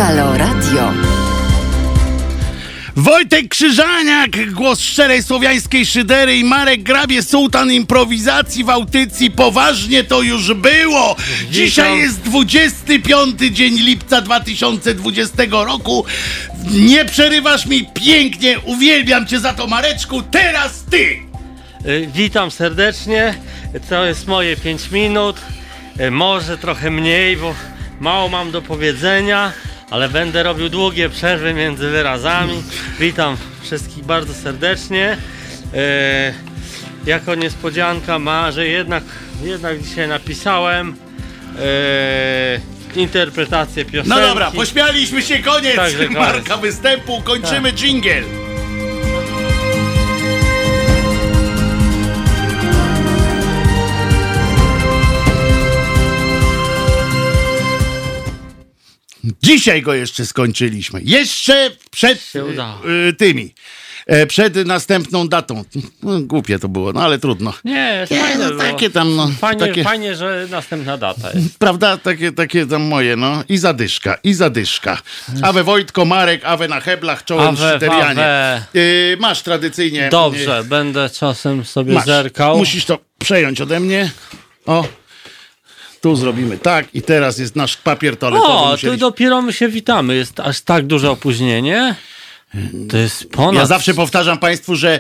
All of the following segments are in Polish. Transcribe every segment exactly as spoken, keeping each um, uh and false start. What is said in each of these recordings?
Halo Radio. Wojtek Krzyżaniak, głos szczerej słowiańskiej szydery, i Marek Grabie, sułtan improwizacji w audycji Poważnie to już było. Dzisiaj jest dwudziesty piąty dzień lipca dwa tysiące dwudziestego roku. Nie przerywasz mi pięknie, uwielbiam cię za to, Mareczku. Teraz ty! Witam serdecznie, to jest moje pięć minut, może trochę mniej, bo mało mam do powiedzenia, ale będę robił długie przerwy między wyrazami. Witam wszystkich bardzo serdecznie. E, jako niespodzianka ma, że jednak, jednak dzisiaj napisałem e, interpretację piosenki. No dobra, pośmialiśmy się, koniec Także Marka koniec. występu, kończymy tak. Dżingiel. Dzisiaj go jeszcze skończyliśmy. Jeszcze przed y, tymi. E, przed następną datą. No, głupie to było, no ale trudno. Nie, Nie fajne no, takie tam, no. Fajnie, takie, fajnie, że następna data jest. Prawda? Takie, takie tam moje, no. I zadyszka, i zadyszka. Awe Wojtko, Marek, awe na heblach, czołem szyterianie. Y, masz tradycyjnie... Dobrze, y, będę czasem sobie masz. zerkał. Musisz to przejąć ode mnie. O. Tu zrobimy tak i teraz jest nasz papier toaletowy. O, musieliśmy... tu dopiero my się witamy. Jest aż tak duże opóźnienie. To jest ponad... Ja zawsze powtarzam państwu, że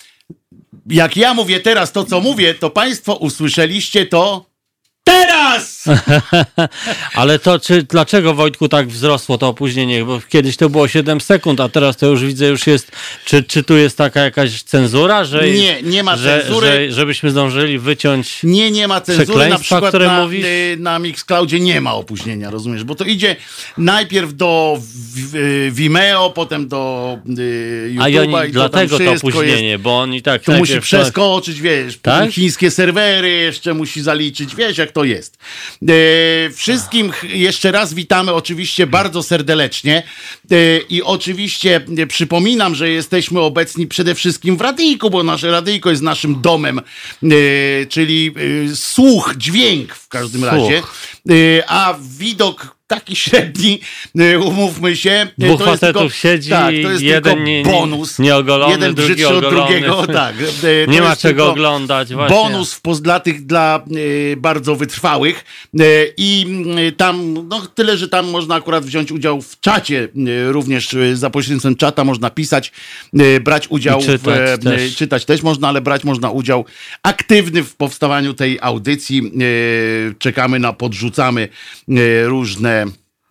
jak ja mówię teraz to, co mówię, to państwo usłyszeliście to teraz! Ale to czy, dlaczego, Wojtku, tak wzrosło to opóźnienie? Bo kiedyś to było siedem sekund, a teraz to już widzę, już jest... Czy, czy tu jest taka jakaś cenzura? Że, nie, nie ma że, cenzury. Że, żebyśmy zdążyli wyciąć Nie, nie ma cenzury. Na przykład które na, mówisz? na Mixcloudzie nie ma opóźnienia, rozumiesz? Bo to idzie najpierw do Vimeo, potem do y, YouTube'a. A oni, i dlatego to, to opóźnienie, jest, bo oni tak... to musi najpierw... przeskoczyć, wiesz, tak? chińskie serwery jeszcze musi zaliczyć, wiesz jak to jest. E, wszystkim ch- jeszcze raz witamy oczywiście bardzo serdecznie e, i oczywiście e, przypominam, że jesteśmy obecni przede wszystkim w radyjku, bo nasze radyjko jest naszym domem, e, czyli e, słuch, dźwięk w każdym Słuch. razie, e, a widok taki średni, umówmy się. Dwóch to jest facetów tylko, siedzi, tak, to jest jeden tylko nie, bonus. nieogolony, jeden drugi brzydszy od ogolony. drugiego. Tak. To nie ma jest czego tylko oglądać. Właśnie. Bonus w, poz- dla tych dla y, bardzo wytrwałych. Y, I y, tam, no tyle, że tam można akurat wziąć udział w czacie. Y, również y, za pośrednictwem czata można pisać, y, brać udział, I czytać, w, y, też. czytać też można, ale brać można udział aktywny w powstawaniu tej audycji. Y, czekamy na, podrzucamy y, różne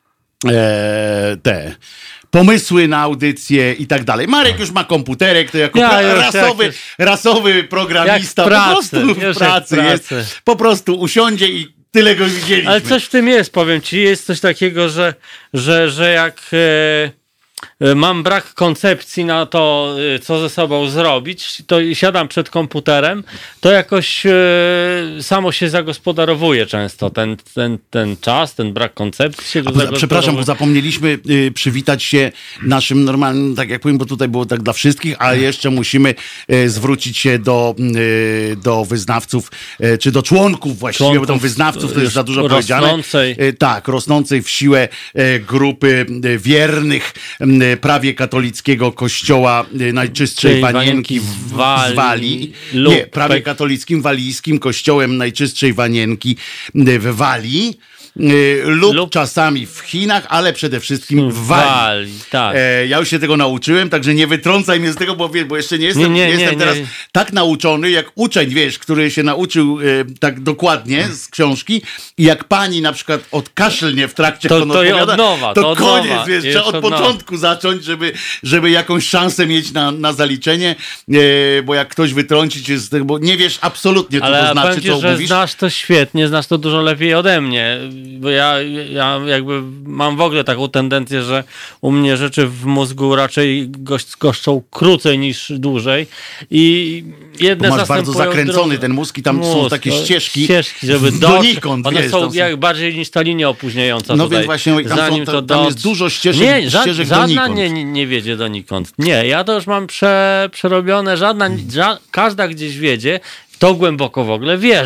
E, te pomysły na audycję i tak dalej. Marek już ma komputerek, to jako Ja pra- już rasowy, jak- rasowy programista jak w po pracy, prostu w już pracy, jak w jest, pracy. po prostu usiądzie i tyle go widzieliśmy. Ale coś w tym jest, powiem ci. Jest coś takiego, że, że, że jak e, e, mam brak koncepcji na to, e, co ze sobą zrobić, to siadam przed komputerem, to jakoś e, samo się zagospodarowuje często. Ten, ten, ten czas, ten brak koncepcji się A, bo, zagospodarowuje. przepraszam, bo zapomnieliśmy y, przywitać się naszym normalnym, tak jak powiem, bo tutaj było tak dla wszystkich, ale jeszcze musimy y, zwrócić się do, y, do wyznawców, y, czy do członków właściwie, Członków, bo tam wyznawców to jest za dużo rosnącej. powiedziane. Y, tak, rosnącej w siłę y, grupy y, wiernych y, prawie katolickiego kościoła y, Najczystszej Czyli Wanienki w, w w Walii Walii. lub Nie, prawie pek- katolickim, walijskim kościołem Najczystszej Wanienki y, w Walii. Y, lub, Lub- czasami w Chinach, ale przede wszystkim w Walii. Walii, tak. E, ja już się tego nauczyłem, także nie wytrącaj mnie z tego, bo, wiesz, bo jeszcze nie jestem, Nie, nie, nie jestem nie, teraz nie. tak nauczony, jak uczeń, wiesz, który się nauczył e, tak dokładnie z książki i jak pani na przykład odkaszlnie w trakcie, To- jak on to odpowiada, od nowa, to, to od koniec, nowa. wiesz, Jeszcze trzeba od od nowa. początku zacząć, żeby, żeby jakąś szansę mieć na, na zaliczenie, e, bo jak ktoś wytrąci cię z tego, bo nie wiesz absolutnie, co Ale to znaczy, powiem ci, co że mówisz. znasz to świetnie, znasz to dużo lepiej ode mnie, bo ja, ja jakby mam w ogóle taką tendencję, że u mnie rzeczy w mózgu raczej goś- goszczą krócej niż dłużej i jedne Bo masz bardzo zastępują zakręcony drugie. ten mózg i tam są Mózg, takie no, ścieżki, ścieżki, żeby donikąd, one wiesz, są tam są- jak bardziej niż ta linia opóźniająca No tutaj. więc właśnie tam, są, Zanim tam, to tam do... jest dużo ścieżek, Nie, ża- ścieżek żadna donikąd. nie, nie, nie wiedzie donikąd. Nie, ja to już mam prze, przerobione, żadna, ża- każda gdzieś wiedzie, w to głęboko w ogóle wierzę.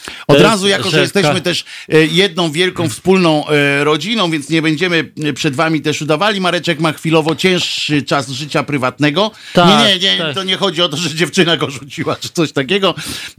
Od To razu, jest jako że rzeka. jesteśmy też e, jedną wielką wspólną e, rodziną, więc nie będziemy e, przed wami też udawali. Mareczek ma chwilowo cięższy czas życia prywatnego. Tak, nie, nie, nie, tak. to nie chodzi o to, że dziewczyna go rzuciła, czy coś takiego,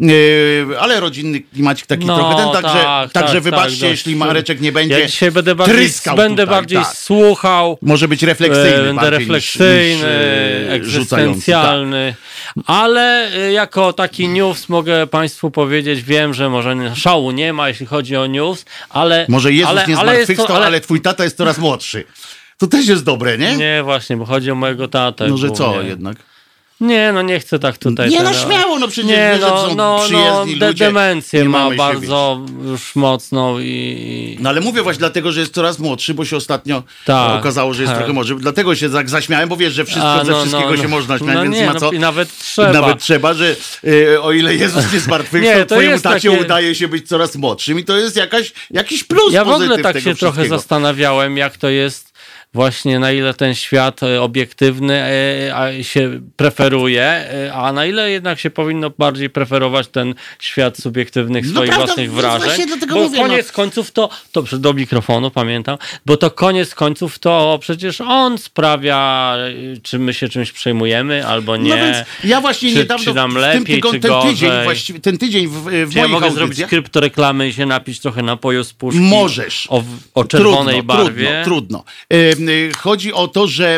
e, ale rodzinny klimacik taki No, trochę ten, także, tak, także tak, wybaczcie, tak, jeśli dość. Mareczek nie będzie Ja dzisiaj będę bardziej, tryskał będę tutaj, bardziej tak. słuchał. Może być refleksyjny Będę bardziej refleksyjny, niż, niż, e, rzucający. Tak. egzystencjalny, ale y, jako taki news mogę Państwu powiedzieć, wiem, że może szału nie ma, jeśli chodzi o news, ale... Może Jezus ale, nie ale jest zmartwychwstał, to, ale... ale twój tata jest coraz młodszy. To też jest dobre, nie? Nie, właśnie, bo chodzi o mojego tatę. No, że co głównie. jednak? Nie, no nie chcę tak tutaj... Nie, no teraz- śmiało, no przecież Nie, wiesz, że no, są no, no przyjezdni de- ludzie. demencję nie ma mamy się, bardzo już mocną i... No ale mówię właśnie dlatego, że jest coraz młodszy, bo się ostatnio Tak. okazało, że jest Tak. trochę młodszy. Dlatego się tak zaśmiałem, bo wiesz, że wszystko A, ze no, wszystkiego no, się no. można śmiać, No więc nie, ma no co. i nawet trzeba. Nawet trzeba, że y, o ile Jezus nie zmartwychwstał, Nie, to twojemu jest tacie takie- udaje się być coraz młodszym i to jest jakaś, jakiś plus, Ja w ogóle pozytyw tak tego się trochę wszystkiego. zastanawiałem, jak to jest właśnie, na ile ten świat e, obiektywny e, a się preferuje, e, a na ile jednak się powinno bardziej preferować ten świat subiektywnych No swoich prawda, własnych no wrażeń. właśnie dlatego Bo mówię, koniec końców to, to przy- do mikrofonu pamiętam, bo to koniec końców to przecież on sprawia, e, czy my się czymś przejmujemy, albo nie. No więc ja właśnie czy, niedawno czy nam w tym lepiej, tygodniu, czy ten gorzej. tydzień właściwie, ten tydzień w, w Czy ja moich mogę zrobić audycjach kryptoreklamy i się napić trochę napoju z puszki? możesz. O, o czerwonej trudno, barwie. Trudno, trudno. Y, y, chodzi o to, że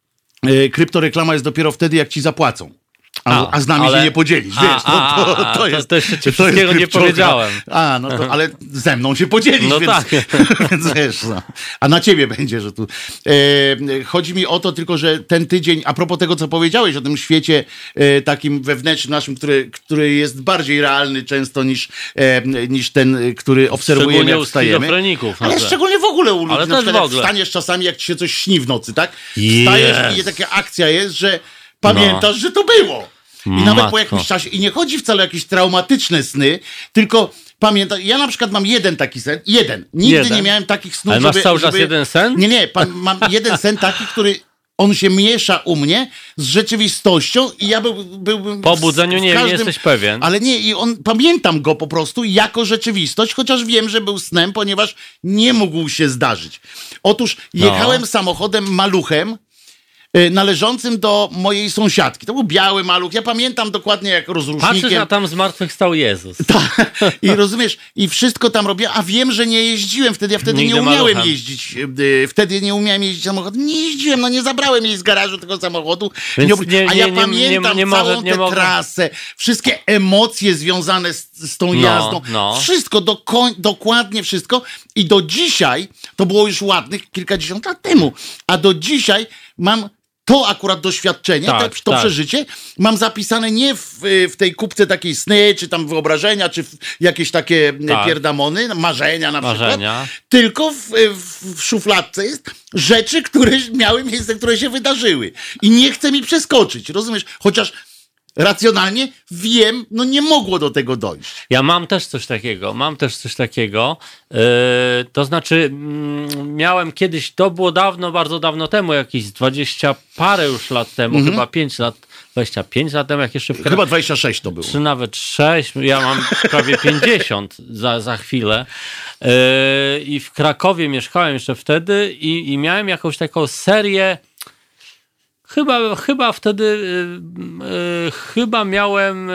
y, kryptoreklama jest dopiero wtedy, jak ci zapłacą. A, A, a z nami ale- się nie podzielisz, A, wiesz, no, a, to, a, to to- jest... to jeszcze ci jest wszystkiego nie kryptoreklama. powiedziałem. A, no to, ale ze mną się podzielisz, No więc, tak. więc wiesz, no. A na ciebie będzie, że tu... E, chodzi mi o to tylko, że ten tydzień, a propos tego, co powiedziałeś o tym świecie e, takim wewnętrznym naszym, który, który jest bardziej realny często niż, e, niż ten, który obserwujemy, Szczególnie jak u wstajemy. schizofreników. Ale może. szczególnie w ogóle u ludzi. Ale na też przykład w jak ogóle. wstaniesz czasami, jak ci się coś śni w nocy, tak? Wstajesz Yes. i taka akcja jest, że pamiętasz, że to było. I nawet Matko. po jakimś czasie, i nie chodzi wcale o jakieś traumatyczne sny, tylko pamiętam, ja na przykład mam jeden taki sen, jeden. Nigdy Jeden? nie miałem takich snów, Ale masz żeby... cały czas żeby... jeden sen? Nie, nie, pan, mam jeden sen taki, który... On się miesza u mnie z rzeczywistością i ja był, byłbym... Po budzeniu w nie, każdym- nie jesteś pewien. Ale nie, i on, pamiętam go po prostu jako rzeczywistość, chociaż wiem, że był snem, ponieważ nie mógł się zdarzyć. Otóż jechałem samochodem maluchem, y, należącym do mojej sąsiadki. To był biały maluch. Ja pamiętam dokładnie jak rozrusznikiem. Patrzysz, a tam zmartwychwstał Jezus. Tak. I rozumiesz, i wszystko tam robię, a wiem, że nie jeździłem wtedy. Ja wtedy Nigdy nie umiałem maluchem. jeździć. y, Wtedy nie umiałem jeździć samochodem. Nie jeździłem, no nie zabrałem jej z garażu tego samochodu. Więc Nie obry- nie- a ja nie- nie- pamiętam nie- nie całą może- nie tę mogę- trasę, wszystkie emocje związane z, z tą No, jazdą. no. Wszystko, do koń, dokładnie wszystko. I do dzisiaj, to było już ładnych kilkadziesiąt lat temu, a do dzisiaj mam to akurat doświadczenie, Tak, te, to tak. przeżycie, mam zapisane nie w, w tej kupce takiej sny, czy tam wyobrażenia, czy w jakieś takie Tak. pierdamony, marzenia na Marzenia. przykład, tylko w, w, w szufladce jest rzeczy, które miały miejsce, które się wydarzyły. I nie chcę mi przeskoczyć, rozumiesz? Chociaż racjonalnie wiem, no nie mogło do tego dojść. Ja mam też coś takiego, mam też coś takiego. Yy, to znaczy, mm, miałem kiedyś, to było dawno, bardzo dawno temu, jakieś dwadzieścia parę już lat temu, chyba pięć lat, dwadzieścia pięć lat temu, jak jeszcze w Chyba dwadzieścia sześć to było. czy nawet sześć, ja mam prawie pięćdziesiąt za, za chwilę. Yy, I w Krakowie mieszkałem jeszcze wtedy i, i miałem jakąś taką serię. Chyba, chyba wtedy, yy, yy, chyba miałem...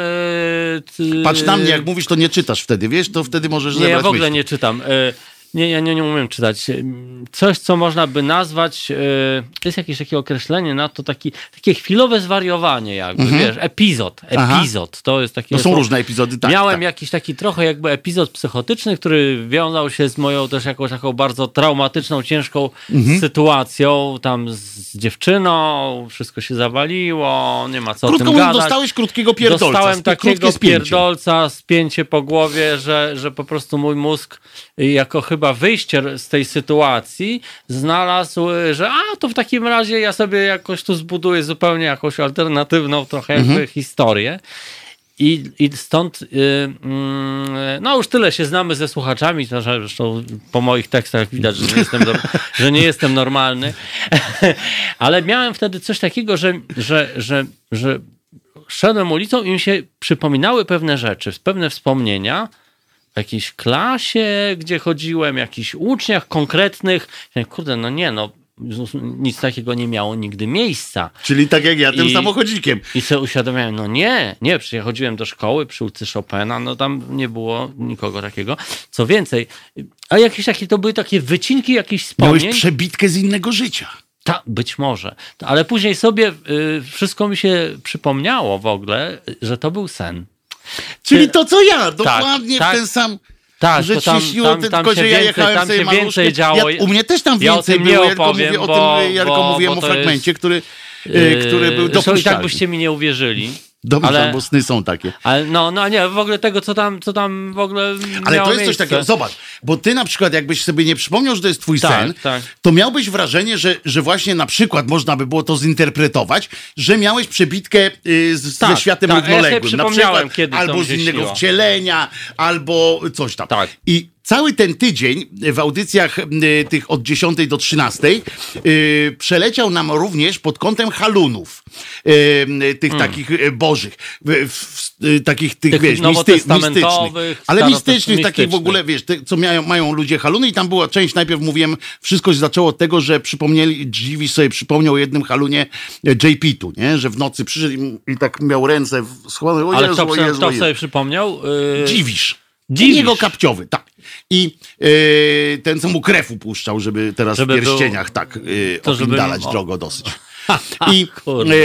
Yy, Patrz na mnie, jak mówisz, to nie czytasz wtedy, wiesz? To wtedy możesz Nie, zebrać ja w ogóle myśli. nie czytam. Yy, nie, ja nie, nie umiem czytać. Yy, Coś, co można by nazwać, yy, to jest jakieś takie określenie na to, taki, takie chwilowe zwariowanie jakby, wiesz, epizod. Aha. Epizod, to jest takie... To są różne epizody, tak. Miałem tak. jakiś taki trochę jakby epizod psychotyczny, który wiązał się z moją też jakąś taką bardzo traumatyczną, ciężką Mhm. sytuacją, tam z dziewczyną, wszystko się zawaliło, nie ma co Krótko o tym mówiąc, gadać. dostałeś krótkiego pierdolca. Dostałem spi- takiego krótkie spięcie. pierdolca, spięcie po głowie, że, że po prostu mój mózg jako chyba wyjście z tej sytuacji znalazł, że a to w takim razie ja sobie jakoś tu zbuduję zupełnie jakąś alternatywną trochę jakby Mhm. historię. I, I stąd, y, y, no już tyle się znamy ze słuchaczami, to że zresztą po moich tekstach widać, że nie jestem, do, że nie jestem normalny, ale miałem wtedy coś takiego, że, że, że, że szedłem ulicą i mi się przypominały pewne rzeczy, pewne wspomnienia w jakiejś klasie, gdzie chodziłem, jakichś uczniach konkretnych. Kurde, no nie, no nic takiego nie miało nigdy miejsca. Czyli tak jak ja, tym I, samochodzikiem. I sobie uświadomiłem, no nie, nie, przecież ja chodziłem do szkoły przy ulicy Chopina, no tam nie było nikogo takiego. Co więcej, a jakieś takie, to były takie wycinki jakichś wspomnień. Miałeś przebitkę z innego życia. Ta, być może. Ale później sobie y, wszystko mi się przypomniało w ogóle, że to był sen. Czyli to co ja, dokładnie tak, w ten sam... Tak, że bo tam, ci śniło, tam, tylko tam że się ja więcej, jechałem tam sobie się maluszkiem. więcej działo. Ja, u mnie też tam ja więcej o tym nie było, ja tylko opowiem, mówię o bo, tym, ja bo, tylko mówiłem bo o to fragmencie, jest, który, yy, który był Zresztą i dopuszczalny. tak byście mi nie uwierzyli. Dobrze, ale, bo sny są takie. Ale no, no nie, w ogóle tego, co tam, co tam w ogóle Ale miało to jest miejsce. coś takiego, zobacz, bo ty na przykład jakbyś sobie nie przypomniał, że to jest twój tak, sen, tak. to miałbyś wrażenie, że, że właśnie na przykład można by było to zinterpretować, że miałeś przebitkę y, z, tak, ze światem tak, równoległym. ja sobie na przypomniałem, przykład, kiedy to albo mi z się innego śniło. wcielenia, albo coś tam. Tak. I cały ten tydzień w audycjach y, tych od dziesiątej do trzynastej y, przeleciał nam również pod kątem halunów, y, tych Hmm. takich y, bożych, w, w, y, takich tych, Tych wiesz, misty, nowotestamentowych, mistycznych, ale mistycznych, takich w mistycznych. ogóle, wiesz, te, co mają, mają ludzie haluny i tam była część, najpierw mówiłem, wszystko się zaczęło od tego, że przypomnieli, Dziwisz sobie przypomniał o jednym halunie J P tu, nie, że w nocy przyszedł i, i tak miał ręce w- schowane, o Ale Jezu, kto, o kto, Jezu, o kto Jezu. sobie przypomniał? Yy... Dziwisz. Dziwisz. Jego kapciowy, tak. I yy, ten, co mu krew upuszczał, żeby teraz Żeby w pierścieniach był- tak yy, to żeby- opindalać o. drogo dosyć. I Kurde.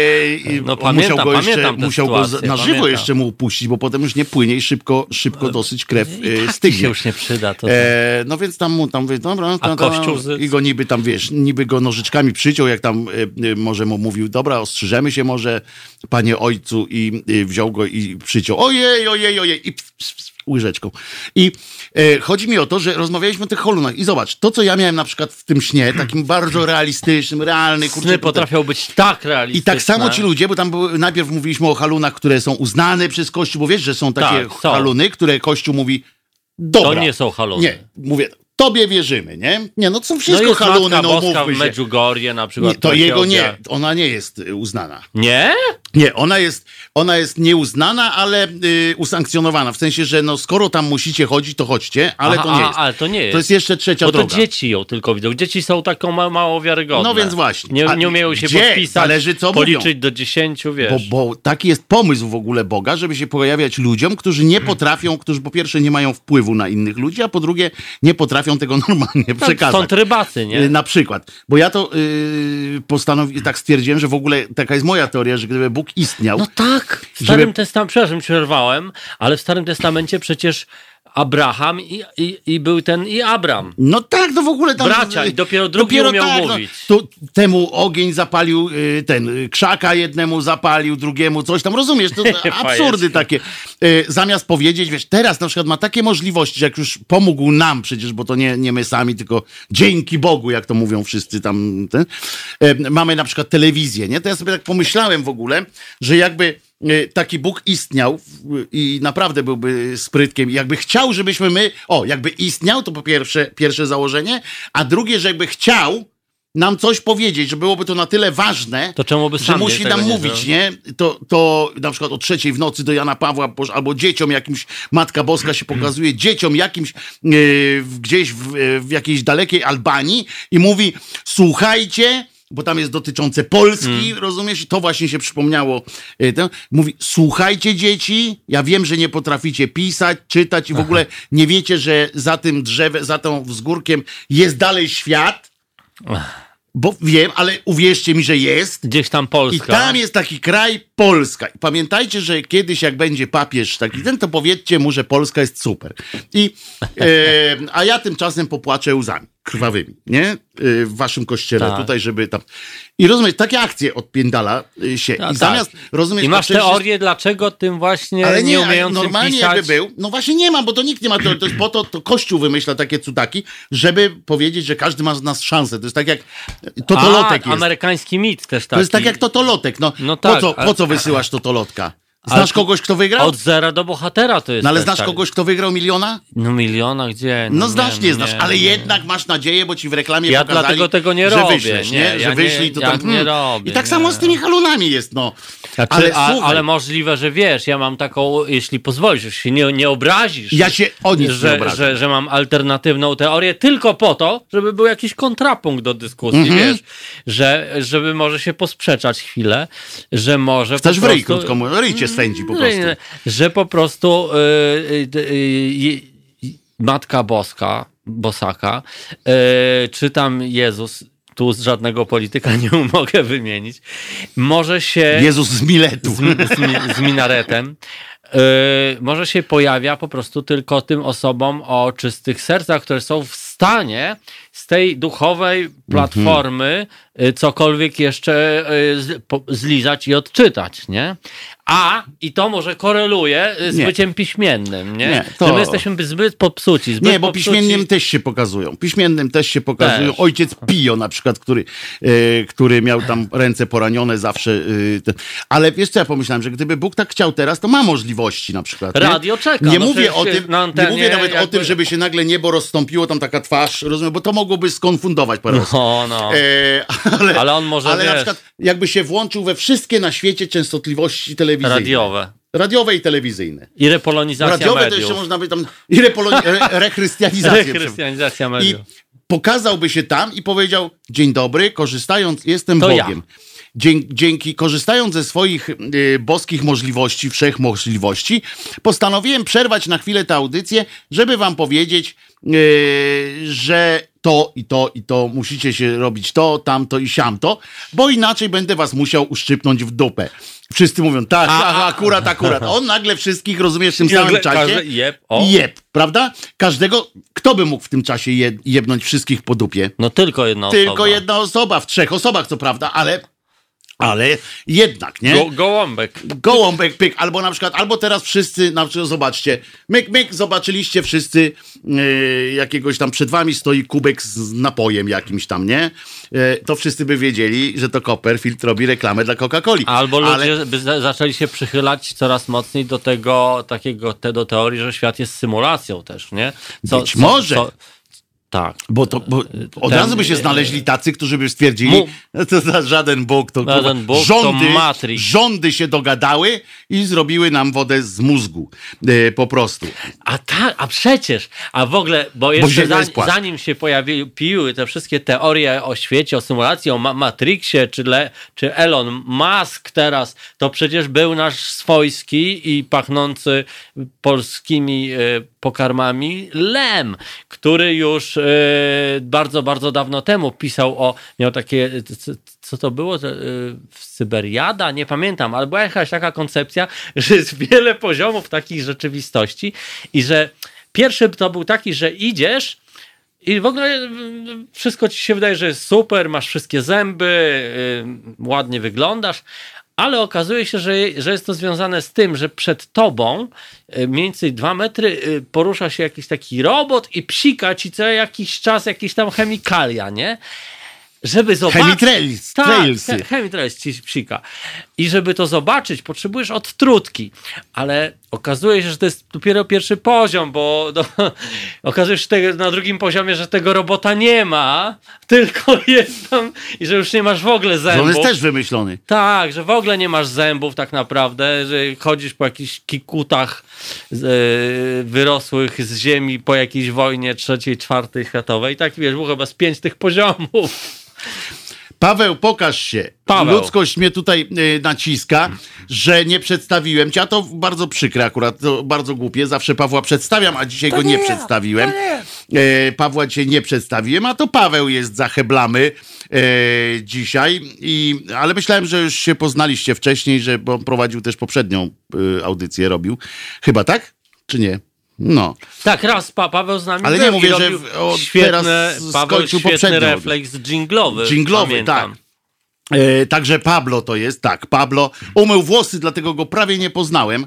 yy, No musiał pamiętam, go jeszcze, pamiętam tę musiał go z- sytuację, na żywo pamiętam. jeszcze mu upuścić, bo potem już nie płynie i szybko, szybko dosyć krew I yy, tak ci stygnie. się już nie przyda. To, E, no więc tam mu tam mówię, dobra, tam, tam, kościół z- i go niby tam, wiesz, niby go nożyczkami przyciął, jak tam e, e, może mu mówił, dobra, ostrzyżemy się może, panie ojcu, i e, wziął go i przyciął, ojej, ojej, ojej, i ps, ps, ps, łyżeczką. I e, chodzi mi o to, że rozmawialiśmy o tych holunach i zobacz, to co ja miałem na przykład w tym śnie, takim bardzo realistycznym, realny, kurczę, Sny potrafią być tak realistyczne. i tak samo ci ludzie, bo tam były, najpierw mówiliśmy o halunach, które są uznane przez Kościół, bo wiesz, że są takie Tak, są. haluny, które Kościół mówi, dobra. To nie są haluny. Nie, mówię, tobie wierzymy, nie? Nie, no to są No wszystko jest haluny, Matka no Boska mówmy w się. Medjugorje na przykład. Nie, to która się jego nie, objawia. ona nie jest y, uznana. Nie? Nie, ona jest, ona jest nieuznana, ale y, usankcjonowana. W sensie, że no skoro tam musicie chodzić, to chodźcie, ale Aha, to nie aha, jest. ale to nie jest. To jest jeszcze trzecia Bo to droga. dzieci ją tylko widzą. Dzieci są taką ma, mało wiarygodne. No więc właśnie. Nie, A nie umieją się gdzie? podpisać, Zależy, co policzyć mówią. do dziesięciu, wiesz. Bo, bo taki jest pomysł w ogóle Boga, żeby się pojawiać ludziom, którzy nie potrafią, którzy po pierwsze nie mają wpływu na innych ludzi, a po drugie nie potrafią tego normalnie tak, przekazać. stąd rybacy, nie? Y, Na przykład. Bo ja to yy, postanowiłem, tak stwierdziłem, że w ogóle taka jest moja teoria, że gdyby Bóg istniał, No tak, w Starym Żeby- Testamencie, przepraszam, przerwałem, ale w Starym Testamencie przecież Abraham i, i, i był ten i Abram. no tak, to w ogóle tam... Bracia i dopiero drugi umiał mówić. No, tu, temu ogień zapalił, y, ten y, krzaka jednemu zapalił, drugiemu coś tam, rozumiesz? To absurdy Fajeczki. takie. Y, zamiast powiedzieć, wiesz, teraz na przykład ma takie możliwości, że jak już pomógł nam przecież, bo to nie, nie my sami, tylko dzięki Bogu, jak to mówią wszyscy tam, ten, y, mamy na przykład telewizję, nie? To ja sobie tak pomyślałem w ogóle, że jakby y, taki Bóg istniał y, i naprawdę byłby sprytkiem i jakby chciał, żebyśmy my, o, jakby istniał, to po pierwsze, pierwsze założenie, a drugie, że jakby chciał nam coś powiedzieć, że byłoby to na tyle ważne, To czemu by że sam musi tego nam nie mówić, zrobił? nie? To, to na przykład o trzeciej w nocy do Jana Pawła, Boże, albo dzieciom jakimś, Matka Boska się pokazuje, dzieciom jakimś yy, gdzieś w, w jakiejś dalekiej Albanii i mówi, słuchajcie, bo tam jest dotyczące Polski, rozumiesz? I to właśnie się przypomniało. Yy, ten, mówi, słuchajcie dzieci, ja wiem, że nie potraficie pisać, czytać i w ogóle nie wiecie, że za tym drzewem, za tą wzgórkiem jest dalej świat, bo wiem, ale uwierzcie mi, że jest. Gdzieś tam I Polska. tam jest taki kraj Polska. I pamiętajcie, że kiedyś jak będzie papież taki ten, to powiedzcie mu, że Polska jest super. I, e, a ja tymczasem popłaczę łzami krwawymi, nie? E, w waszym kościele Tak. tutaj, żeby tam... I rozumiesz, takie akcje odpiędala e, się. No I tak. zamiast, rozumiesz... I a masz przecież jest- teorię, dlaczego tym właśnie ale nie nie, ale umiejącym normalnie pisać... jakby był. No właśnie nie ma, bo to nikt nie ma. To, to jest po to, to Kościół wymyśla takie cudaki, żeby powiedzieć, że każdy ma z nas szansę. To jest tak jak totolotek A, jest. amerykański mit też taki. To jest tak jak totolotek. No, No po, tak, co, ale- po co wysyłasz totolotka? Znasz kogoś, kto wygrał? Od zera do bohatera to jest. No ale też znasz tak. kogoś, kto wygrał miliona? No miliona gdzie? No, No znasz, nie, nie znasz, nie, ale nie. jednak masz nadzieję, bo ci w reklamie Ja pokazali, dlatego tego nie że robię, wyślesz, nie? nie, Że ja wyślij nie- to ja tam. nie hmm. robię, I tak nie. samo z tymi halunami jest, no. Znaczy, ale a, słuchaj, ale możliwe, że wiesz, ja mam taką, jeśli pozwolisz, już się nie, nie obrazisz, ja się o nic nie że, obrażam. że, że mam alternatywną teorię tylko po to, żeby był jakiś kontrapunkt do dyskusji, Mhm. wiesz, że, żeby może się posprzeczać chwilę, że może Chcesz po w ryj, prostu... krótko mówiąc, ryj cię swędzi po prostu. Nie, że po prostu y, y, y, y, Matka Boska, Bosaka, y, czy tam Jezus, tu z żadnego polityka nie mogę wymienić, może się... Jezus z Miletu. z, z, mi- z minaretem, yy, może się pojawia po prostu tylko tym osobom o czystych sercach, które są w stanie z tej duchowej platformy y, cokolwiek jeszcze y, z, po, zlizać i odczytać, nie? A, i to może koreluje y, z Nie. byciem piśmiennym, nie? Nie, to- Że my jesteśmy zbyt popsuci, zbyt Nie, bo popsuci. piśmiennym też się pokazują. Piśmiennym też się pokazują. Też. Ojciec Pio na przykład, który, e, który miał tam ręce poranione zawsze. E, te. Ale wiesz co ja pomyślałem, że gdyby Bóg tak chciał teraz, to ma możliwości na przykład. Nie? Radio czeka. Nie no mówię przecież o się tym, na nie antenie mówię nawet o jakby- tym, żeby się nagle niebo rozstąpiło, tam taka twarz, rozumiem, bo to mogłoby skonfundować parę osób. No, no. E, ale, Ale on może, ale na wiesz- przykład jakby się włączył we wszystkie na świecie częstotliwości telewizyjne. Radiowe. Radiowe i telewizyjne. I repolonizacja Radiowe to mediów. jeszcze można by tam i repolo- re, rechrystianizację. Rechrystianizacja I mediów. pokazałby się tam i powiedział: dzień dobry, korzystając, jestem To ja. Bogiem. Dzięki, dzięki korzystając ze swoich y, boskich możliwości, wszechmożliwości, postanowiłem przerwać na chwilę tę audycję, żeby wam powiedzieć, y, że to i to i to musicie się robić to, tamto i siamto, bo inaczej będę was musiał uszczypnąć w dupę. Wszyscy mówią: tak, A, aha, a. akurat, akurat. On nagle wszystkich, rozumiesz, w tym I samym nagle czasie. każdy jeb, o. Jeb, prawda? Każdego, kto by mógł w tym czasie je, jebnąć wszystkich po dupie? No tylko jedna Tylko osoba. jedna osoba, w trzech osobach co prawda, ale, ale jednak, nie? Go, gołąbek. Gołąbek, pyk, albo na przykład, albo teraz wszyscy, na przykład zobaczcie, myk, myk, zobaczyliście wszyscy yy, jakiegoś tam, przed wami stoi kubek z napojem jakimś tam, nie? Yy, to wszyscy by wiedzieli, że to Copperfield robi reklamę dla Coca-Coli. Albo Ale- ludzie by za, zaczęli się przychylać coraz mocniej do tego, takiego, te, do teorii, że świat jest symulacją też, nie? Być może. tak. Bo to bo od Ten- razu by się znaleźli tacy, którzy by stwierdzili, Mu- no to za żaden Bóg, to, Żaden kurwa, Bóg, to rządy, Matrix. rządy się dogadały i zrobiły nam wodę z mózgu. E, po prostu. A tak, a przecież, a w ogóle, bo jeszcze Ziemia zanim, jest płaska. zanim się pojawiły te wszystkie teorie o świecie, o symulacji, o ma Matrixie, czy, Le, czy Elon Musk teraz, to przecież był nasz swojski i pachnący polskimi e, pokarmami Lem, który już e, bardzo, bardzo dawno temu pisał o, miał takie, co, co to było, e, Syberiada, nie pamiętam, ale była jakaś taka koncepcja, że jest wiele poziomów takich rzeczywistości i że pierwszy to był taki, że idziesz i w ogóle wszystko ci się wydaje, że jest super, masz wszystkie zęby, yy, ładnie wyglądasz, ale okazuje się, że, że jest to związane z tym, że przed tobą yy, mniej więcej dwa metry yy, porusza się jakiś taki robot i psika ci co jakiś czas jakieś tam chemikalia, nie? Żeby zobaczyć... Chemitrails, Tak, trailsy. he- chemitrails ci psika. I żeby to zobaczyć, potrzebujesz odtrutki. Ale okazuje się, że to jest dopiero pierwszy poziom, bo do, okazuje się że tego, na drugim poziomie, że tego robota nie ma, tylko jest tam i że już nie masz w ogóle Że zębów. on jest też wymyślony. Tak, że w ogóle nie masz zębów tak naprawdę, że chodzisz po jakichś kikutach z, e, wyrosłych z ziemi po jakiejś wojnie trzeciej, czwartej światowej. Tak wiesz, było chyba z pięć tych poziomów. Paweł, pokaż się. Paweł. Ludzkość mnie tutaj y, naciska, że nie przedstawiłem cię, a to bardzo przykre akurat, to bardzo głupie. Zawsze Pawła przedstawiam, a dzisiaj go nie, przedstawiłem. E, Pawła dzisiaj nie przedstawiłem, a to Paweł jest za heblamy e, dzisiaj. I, ale myślałem, że już się poznaliście wcześniej, że bo on prowadził też poprzednią y, audycję, robił. Chyba tak? Czy nie? No. Tak, raz pa, Paweł z nami Ale był nie mówię, i że robił w- o, świetne, teraz Paweł skończył świetny poprzednią. refleks dżinglowy. Dżinglowy, pamiętam. tak. E, także Pablo to jest, tak, Pablo umył włosy, dlatego go prawie nie poznałem.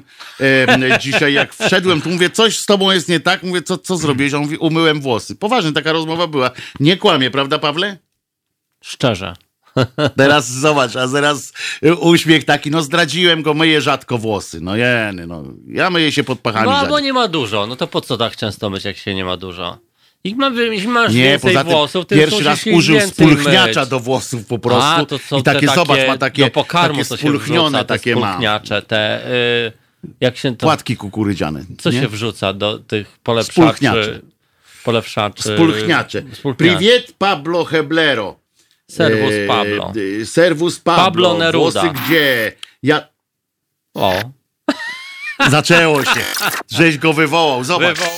E, dzisiaj jak wszedłem, to mówię, coś z tobą jest nie tak, mówię, co, co zrobiłeś? On mówi, umyłem włosy. Poważnie, taka rozmowa była. Nie kłamie, prawda, Pawle? Szczerze. Teraz zobacz, a teraz uśmiech taki, no zdradziłem go, myję rzadko włosy. No jeny, no. Ja myję się pod pachami No, rzadziej. bo nie ma dużo. No to po co tak często myć, jak się nie ma dużo? I ma, jeśli masz Nie, więcej poza tym włosów, ty pierwszy raz musisz ich użył więcej spulchniacza myć. do włosów po prostu. A, to są i takie, te takie, zobacz, ma takie, do pokarmu takie to się spulchnione, wrzuca, te takie ma. spulchniacze, te, y, jak się to, Płatki kukurydziane. co nie? się wrzuca do tych polepszaczy? Spulchniacze. Polepszaczy. Spulchniacze. Spulchniacze. Privet Pablo Heblero. Servus E, Pablo. e, Servus Pablo. Pablo Neruda. Włosy gdzie? Ja... O. Zaczęło się. Żeś go wywołał. Zobacz. Wywoł...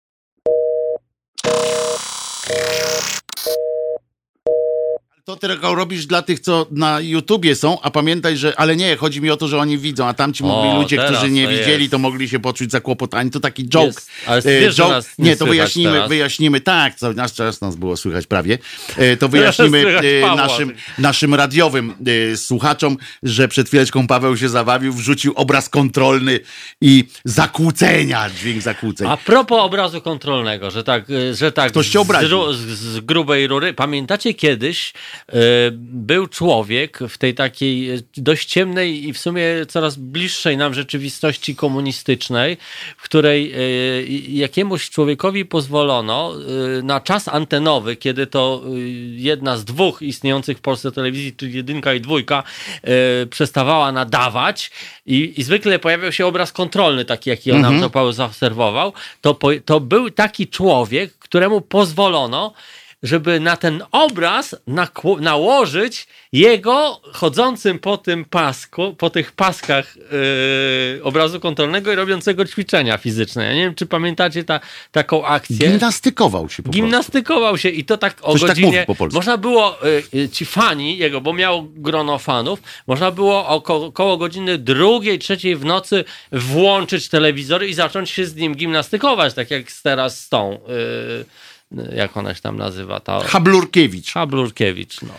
To tylko robisz dla tych, co na YouTubie są, a pamiętaj, że, ale nie, chodzi mi o to, że oni widzą, a tamci mogli O, ludzie, teraz którzy nie to widzieli, jest. to mogli się poczuć zakłopotani. To taki joke. Jest, ale E, wiesz, że joke. nas nie Nie, to słychać wyjaśnimy, teraz. wyjaśnimy, tak, cały nasz czas nas było słychać prawie. E, To wyjaśnimy Słychać e, Pawła. naszym, naszym radiowym e, słuchaczom, że przed chwileczką Paweł się zabawił, wrzucił obraz kontrolny i zakłócenia, dźwięk zakłóceń. A propos obrazu kontrolnego, że tak, y, że tak Ktoś cię obraził. z, ru- z, z grubej rury. Pamiętacie kiedyś y, był człowiek w tej takiej y, dość ciemnej i w sumie coraz bliższej nam rzeczywistości komunistycznej, w której y, jakiemuś człowiekowi pozwolono y, na czas antenowy, kiedy to y, jedna z dwóch istniejących w Polsce telewizji, czyli jedynka i dwójka, y, przestawała nadawać i, i zwykle pojawiał się obraz kontrolny, taki jaki on nam to Paweł zaobserwował, to, po, to był taki człowiek, któremu pozwolono, żeby na ten obraz nakło- nałożyć jego chodzącym po tym pasku, po tych paskach yy, obrazu kontrolnego i robiącego ćwiczenia fizyczne. Ja nie wiem, czy pamiętacie ta, taką akcję. Gimnastykował się po prostu. Gimnastykował się i to tak o Coś tak godzinie... mówi po polsku. Można było, y, y, ci fani jego, bo miał grono fanów, można było około, około godziny drugiej, trzeciej w nocy włączyć telewizor i zacząć się z nim gimnastykować, tak jak teraz z tą... Y, jak ona się tam nazywa? Ta... Hablurkiewicz. Hablurkiewicz, no.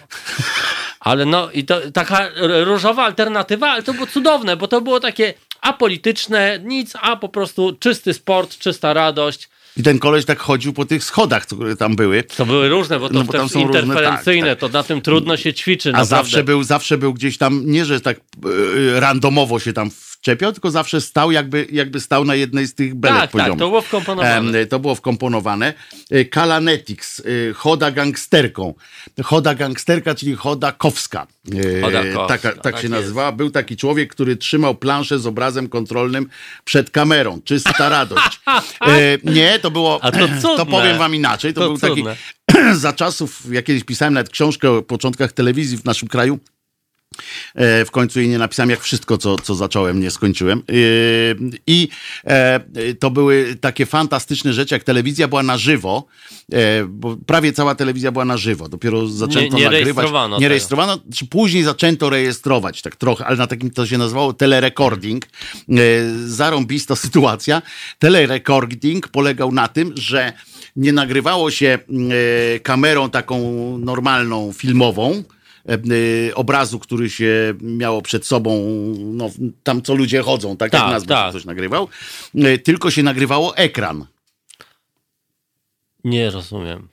Ale no i to taka różowa alternatywa, ale to było cudowne, bo to było takie apolityczne, nic, a po prostu czysty sport, czysta radość. I ten koleś tak chodził po tych schodach, które tam były. To były różne, bo to No bo tam też są różne, interferencyjne, tak, tak. to na tym trudno się ćwiczy. A naprawdę. zawsze był, zawsze był gdzieś tam, nie że tak y, randomowo się tam wczepiał, tylko zawsze stał jakby, jakby stał na jednej z tych belek Tak, poziomów. tak, to było wkomponowane. Em, to było wkomponowane. Y, Kalanetix, y, Choda gangsterką. Choda gangsterka, czyli Choda Kowska. Y, Choda Kowska, taka, tak, tak się jest. nazywała. Był taki człowiek, który trzymał planszę z obrazem kontrolnym przed kamerą. Czysta radość. Y, nie, to było, A to cudne. to powiem wam inaczej. To, To był taki, cudne. za czasów, ja kiedyś pisałem nawet książkę o początkach telewizji w naszym kraju. E, w końcu jej nie napisałem, jak wszystko, co, co zacząłem, nie skończyłem. E, I e, to były takie fantastyczne rzeczy, jak telewizja była na żywo, e, bo prawie cała telewizja była na żywo. Dopiero zaczęto Nie- nie nagrywać. rejestrowano Nie tego. rejestrowano, czy później zaczęto rejestrować, tak trochę, ale na takim to się nazywało telerecording. E, zarąbista sytuacja. Telerecording polegał na tym, że nie nagrywało się e, kamerą taką normalną, filmową, e, obrazu, który się miało przed sobą, no, tam co ludzie chodzą, tak, Tak, jak nas tak. ktoś nagrywał, e, tylko się nagrywało ekran. Nie rozumiem.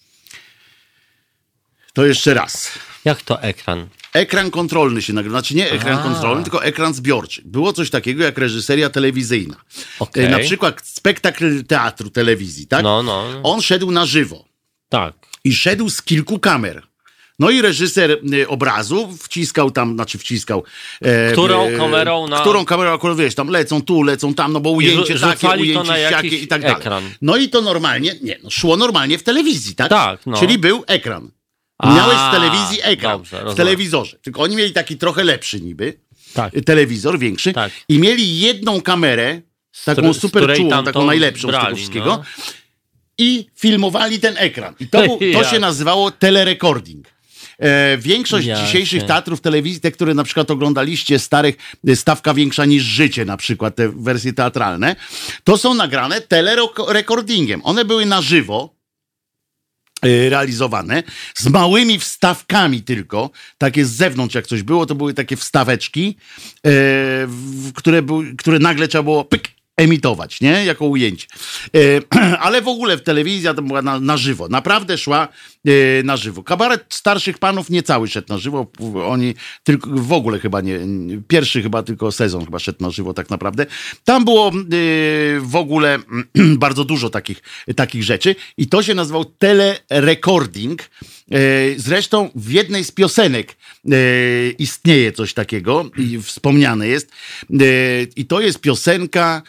To jeszcze raz. Jak to ekran? Ekran kontrolny się nagrywa, znaczy nie ekran A. kontrolny, tylko ekran zbiorczy. Było coś takiego jak reżyseria telewizyjna. Okej. E, Na przykład spektakl teatru, telewizji, tak? No, no. On szedł na żywo Tak. i szedł z kilku kamer. No i reżyser y, obrazu wciskał tam, znaczy wciskał. E, Którą e, kamerą na- Którą kamerą akurat, wiesz, tam lecą tu, lecą tam, no bo ujęcie rzu- takie, rzucali to ujęcie na siakie jakiś i tak dalej. ekran. No i to normalnie, nie, no szło normalnie w telewizji, tak? Tak, no. Czyli był ekran. A, Miałeś w telewizji ekran, dobrze, w rozumiem. telewizorze. Tylko oni mieli taki trochę lepszy niby, Tak. y, telewizor większy Tak. i mieli jedną kamerę, taką której- z super której czułą, tamtą taką najlepszą z brali, tego wszystkiego. no. I filmowali ten ekran. I to, był, to Jak? się nazywało telerecording. E, większość Jakie? dzisiejszych teatrów telewizji, te, które na przykład oglądaliście, starych, e, Stawka większa niż życie, na przykład te wersje teatralne, to są nagrane telerecordingiem. One były na żywo e, realizowane, z małymi wstawkami tylko, takie z zewnątrz jak coś było, to były takie wstaweczki, e, w, które, były, które nagle trzeba było pyk, emitować, nie? Jako ujęcie. E, ale w ogóle w telewizja to była na, na żywo. Naprawdę szła e, na żywo. Kabaret starszych panów nie cały szedł na żywo. Oni tylko w ogóle chyba nie, pierwszy chyba tylko sezon chyba szedł na żywo tak naprawdę. Tam było e, w ogóle bardzo dużo takich, takich rzeczy i to się nazywał telerecording. E, zresztą w jednej z piosenek e, istnieje coś takiego i wspomniane jest. E, I to jest piosenka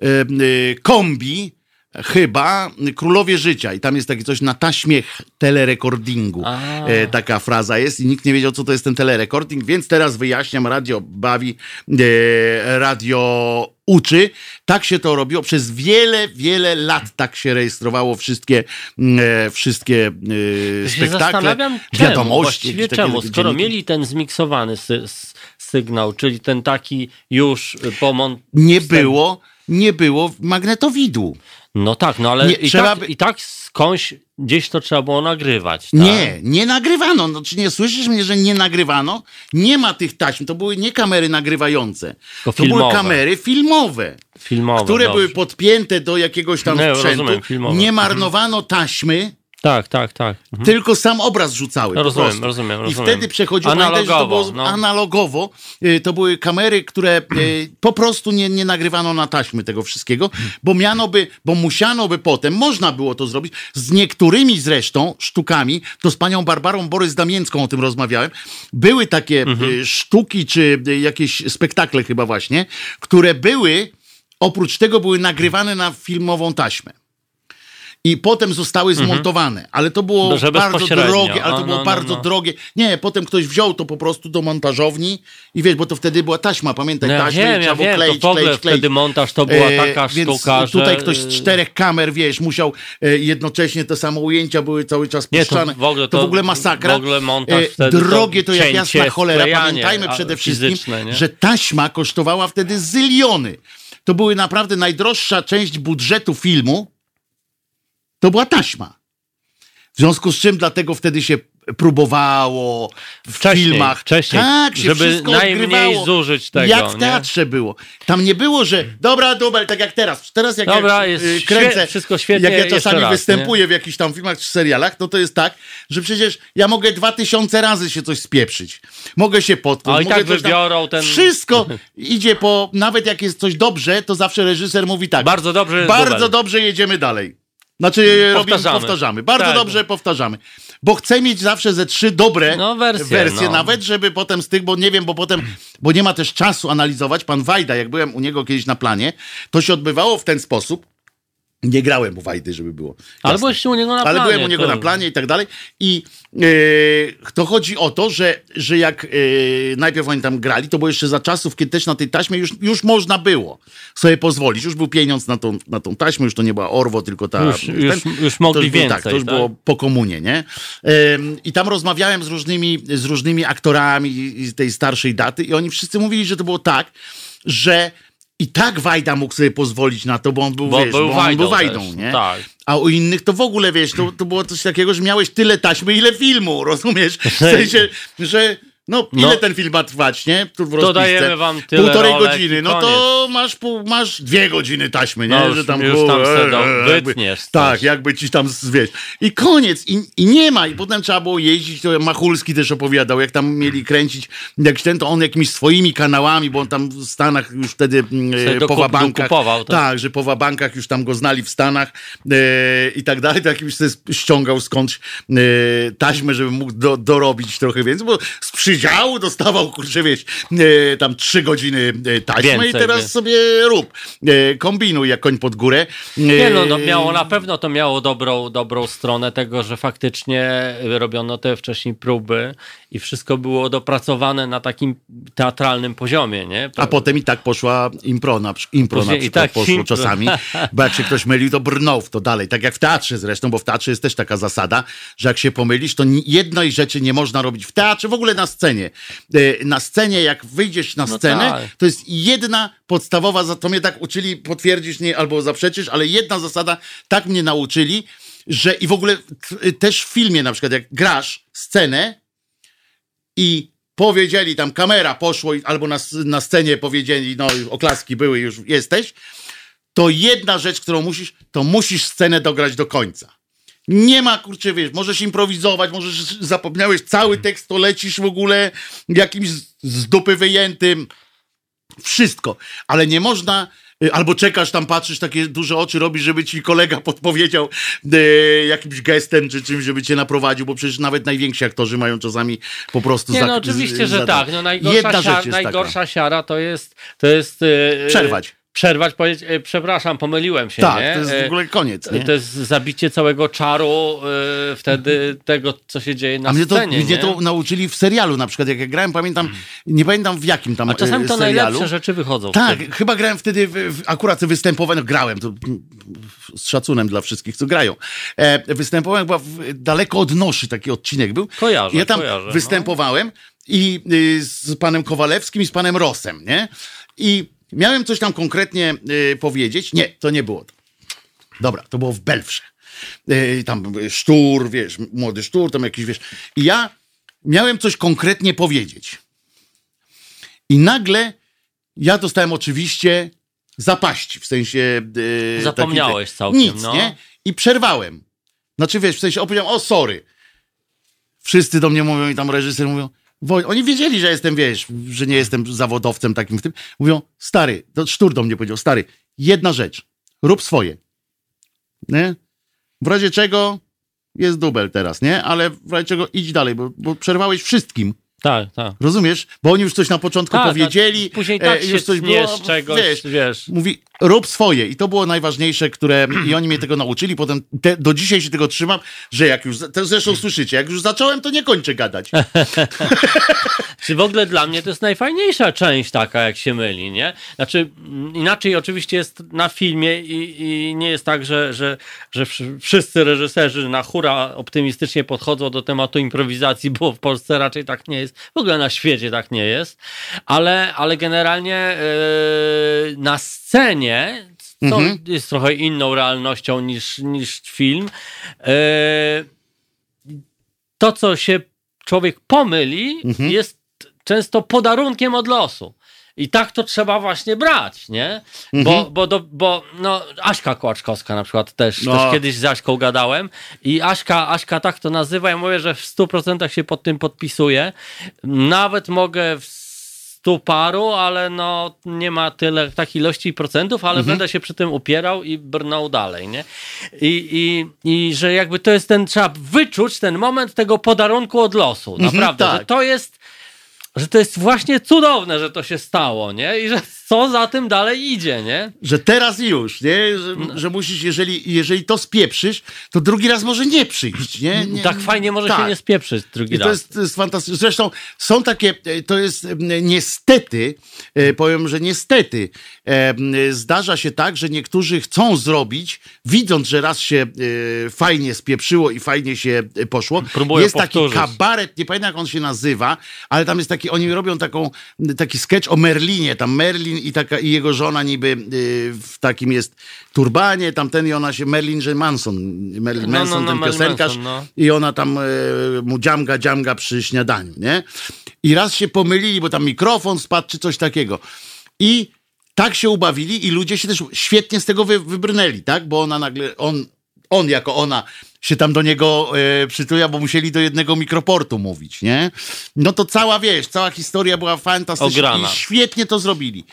Kombi, chyba Królowie Życia i tam jest takie coś na taśmie telerekordingu. E, taka fraza jest i nikt nie wiedział, co to jest ten telerekording, więc teraz wyjaśniam, radio bawi, e, radio uczy. Tak się to robiło przez wiele, wiele lat. Tak się rejestrowało wszystkie e, wszystkie e, spektakle, wiadomości. Właściwie czemu? Skoro dzienniki. Mieli ten zmiksowany sy sygnał, czyli ten taki już po mont... Nie było Nie było magnetowidu. No tak, no ale nie, i, tak, by... i tak skądś gdzieś to trzeba było nagrywać. Tak? Nie, nie nagrywano. No, czy nie słyszysz mnie, że nie nagrywano? Nie ma tych taśm. To były nie kamery nagrywające. To, to były kamery filmowe. Filmowe, które dobrze. Były podpięte do jakiegoś tam nie, sprzętu. Rozumiem, nie marnowano taśmy. Tak, tak, tak. Mhm. Tylko sam obraz rzucały. Rozumiem, rozumiem, rozumiem. I wtedy przechodziło, analogowo, że to było no. analogowo. To były kamery, które po prostu nie, nie nagrywano na taśmy tego wszystkiego, bo miano by, bo musiano by potem, można było to zrobić, z niektórymi zresztą sztukami, to z panią Barbarą Borys-Damięcką o tym rozmawiałem, były takie mhm. sztuki, czy jakieś spektakle chyba właśnie, które były, oprócz tego były nagrywane na filmową taśmę. I potem zostały zmontowane, mhm. ale to było Dobrze, bardzo drogie, ale to no, było no, bardzo no. drogie. Nie, potem ktoś wziął to po prostu do montażowni i wiesz, bo to wtedy była taśma, pamiętaj, no, taśma ja i trzeba było ja kleić, to w ogóle kleić, kleić. Wtedy montaż to była taka e, sztuka, więc tutaj że... ktoś z czterech kamer, wiesz, musiał e, jednocześnie te same ujęcia były cały czas puszczane. Nie, to, w ogóle, to, to w ogóle masakra. W ogóle montaż e, drogie to, to jak jasna cholera. Pamiętajmy przede wszystkim, że taśma kosztowała wtedy zyliony. To były naprawdę najdroższa część budżetu filmu. To była taśma. W związku z czym dlatego wtedy się próbowało w wcześniej, filmach. Wcześniej, tak, się żeby wszystko najmniej odgrywało. zużyć tego. Jak w teatrze nie? Było. Tam nie było, że dobra, dubel, tak jak teraz. Teraz jak dobra, ja jest kręcę, wszystko świetnie, jak ja czasami raz, występuję nie? w jakichś tam filmach czy serialach, no to jest tak, że przecież ja mogę dwa tysiące razy się coś spieprzyć. Mogę się potknąć. A i tak wybiorą tam, ten... Wszystko idzie po... Nawet jak jest coś dobrze, to zawsze reżyser mówi tak. Bardzo dobrze. Bardzo dubel. dobrze, jedziemy dalej. Znaczy powtarzamy. Robimy, powtarzamy. Bardzo tak. dobrze powtarzamy. Bo chcę mieć zawsze ze trzy dobre no, wersje, wersje no. nawet, żeby potem z tych, bo nie wiem, bo potem, bo nie ma też czasu analizować. Pan Wajda, jak byłem u niego kiedyś na planie, to się odbywało w ten sposób. Nie grałem u Wajdy, żeby było. Ale byłeś u niego na planie. Ale byłem u niego to... na planie i tak dalej. I yy, to chodzi o to, że, że jak yy, najpierw oni tam grali, to było jeszcze za czasów, kiedy też na tej taśmie już, już można było sobie pozwolić. Już był pieniądz na tą, na tą taśmę, już to nie była Orwo, tylko ta... Już, ten, już, już mogli to już więcej. Było, tak, to już tak? było po komunie, nie? Yy, I tam rozmawiałem z różnymi, z różnymi aktorami z tej starszej daty i oni wszyscy mówili, że to było tak, że i tak Wajda mógł sobie pozwolić na to, bo on był, bo wiesz, był bo Wajdą, on był Wajdą, też, nie? Tak. A u innych to w ogóle, wiesz, to, to było coś takiego, że miałeś tyle taśmy, ile filmu, rozumiesz? W sensie, że no, ile no. ten film ma trwać, nie? Tu w to dajemy wam tyle Półtorej rolek, godziny, no to masz, pół, masz dwie godziny taśmy, nie? No już, że tam, już tam se do, wytniesz. Tak, jakby ci tam, wiesz. I koniec, i, i nie ma. I potem trzeba było jeździć, to Machulski też opowiadał, jak tam mieli kręcić, jak ten, to on jakimiś swoimi kanałami, bo on tam w Stanach już wtedy e, po wabankach. Tak. tak, że po wabankach już tam go znali w Stanach e, i tak dalej, to jakimś sobie ściągał skądś e, taśmę, żeby mógł do, dorobić trochę więcej, bo z przydziału dostawał, kurczę, wiesz, e, tam trzy godziny taśmy więcej, i teraz wie. sobie rób. E, kombinuj jak koń pod górę. E, nie no, no miało, na pewno to miało dobrą, dobrą stronę tego, że faktycznie robiono te wcześniej próby i wszystko było dopracowane na takim teatralnym poziomie, nie? A potem i tak poszła impro na, impro Później na przykład tak poszło impro. czasami, bo jak się ktoś mylił, to brnął w to dalej. Tak jak w teatrze zresztą, bo w teatrze jest też taka zasada, że jak się pomylisz, to jednej rzeczy nie można robić w teatrze, w ogóle na scenie. Na scenie, jak wyjdziesz na scenę, no tak. to jest jedna podstawowa, to mnie tak uczyli, potwierdzisz nie, albo zaprzeczysz, ale jedna zasada, tak mnie nauczyli, że i w ogóle też w filmie na przykład, jak grasz scenę i powiedzieli, tam kamera poszło, albo na, na scenie powiedzieli, no oklaski były, już jesteś, to jedna rzecz, którą musisz, to musisz scenę dograć do końca. Nie ma, kurczę, wiesz, możesz improwizować, możesz, zapomniałeś cały tekst, to lecisz w ogóle jakimś z dupy wyjętym. Wszystko. Ale nie można, albo czekasz tam, patrzysz, takie duże oczy robisz, żeby ci kolega podpowiedział e, jakimś gestem czy czymś, żeby cię naprowadził, bo przecież nawet najwięksi aktorzy mają czasami po prostu... Nie, za, no oczywiście, z, że za, tak. No, najgorsza Jedna siara, rzecz jest najgorsza taka. siara to jest... To jest yy, Przerwać. Przerwać, powiedzieć, e, przepraszam, pomyliłem się, Tak, nie? to jest w ogóle koniec, nie? To jest zabicie całego czaru e, wtedy tego, co się dzieje na A mnie to, scenie, mnie nie? to nauczyli w serialu na przykład, jak ja grałem, pamiętam, nie pamiętam w jakim tam A czasami to serialu. najlepsze rzeczy wychodzą. Tak, wtedy. chyba grałem wtedy, w, w, akurat występowałem, no grałem, to z szacunem dla wszystkich, co grają. E, występowałem chyba w, daleko od noszy, taki odcinek był. Kojarzę, Ja tam kojarzę, występowałem i y, z panem Kowalewskim i z panem Rosem, nie? I miałem coś tam konkretnie y, powiedzieć. Nie, to nie było to. Dobra, to było w Belfrze. Y, tam Sztur, wiesz, młody Sztur, tam jakiś, wiesz. I ja miałem coś konkretnie powiedzieć. I nagle ja dostałem oczywiście zapaści, w sensie... Yy, Zapomniałeś taki, całkiem, nic, no. nie? I przerwałem. Znaczy, wiesz, w sensie opowiedziałem, o sorry. Wszyscy do mnie mówią i tam reżyser mówią, Woj, oni wiedzieli, że jestem, wiesz, że nie jestem zawodowcem takim w tym. Mówią, stary, to Sztur do mnie powiedział, stary, jedna rzecz, rób swoje. Nie? W razie czego jest dubel teraz, nie? Ale w razie czego idź dalej, bo, bo przerwałeś wszystkim. Tak, tak. Rozumiesz? Bo oni już coś na początku Tak, powiedzieli. a później tak e, się już coś tniesz było, czegoś, wiesz, wiesz. Mówi, rób swoje. I to było najważniejsze, które... I oni mnie tego nauczyli. Potem te, do dzisiaj się tego trzymam, że jak już... To zresztą słyszycie, jak już zacząłem, to nie kończę gadać. Czy w ogóle dla mnie to jest najfajniejsza część taka, jak się myli, nie? Znaczy, inaczej oczywiście jest na filmie i, i nie jest tak, że, że, że wszyscy reżyserzy na hura optymistycznie podchodzą do tematu improwizacji, bo w Polsce raczej tak nie jest. W ogóle na świecie tak nie jest. Ale, ale generalnie yy, na scenie, co Mhm. jest trochę inną realnością niż, niż film, yy, to, co się człowiek pomyli, Mhm. jest często podarunkiem od losu. I tak to trzeba właśnie brać, nie? Mhm. Bo, bo, do, bo no, Aśka Kłaczkowska na przykład też, No. też kiedyś z Aśką gadałem i Aśka, Aśka tak to nazywa, ja mówię, że w stu procentach się pod tym podpisuję. Nawet mogę w stu paru, ale no nie ma tyle takiej ilości procentów, ale Mhm. będę się przy tym upierał i brnął dalej, nie? I, i, i że jakby to jest ten, trzeba wyczuć ten moment tego podarunku od losu, naprawdę, tak. że to jest że to jest właśnie cudowne, że to się stało, nie? I że co za tym dalej idzie, nie? Że teraz już, nie? Że, że musisz, jeżeli, jeżeli to spieprzysz, to drugi raz może nie przyjść, nie? nie Tak fajnie może tak. się nie spieprzyć drugi I to raz. jest, to jest fantastyczne. Zresztą są takie, e, to jest e, niestety, e, powiem, że niestety e, zdarza się tak, że niektórzy chcą zrobić, widząc, że raz się e, fajnie spieprzyło i fajnie się e, poszło. Próbują jest taki powtórzyć. kabaret, nie pamiętam jak on się nazywa, ale tam jest taki, oni robią taką, taki sketch o Merlinie, tam Merlin i, taka, i jego żona niby e, w takim jest turbanie, tamten i ona się, Merlin, że Manson, Merlin No, Manson, no, no, ten Marilyn piosenkarz, Manson, no. i ona tam e, mu dziamga, dziamga przy śniadaniu, nie? I raz się pomylili, bo tam mikrofon spadł, czy coś takiego. I tak się ubawili i ludzie się też świetnie z tego wy, wybrnęli, tak? Bo ona nagle, on, on jako ona się tam do niego e, przytuja, bo musieli do jednego mikroportu mówić, nie? No to cała, wiesz, cała historia była fantastyczna Ograna. i świetnie to zrobili.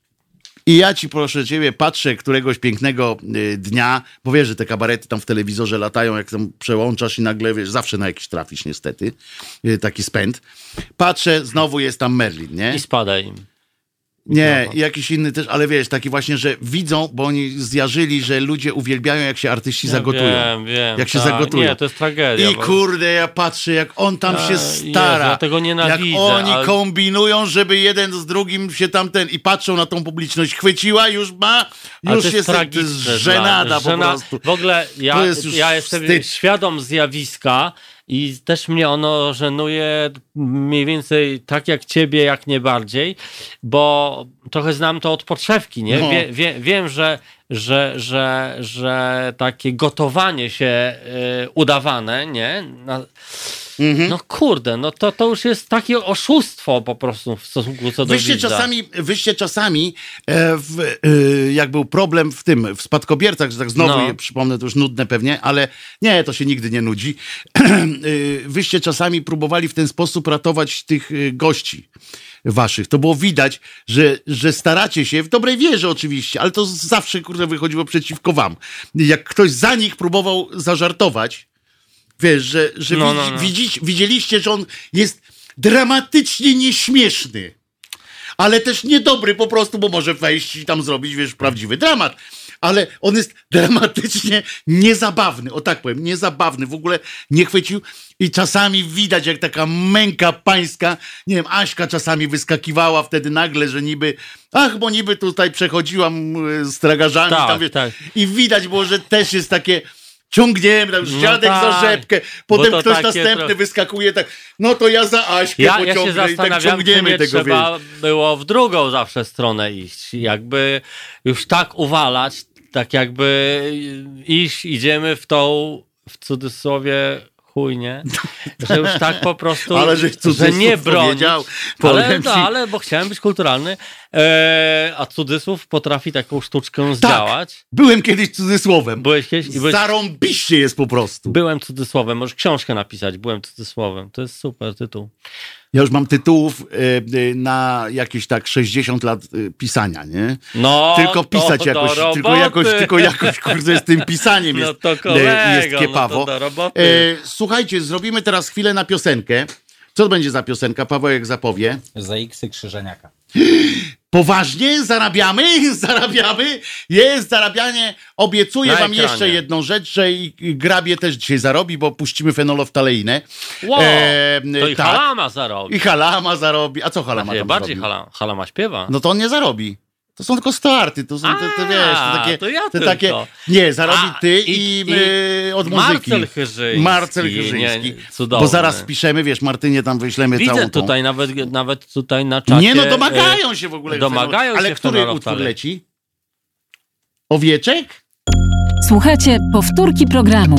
I ja ci, proszę ciebie, patrzę któregoś pięknego y, dnia, bo wiesz, że te kabarety tam w telewizorze latają, jak tam przełączasz i nagle, wiesz, zawsze na jakiś trafisz niestety, y, taki spęd. Patrzę, znowu jest tam Merlin, nie? I spada im. Nie, i jakiś inny też, ale wiesz, taki właśnie, że widzą, bo oni zjarzyli, że ludzie uwielbiają, jak się artyści Ja zagotują. Wiem, wiem. Jak się tak. zagotują. Nie, to jest tragedia. I bo- kurde, ja patrzę, jak on tam A, się Jezu, stara. ja tego nienawidzę, jak oni ale- kombinują, żeby jeden z drugim się tamten i patrzą na tą publiczność. Chwyciła, już ma, Ale już to jest jest, to tragiczne jest dla- żenada po żena- prostu. W ogóle ja, To jest już ja jestem wstyd. świadom zjawiska i też mnie ono żenuje mniej więcej tak jak ciebie, jak nie bardziej, bo trochę znam to od podszewki, nie? No. Wie, wie, wiem, że, że, że, że takie gotowanie się y, udawane, nie? Na, Mhm. No kurde, no to, to już jest takie oszustwo po prostu w stosunku co do Wyście widza. czasami, wyście czasami e, w, e, jak był problem w tym, w spadkobiercach, że tak znowu No. je przypomnę, to już nudne pewnie, ale nie, to się nigdy nie nudzi. e, wyście czasami próbowali w ten sposób ratować tych e, gości waszych. To było widać, że, że staracie się, w dobrej wierze oczywiście, ale to zawsze, kurde, wychodziło przeciwko wam. Jak ktoś za nich próbował zażartować, wiesz, że, że No, widzi, no, no. Widzisz, widzieliście, że on jest dramatycznie nieśmieszny, ale też niedobry po prostu, bo może wejść i tam zrobić, wiesz, prawdziwy dramat. Ale on jest dramatycznie niezabawny, o tak powiem, niezabawny, w ogóle nie chwycił i czasami widać, jak taka męka pańska, nie wiem, Aśka czasami wyskakiwała wtedy nagle, że niby, ach, bo niby tutaj przechodziłam e, z tragarzami, Tak, tam, wiesz, tak. i widać było, że też jest takie, ciągniemy, tam już No dziadek tak, za rzepkę, bo potem to ktoś takie następny tro- wyskakuje tak, no to ja za Aśkę Ja, ja się pociągnę i tak zastanawiam, czy ciągniemy nie tego, trzeba wiesz. było w drugą zawsze stronę iść. Jakby już tak uwalać, tak jakby iść, idziemy w tą, w cudzysłowie, chujnie, że już tak po prostu, Ale żeś cudzysłów że nie bronić. powiedział, Ale, powiem no, ci. ale bo chciałem być kulturalny, e, a cudzysłów potrafi taką sztuczkę zdziałać. Byłem kiedyś cudzysłowem. Byłeś kiedyś i byłeś... Zarąbiście jest po prostu. Byłem cudzysłowem, możesz książkę napisać, byłem cudzysłowem. To jest super tytuł. Ja już mam tytułów y, y, na jakieś tak sześćdziesiąt lat y, pisania, nie? No, Tylko pisać to jakoś, do tylko jakoś, roboty. tylko jakoś, kurde, z tym pisaniem No jest, to y, kolego, jest kiepawo. no to do roboty. Y, słuchajcie, zrobimy teraz chwilę na piosenkę. Co to będzie za piosenka? Pawełek zapowie. Za X-y Krzyżeniaka. Poważnie? Zarabiamy? Zarabiamy? Jest zarabianie. Obiecuję Na wam ekranie. jeszcze jedną rzecz, że i i Grabie też dzisiaj zarobi, bo puścimy fenoloftaleinę. Wow, E, to i tak. Halama zarobi. I Halama zarobi. A co Halama Nie, tam bardziej zrobi? Halama, Halama śpiewa. No to on nie zarobi. To są tylko starty, to są te, te A, wiesz, te takie, to ja te tylko. takie. Nie, zarobi A, ty i- i, i my od muzyki. Marcel Chyrzyński. Marcel Nie, Chyrzyński. cudowny. Bo zaraz piszemy, wiesz, Martynie tam wyślemy Widzę całą tą. tutaj nawet, nawet tutaj na czacie. Nie no, domagają się w ogóle. domagają Ale się który fenoloftalei. utwór leci? Owieczek? Słuchajcie powtórki programu.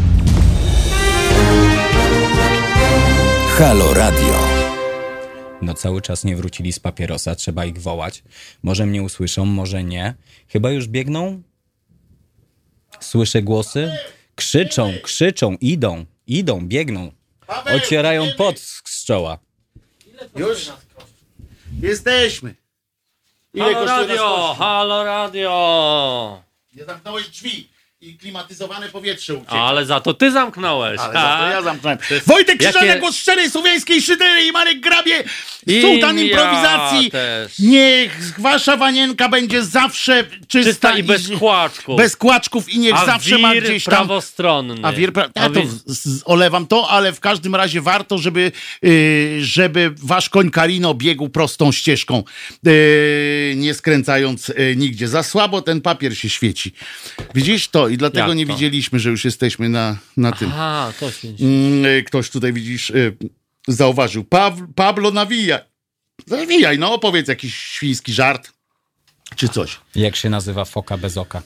Halo Radio. No cały czas nie wrócili z papierosa, trzeba ich wołać. Może mnie usłyszą, może nie. Chyba już biegną? Słyszę głosy? Krzyczą, krzyczą, idą, idą, biegną. Paweł, Ocierają idziemy. pot z czoła. Już? Jesteśmy. Ile Halo kosztuje nasz radio, kościół? halo radio. Nie zamknąłeś drzwi i klimatyzowane powietrze uciekło. Ale za to ty zamknąłeś. Ale ha? za to ja zamknąłem. jest- Wojtek Krzyżaniak, jakie- głos szczerej słowiańskiej szydery i Marek Grabie, I sułtan ja improwizacji. też. Niech wasza wanienka będzie zawsze czysta, Czysta i bez kłaczków. bez kłaczków i niech A zawsze ma wir gdzieś tam... prawostronny. A wir, pra... A ja to wir- z- z- olewam to, ale w każdym razie warto, żeby, yy, żeby wasz koń Karino biegł prostą ścieżką, yy, nie skręcając yy, nigdzie. Za słabo ten papier się świeci. Widzisz to? I dlatego Jak nie to? widzieliśmy, że już jesteśmy na, na tym. Aha, to się... Mm, yy, Ktoś tutaj, widzisz, yy, zauważył. Paw- Pablo, nawijaj. Nawijaj, no opowiedz jakiś świński żart. Czy coś. Jak się nazywa foka bez oka?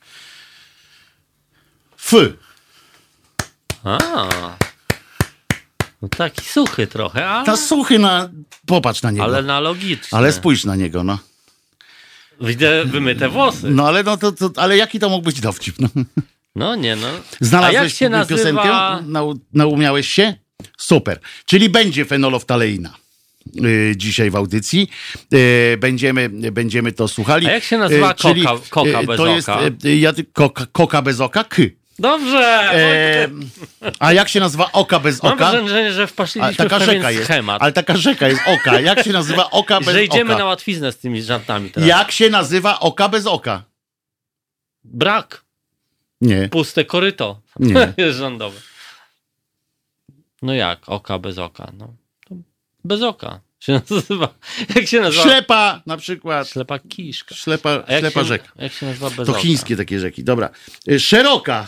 F. A. No taki suchy trochę, ale, Ta suchy na... Popatrz na niego. ale Ale, na logiczne. spójrz na niego, no. Widzę wymyte włosy. No ale no to, to, ale jaki to mógł być dowcip? No. No nie no. Znalazłeś A jak się nazywa... piosenkę? Nau, naumiałeś się? Super. Czyli będzie fenoloftaleina yy, dzisiaj w audycji. Yy, będziemy, będziemy to słuchali. A jak się nazywa Yy, czyli, koka- koka yy, bez to oka? jest yy, ja, ty- koka, koka bez oka? K. Dobrze! E, a jak się nazywa oka bez Mam oka? wrażenie, że A, wpaściliśmy taka w pewien rzeka jest. schemat. Ale taka rzeka jest oka. Jak się nazywa oka bez Że idziemy oka? na łatwiznę z tymi żartami teraz. Jak się nazywa oka bez oka? Brak. Nie. Puste koryto. Nie. jest rządowe. No jak? Oka bez oka. No. To bez oka się nazywa. Jak się nazywa? Ślepa na przykład. Ślepa kiszka. Ślepa, A jak ślepa się, rzeka. Jak się nazywa bez To oka? chińskie takie rzeki, dobra. Y, Szeroka.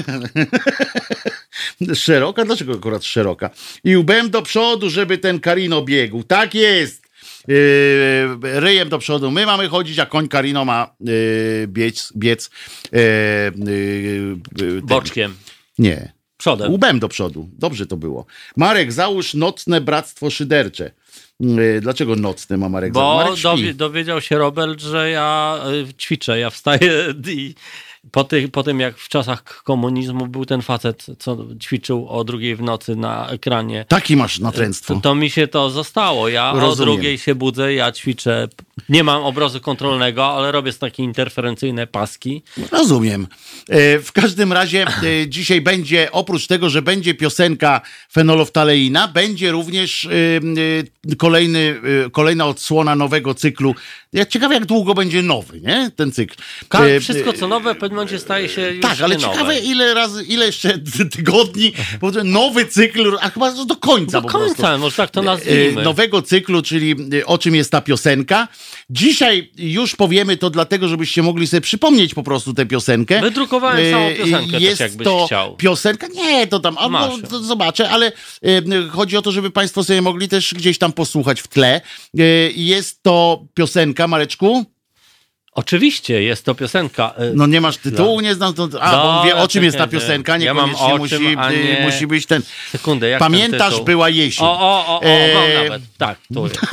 Szeroka? Dlaczego akurat szeroka? I łbem do przodu, żeby ten Karino biegł. Tak jest. Yy, ryjem do przodu my mamy chodzić, a koń Karino ma yy, biec, biec yy, yy, yy, ten- Boczkiem. Nie. Przodem. Łbem do przodu. Dobrze to było. Marek, załóż nocne bractwo szydercze. Dlaczego nocne ma Marek? Bo Marek śpi. dowi- dowiedział się Robert, że ja y, ćwiczę, ja wstaję i po, ty- po tym jak w czasach komunizmu był ten facet, co ćwiczył o drugiej w nocy na ekranie. Taki masz natręctwo. To, to mi się to zostało. Ja Rozumiem. o drugiej się budzę, ja ćwiczę. Nie mam obrazu kontrolnego, ale robię takie interferencyjne paski. Rozumiem. E, W każdym razie e, dzisiaj będzie, oprócz tego, że będzie piosenka fenoloftaleina, będzie również e, e, kolejny, e, kolejna odsłona nowego cyklu. Ja ciekawe, jak długo będzie nowy, nie? Ten cykl. Ka- E, wszystko co nowe w pewnym momencie staje się już Tak, ale nie nowe. ciekawe, ile razy, ile jeszcze tygodni, bo to nowy cykl, a chyba do końca Do po prostu. końca, może tak to E, nazwijmy. Nowego cyklu, czyli e, o czym jest ta piosenka. Dzisiaj już powiemy to dlatego, żebyście mogli sobie przypomnieć po prostu tę piosenkę. Wydrukowałem E, samą piosenkę też, jest jakbyś to chciał. piosenka, nie, to tam, a, no, Masz. to zobaczę, ale e, chodzi o to, żeby państwo sobie mogli też gdzieś tam posłuchać w tle. E, jest to piosenka, Mareczku? Oczywiście, jest to piosenka. y, No nie masz tytułu, nie znam, to, a, bo on wie, o czym jest ta czekajcie. piosenka, Ja mam niekoniecznie o czym, musi, a y, nie- musi być ten. Sekundę, jak ten Pamiętasz, tytuł? była jesień. O, o, o, o, E, mam nawet. Tak, tu jest.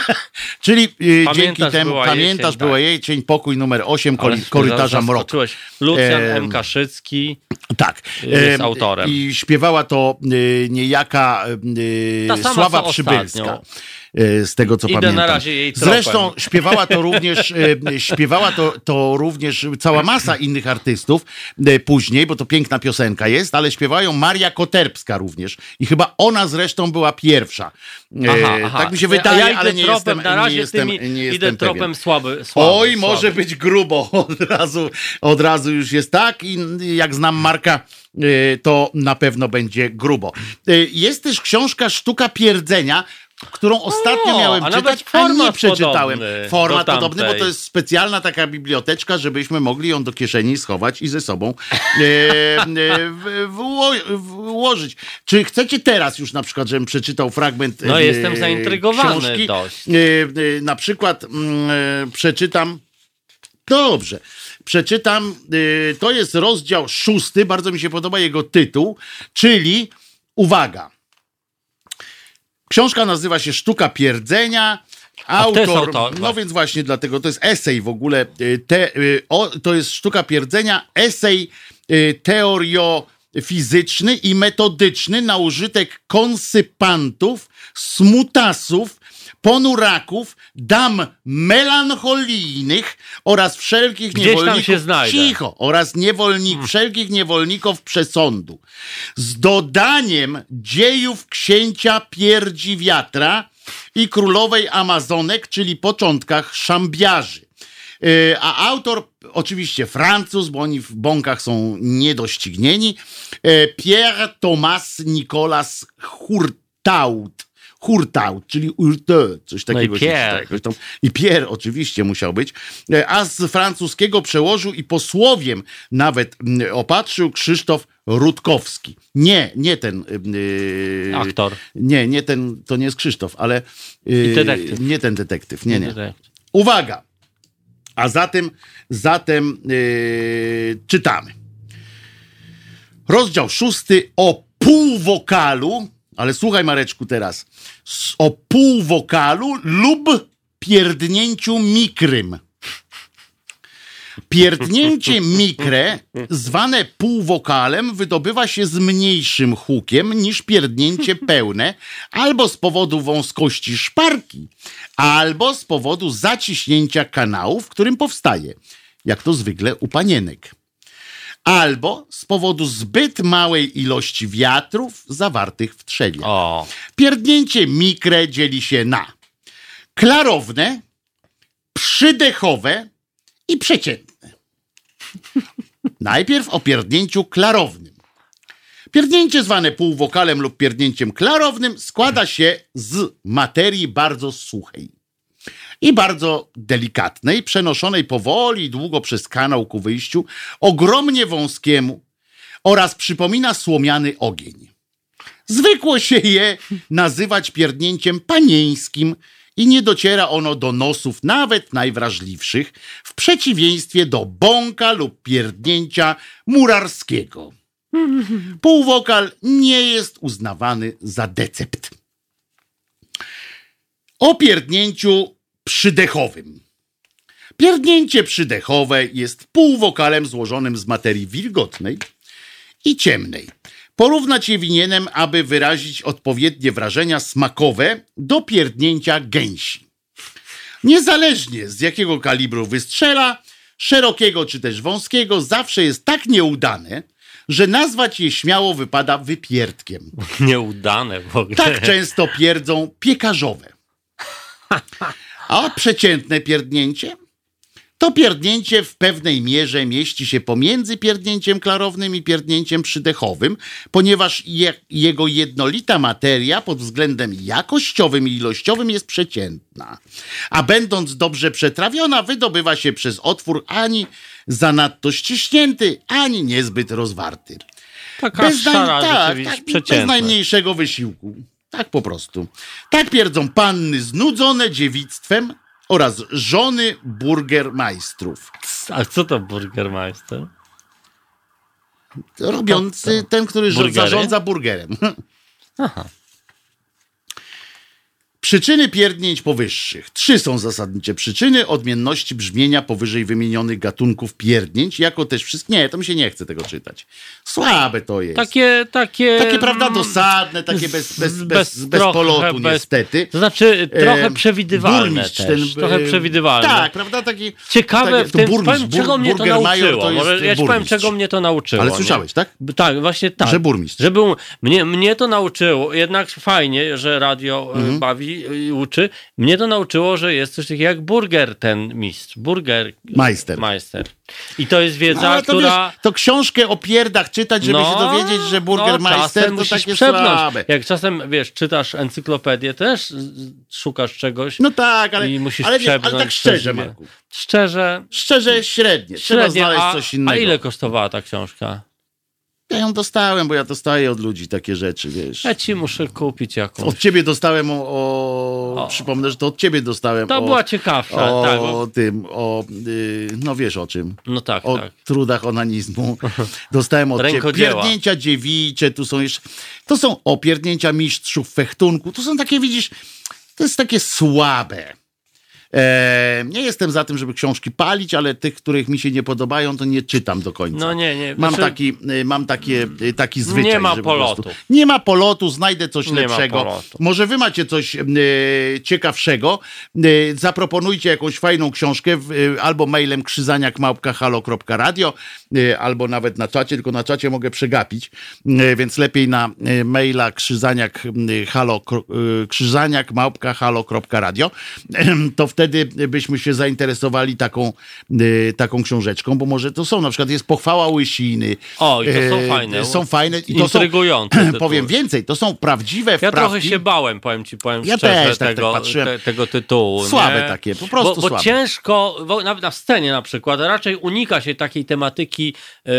Czyli y, Pamiętasz, dzięki temu, była pamiętasz, jesień, była tak. jesień, pokój numer osiem, Ale koli- korytarza zas- mrok. zaskoczyłeś. Lucjan Em, M. Kaszycki. Tak. Jest E, autorem. I śpiewała to y, niejaka y, Ta sama, Sława co Przybylska. ostatnio. y, Z tego, co Idę pamiętam. na razie jej tropem. Zresztą śpiewała to również, y, śpiewała to, to również cała masa innych artystów y, później, bo to piękna piosenka jest, ale śpiewają Maria Koterbska również. I chyba ona zresztą była pierwsza. Y, Aha, aha. Tak mi się Ja- wydaje, ja idę ale nie tropem, jestem, na razie nie jestem, tymi, nie idę jestem tropem pewien. słaby, słaby. Oj, słaby. może być grubo. Od razu, od razu już jest tak i jak znam Marka, y, to na pewno będzie grubo. Y, Jest też książka Sztuka pierdzenia, którą ostatnio O, miałem a czytać, nawet a nie format przeczytałem. podobny Format do podobny, bo tamtej. to jest specjalna taka biblioteczka, żebyśmy mogli ją do kieszeni schować i ze sobą e, e, w- wło- włożyć. Czy chcecie teraz już na przykład, żebym przeczytał fragment No, e, jestem zaintrygowany książki? dość. E, e, Na przykład mm, e, przeczytam Dobrze. Przeczytam. y, To jest rozdział szósty. Bardzo mi się podoba jego tytuł, czyli uwaga. Książka nazywa się Sztuka pierdzenia. kto jest Autor, autor? no więc właśnie dlatego to jest esej w ogóle. y, Te, y, o, to jest Sztuka pierdzenia, esej y, teoriofizyczny i metodyczny na użytek konsypantów, smutasów, ponuraków, dam melancholijnych oraz wszelkich Gdzieś tam niewolników. się znajdę. Cicho, oraz niewolnik, wszelkich niewolników przesądu. Z dodaniem dziejów księcia Pierdziwiatra i królowej Amazonek, czyli początkach szambiarzy. Yy, A autor, oczywiście Francuz, bo oni w bąkach są niedoścignieni, yy, Pierre Thomas Nicolas Hurtaut. Hurtaut, czyli Urte, coś takiego. i się Pierre. czyta, jakoś tam. I Pierre oczywiście musiał być. E, A z francuskiego przełożył i posłowiem nawet mm, opatrzył Krzysztof Rutkowski. Nie, nie ten... Yy, Aktor. Nie, nie ten, to nie jest Krzysztof, ale... Yy, I detektyw. Nie ten detektyw, nie, nie. Tutaj. Uwaga! A zatem, zatem yy, czytamy. Rozdział szósty o półwokalu, ale słuchaj Mareczku teraz, S- o półwokalu lub pierdnięciu mikrym. Pierdnięcie mikre, zwane półwokalem, wydobywa się z mniejszym hukiem niż pierdnięcie pełne, albo z powodu wąskości szparki, albo z powodu zaciśnięcia kanału, w którym powstaje, jak to zwykle u panienek, albo z powodu zbyt małej ilości wiatrów zawartych w trzewie. O, Pierdnięcie mikre dzieli się na klarowne, przydechowe i przeciętne. Najpierw o pierdnięciu klarownym. Pierdnięcie zwane półwokalem lub pierdnięciem klarownym składa się z materii bardzo suchej i bardzo delikatnej, przenoszonej powoli i długo przez kanał ku wyjściu, ogromnie wąskiemu oraz przypomina słomiany ogień. Zwykło się je nazywać pierdnięciem panieńskim i nie dociera ono do nosów nawet najwrażliwszych, w przeciwieństwie do bąka lub pierdnięcia murarskiego. Półwokal nie jest uznawany za decept. O pierdnięciu przydechowym. Pierdnięcie przydechowe jest półwokalem złożonym z materii wilgotnej i ciemnej. Porównać je winienem, aby wyrazić odpowiednie wrażenia smakowe do pierdnięcia gęsi. Niezależnie z jakiego kalibru wystrzela, szerokiego czy też wąskiego, zawsze jest tak nieudane, że nazwać je śmiało wypada wypierdkiem. Nieudane w ogóle. Tak często pierdzą piekarzowe. A przeciętne pierdnięcie? To pierdnięcie w pewnej mierze mieści się pomiędzy pierdnięciem klarownym i pierdnięciem przydechowym, ponieważ je, jego jednolita materia pod względem jakościowym i ilościowym jest przeciętna. A będąc dobrze przetrawiona, wydobywa się przez otwór ani zanadto ściśnięty, ani niezbyt rozwarty. Taka Bez, naj... szara, tak, rzeczywiście tak, bez przeciętna. najmniejszego wysiłku. Tak po prostu. Tak pierdzą panny znudzone dziewictwem oraz żony burgermajstrów. A co to burgermeister? Robiący ten, który Burgery? zarządza burgerem. Aha. Przyczyny pierdnięć powyższych. Trzy są zasadnicze przyczyny odmienności brzmienia powyżej wymienionych gatunków pierdnięć, jako też wszystkie... Nie, to mi się nie chce tego czytać. Słabe to jest. Takie, takie... Takie, prawda, dosadne, takie bez, bez, bez, bez, bez trochę, polotu bez- niestety. To znaczy trochę E, przewidywalne burmistrz też. ten, trochę e, przewidywalne. Tak, prawda, taki... Ciekawe tak, w to tym, burmistrz, powiem, czego bur- mnie to burgermajor nauczyło. to jest Może ja ci powiem, burmistrz. czego mnie to nauczyło. Ale nie? słyszałeś, tak? Tak, właśnie tak. Że burmistrz. Że był, mnie, mnie to nauczyło, jednak fajnie, że radio Mhm. e, bawi i uczy. Mnie to nauczyło, że jest coś takiego jak burger ten mistrz. Burger Majster. Majster. I to jest wiedza, No, ale to, która... wiesz, to książkę o pierdach czytać, żeby się dowiedzieć, że burgermeister czasem to musisz takie przepnąć. słabe. Jak czasem, wiesz, czytasz encyklopedię, też z- szukasz czegoś No tak, ale, i musisz ale, wiesz, ale przepnąć tak szczerze, coś, wie. Marku. Szczerze, Szczerze średnie. Trzeba średnie, znaleźć a, coś innego. a ile kosztowała ta książka? Ja ją dostałem, bo ja dostaję od ludzi takie rzeczy, wiesz. Ja ci muszę kupić jakąś. Od ciebie dostałem o, o, O. Przypomnę, że to od ciebie dostałem To o, była ciekawsza, o tak. Bo, tym, o... Y, no wiesz o czym. no tak, O tak. trudach onanizmu. Dostałem od ciebie Rękodzieła. pierdnięcia dziewicze, tu są jeszcze... To są o pierdnięcia mistrzów fechtunku. Tu są takie, widzisz, to jest takie słabe. E, nie jestem za tym, żeby książki palić, ale tych, których mi się nie podobają, to nie czytam do końca. No nie, nie. Mam, znaczy, taki, y, mam takie, y, taki zwyczaj. Nie ma że po prostu- polotu. Nie ma polotu, znajdę coś Nie ma lepszego. polotu. Może wy macie coś y, ciekawszego. Y, zaproponujcie jakąś fajną książkę w, y, albo mailem krzyzaniak małpka halo kropka radio, y, albo nawet na czacie, tylko na czacie mogę przegapić, y, więc lepiej na y, maila krzyzaniak, y, halo, y, krzyzaniak małpka halo kropka radio. To wtedy byśmy się zainteresowali taką, y, taką książeczką, bo może to są, na przykład jest Pochwała Łysiny. O, i to są E, fajne. Są fajne. I to są, Intrygujące tytuły. powiem więcej, to są prawdziwe Ja wprawki. trochę się bałem, powiem ci, powiem Ja szczerze, też tak- tak tego, patrzyłem. te, tego tytułu. Słabe nie? takie, po prostu Bo, bo słabe. ciężko, bo nawet na scenie na przykład, raczej unika się takiej tematyki y,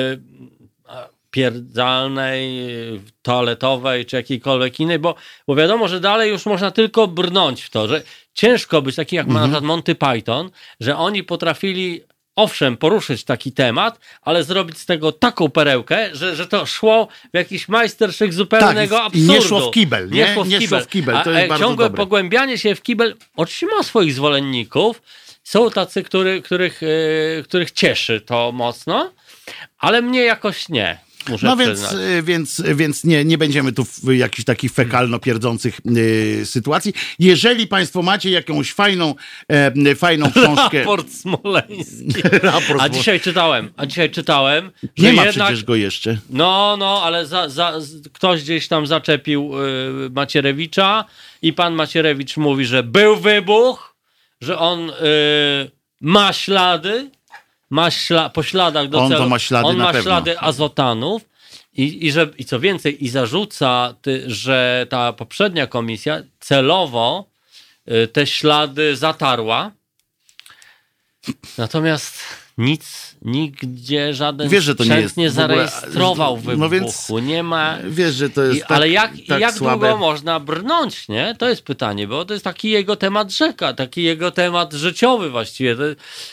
pierdzalnej, y, toaletowej, czy jakiejkolwiek innej, bo, bo wiadomo, że dalej już można tylko brnąć w to, że ciężko być taki jak Mhm. ma na przykład Monty Python, że oni potrafili owszem, poruszyć taki temat, ale zrobić z tego taką perełkę, że, że to szło w jakiś majsterszyk zupełnego Tak, i- i absurdu. nie szło w kibel, nie? szło w Nie szło kibel. w kibel, to A, jest a bardzo ciągłe dobre. pogłębianie się w kibel oczywiście ma swoich zwolenników. Są tacy, który, których, yy, których cieszy to mocno, ale mnie jakoś nie. Muszę No więc, przyznać. y, więc, więc nie, nie będziemy tu w jakichś takich fekalno pierdzących y, sytuacji. Jeżeli państwo macie jakąś fajną, e, fajną książkę... Raport smoleński. Raport A Smo- dzisiaj czytałem, a dzisiaj czytałem, że Nie ma jednak... przecież go jeszcze. No, no, ale za, za, z- ktoś gdzieś tam zaczepił y, Macierewicza i pan Macierewicz mówi, że był wybuch, że on y, ma ślady, ma śla, po śladach do On to celu, ma ślady on na ma pewno. ślady azotanów i, i, że, i co więcej, i zarzuca, ty, że ta poprzednia komisja celowo y, te ślady zatarła, natomiast nic, nigdzie żaden Wiesz, że to nie sprzęt jest nie w ogóle- zarejestrował no wybuchu, więc- nie ma... Wiesz, że to jest I, tak, ale jak, tak jak słabe. długo można brnąć, nie? To jest pytanie, bo to jest taki jego temat rzeka, taki jego temat życiowy właściwie. To,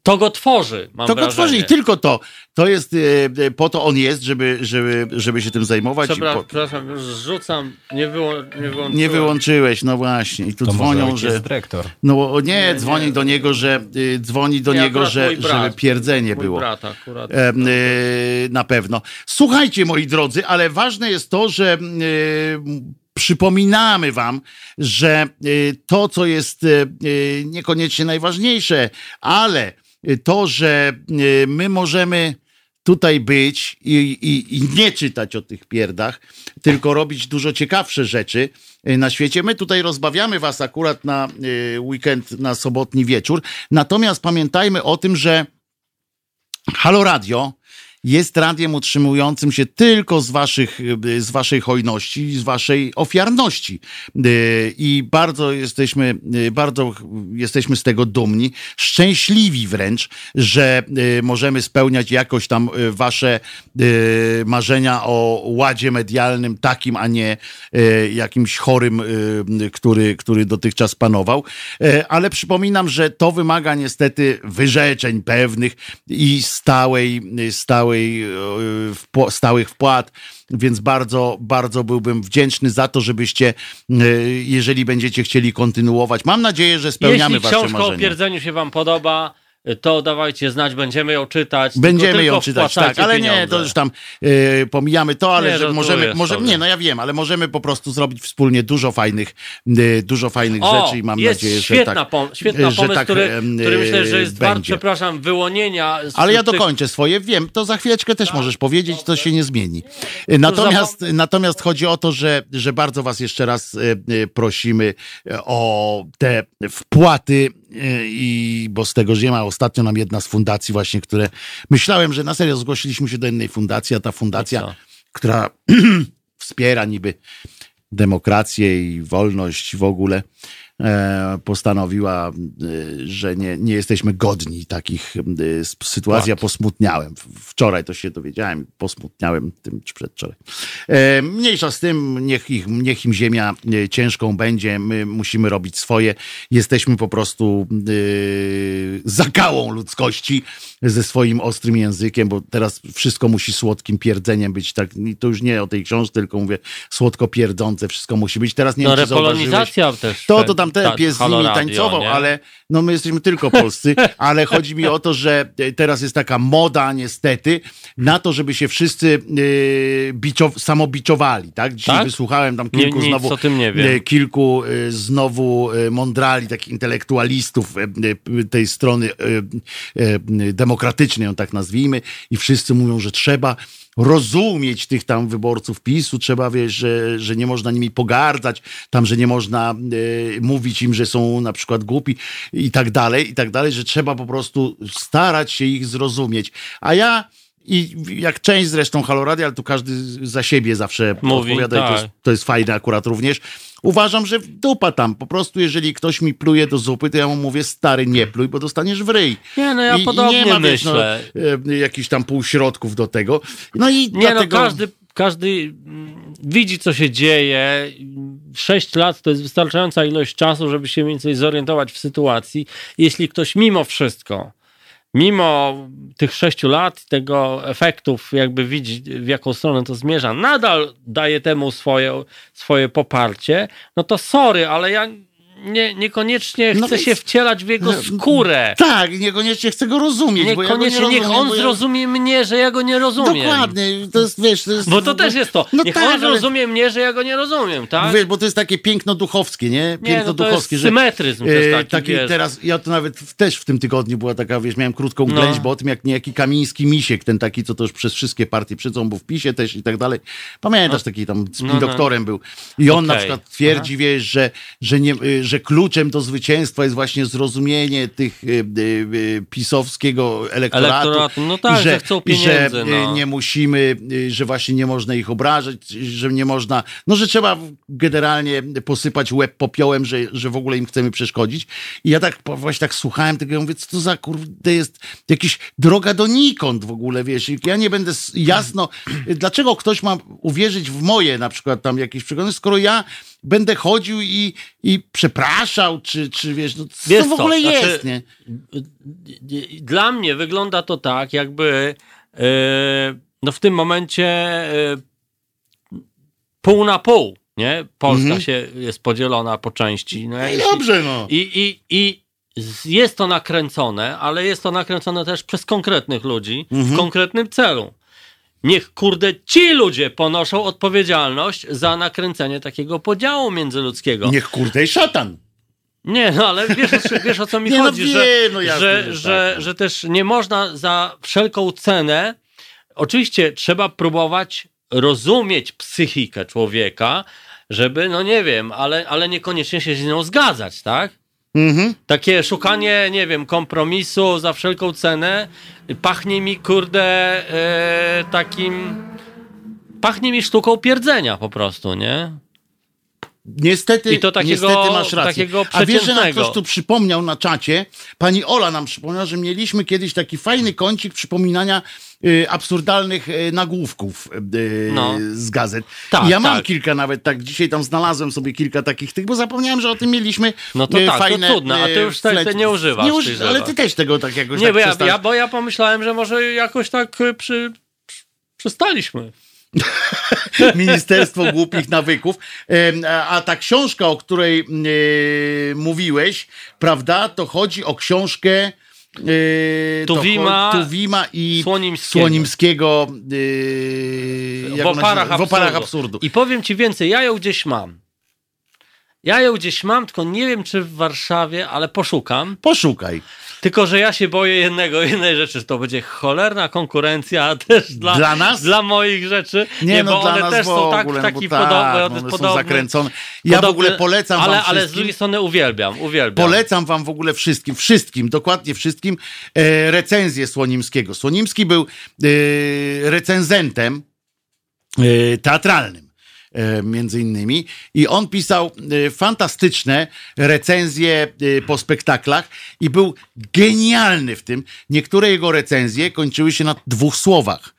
To go tworzy, mam To go wrażenie. tworzy i tylko to. To jest, e, po to on jest, żeby, żeby, żeby się tym zajmować. Przepraszam, po... przepraszam już zrzucam, nie, wyłą, nie wyłączyłem. Nie wyłączyłeś, no właśnie. I tu To dzwonią, może że... jest dyrektor. No o, nie, Nie, dzwoni nie. do niego, że y, dzwoni do Nie, niego, akurat że, mój brat. żeby pierdzenie Mój było. brat akurat. E, y, na pewno. Słuchajcie, moi drodzy, ale ważne jest to, że y, przypominamy wam, że y, to, co jest y, y, niekoniecznie najważniejsze, ale to, że y, my możemy tutaj być i, i, i nie czytać o tych pierdach, tylko robić dużo ciekawsze rzeczy na świecie. My tutaj rozbawiamy was akurat na y, weekend, na sobotni wieczór. Natomiast pamiętajmy o tym, że Halo Radio jest radiem utrzymującym się tylko z waszych, z waszej hojności, z waszej ofiarności. I bardzo jesteśmy, bardzo jesteśmy z tego dumni, szczęśliwi wręcz, że możemy spełniać jakoś tam wasze marzenia o ładzie medialnym takim, a nie jakimś chorym, który, który dotychczas panował. Ale przypominam, że to wymaga niestety wyrzeczeń pewnych i stałej, stałej stałych wpłat, więc bardzo, bardzo byłbym wdzięczny za to, żebyście, jeżeli będziecie chcieli kontynuować, mam nadzieję, że spełniamy Jeśli wasze książka marzenia. o pierdzeniu się wam podoba, to dawajcie znać, będziemy ją czytać. Będziemy tylko, ją tylko czytać, tak, wpłacajcie ale pieniądze. nie, to już tam y, pomijamy to, ale Nie, że żartuję możemy, możemy, sobie. nie, no ja wiem, ale możemy po prostu zrobić wspólnie dużo fajnych, y, dużo fajnych O, rzeczy i mam jest nadzieję, świetna że tak, pom- świetna że pomysł, tak, który, em, który myślę, że jest wart, będzie. przepraszam, wyłonienia. z Ale ja tych- dokończę swoje, wiem, to za chwileczkę też możesz powiedzieć, to się nie zmieni. Natomiast, natomiast chodzi o to, że, że bardzo was jeszcze raz e, e, prosimy o te wpłaty, e, i bo z tego, że nie ma, ostatnio nam jedna z fundacji właśnie, które myślałem, że na serio zgłosiliśmy się do innej fundacji, a ta I co? fundacja, która wspiera niby demokrację i wolność w ogóle, e, postanowiła, e, że nie, nie jesteśmy godni takich e, sytuacji. Ja posmutniałem. W- Wczoraj to się dowiedziałem, posmutniałem tym czy przedwczoraj. E, mniejsza z tym, niech, ich, niech im ziemia e, ciężką będzie, my musimy robić swoje. Jesteśmy po prostu e, zakałą ludzkości ze swoim ostrym językiem, bo teraz wszystko musi słodkim pierdzeniem być. Tak, i to już nie o tej książce, tylko mówię słodko pierdzące, wszystko musi być. Teraz nie No wiem, czy zauważyłeś. repolonizacja też. To, to tam ten tak, pies z Halo nimi Radio, tańcował, nie? ale no my jesteśmy tylko polscy, ale chodzi mi o to, że teraz jest taka moda niestety na to, żeby się wszyscy yy, biczow- samobiczowali, tak? Dzisiaj Tak? wysłuchałem tam Nie- kilku nic znowu, o tym nie wiem. yy, kilku yy, znowu yy, mądrali, takich intelektualistów yy, yy, tej strony yy, yy, demokratycznej, ją tak nazwijmy, i wszyscy mówią, że trzeba rozumieć tych tam wyborców PiSu, trzeba, wiesz, że, że nie można nimi pogardzać, tam, że nie można e, mówić im, że są na przykład głupi i tak dalej, i tak dalej, że trzeba po prostu starać się ich zrozumieć. A ja, i jak część zresztą Halo Radia, ale tu każdy za siebie zawsze Mówi, odpowiada, i to tak. jest, to jest fajne akurat również. Uważam, że dupa tam, po prostu jeżeli ktoś mi pluje do zupy, to ja mu mówię, stary, nie pluj, bo dostaniesz w ryj. Nie, no ja I, podobnie i nie ma, wiesz, myślę. no, e, jakichś tam półśrodków do tego. No i Nie dlatego... no, każdy, każdy mm, widzi, co się dzieje. Sześć lat to jest wystarczająca ilość czasu, żeby się mniej więcej zorientować w sytuacji. Jeśli ktoś mimo wszystko, mimo tych sześciu lat, tego efektów, jakby widzi, w jaką stronę to zmierza, nadal daje temu swoje, swoje poparcie, no to sorry, ale ja nie, niekoniecznie No chcę więc- się wcielać w jego skórę. Tak, niekoniecznie chcę go rozumieć, bo ja go nie Niekoniecznie rozumiem. niech on bo ja... zrozumie mnie, że ja go nie rozumiem. Dokładnie, to jest, wiesz... To jest... Bo to też jest to. No Niech tak, on ale- zrozumie mnie, że ja go nie rozumiem, tak? Wiesz, bo to jest takie piękno duchowskie, nie? Piękno Nie, no to jest duchowskie, symetryzm też e, taki, taki wiesz. teraz, ja to nawet w, też w tym tygodniu była taka, wiesz, miałem krótką No. ględźbę o tym, jak niejaki Kamiński Misiek, ten taki, co to już przez wszystkie partie przydzą, był w PiSie też i tak dalej. Pamiętasz, taki tam z No, no. doktorem był. I on Okej. na przykład twierdzi, wiesz, że, że, nie, y, że kluczem do zwycięstwa jest właśnie zrozumienie tych y, y, y, pisowskiego elektoratu. Elektoratu, no tak, I że chcą i pieniędzy, że, y, no. nie musimy, y, że właśnie nie można ich obrażać, że nie można, no że trzeba generalnie posypać łeb popiołem, że, że w ogóle im chcemy przeszkodzić. I ja tak właśnie tak słuchałem tego, ja mówię, co to za kurde jest jakiś droga donikąd w ogóle, wiesz, ja nie będę s- jasno, dlaczego ktoś ma uwierzyć w moje na przykład tam jakieś przekonania, skoro ja będę chodził i, i przepraszał, czy, czy wiesz, no, co Wiesz w ogóle co, jest, znaczy, nie? Dla mnie wygląda to tak, jakby yy, no w tym momencie yy, pół na pół, nie? Polska Mhm. się jest podzielona po części. No, No i jeśli- dobrze, no. I, i, I z- jest to nakręcone, ale jest to nakręcone też przez konkretnych ludzi Mhm. w konkretnym celu. Niech, kurde, ci ludzie ponoszą odpowiedzialność za nakręcenie takiego podziału międzyludzkiego. Niech kurde i szatan. Nie, no ale wiesz, o- wiesz o co mi Nie, no chodzi, wiem, że, no jasne, że, że że, tak. że też nie można za wszelką cenę, oczywiście trzeba próbować rozumieć psychikę człowieka, żeby, no nie wiem, ale, ale niekoniecznie się z nią zgadzać, tak? Mhm. Takie szukanie, nie wiem, kompromisu za wszelką cenę pachnie mi, kurde, e, takim... Pachnie mi sztuką pierdzenia po prostu, nie? Niestety, I to takiego- niestety masz rację. takiego A wiesz, że nam przeciętnego. ktoś tu przypomniał na czacie, pani Ola nam przypomniała, że mieliśmy kiedyś taki fajny kącik przypominania y, absurdalnych y, nagłówków y, No. z gazet. Tak, I ja mam tak. kilka nawet, tak dzisiaj tam znalazłem sobie kilka takich tych, bo zapomniałem, że o tym mieliśmy No to y, tak, to fajne, cudne, a ty y, już te- te nie używasz, Nie ty uży- ale używasz. ty też tego tak jakoś Nie, tak bo ja, przestałeś. ja, bo ja pomyślałem, że może jakoś tak y, przy, przy, przystaliśmy. Ministerstwo głupich nawyków. Em, A, a ta książka, o której e, mówiłeś, prawda, to chodzi o książkę e, to Tuwima- cho- Tuwima i Słonimskiego. Słonimskiego e, jak W ona się oparach, nazywa? W oparach absurdu. absurdu. I powiem ci więcej, ja ją gdzieś mam. Ja ją gdzieś mam, tylko nie wiem, czy w Warszawie, ale poszukam. Poszukaj. Tylko, że ja się boję jednego, jednej rzeczy, że to będzie cholerna konkurencja też dla, Dla nas? dla moich rzeczy. Nie, no bo dla one nas też w są tak, ogóle, w no taki bo tak, podobny, no one one są podobny, zakręcone. Ja w podobny- ogóle polecam ale, wam ale z wszystkim. drugiej strony uwielbiam, uwielbiam. Polecam wam w ogóle wszystkim, wszystkim, dokładnie wszystkim e, recenzję Słonimskiego. Słonimski był e, recenzentem e, teatralnym. e, Między innymi i on pisał e, fantastyczne recenzje e, po spektaklach i był genialny w tym. Niektóre jego recenzje kończyły się na dwóch słowach.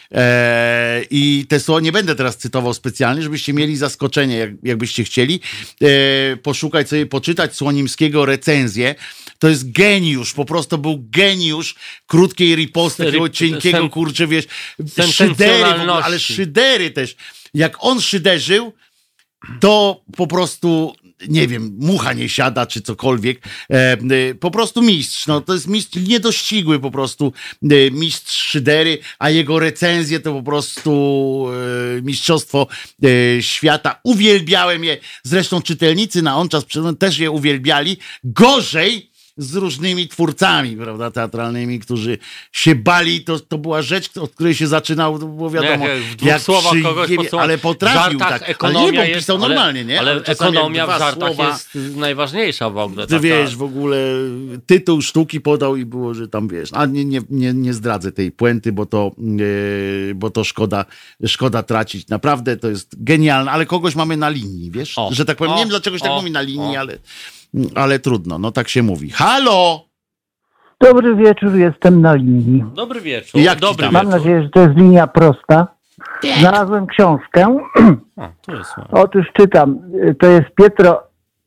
E, I te słowa nie będę teraz cytował specjalnie, żebyście mieli zaskoczenie, jak, jakbyście chcieli. E, poszukać sobie, poczytać Słonimskiego recenzję. To jest geniusz, po prostu był geniusz krótkiej riposty, takiego Rip- cienkiego, sen- kurczę, wiesz, szydery, w ogóle, sentencjonalności. ale szydery też. Jak on szyderzył, to po prostu, nie wiem, mucha nie siada, czy cokolwiek. E, e, po prostu mistrz, no to jest mistrz niedościgły po prostu e, mistrz szydery, a jego recenzje to po prostu e, mistrzostwo e, świata. Uwielbiałem je, zresztą czytelnicy na on czas też je uwielbiali. Gorzej z różnymi twórcami, prawda, teatralnymi, którzy się bali, to, to była rzecz, od której się zaczynało, to było wiadomo, Jak w dwóch słowach kogoś jebie- podsumować. ale potrafił W żartach tak, ale ekonomia nie, bo jest, pisał ale- normalnie, nie? Ale, czasami ekonomia dwa w żartach słowa, jest najważniejsza w ogóle. ty taka- wiesz, w ogóle tytuł sztuki podał i było, że tam wiesz, a nie, nie, nie, nie zdradzę tej puenty, bo to, yy, bo to szkoda, szkoda tracić. Naprawdę to jest genialne, ale kogoś mamy na linii, wiesz, O, że tak powiem, o, nie wiem dlaczego się tak o, mówi na linii, o. ale, ale trudno, no tak się mówi. Halo! Dobry wieczór, jestem na linii. Dobry wieczór. Jak ci Dobry tam? Mam wieczór. nadzieję, że to jest linia prosta. Znalazłem książkę. A, tu jest. Otóż czytam. To jest Pietro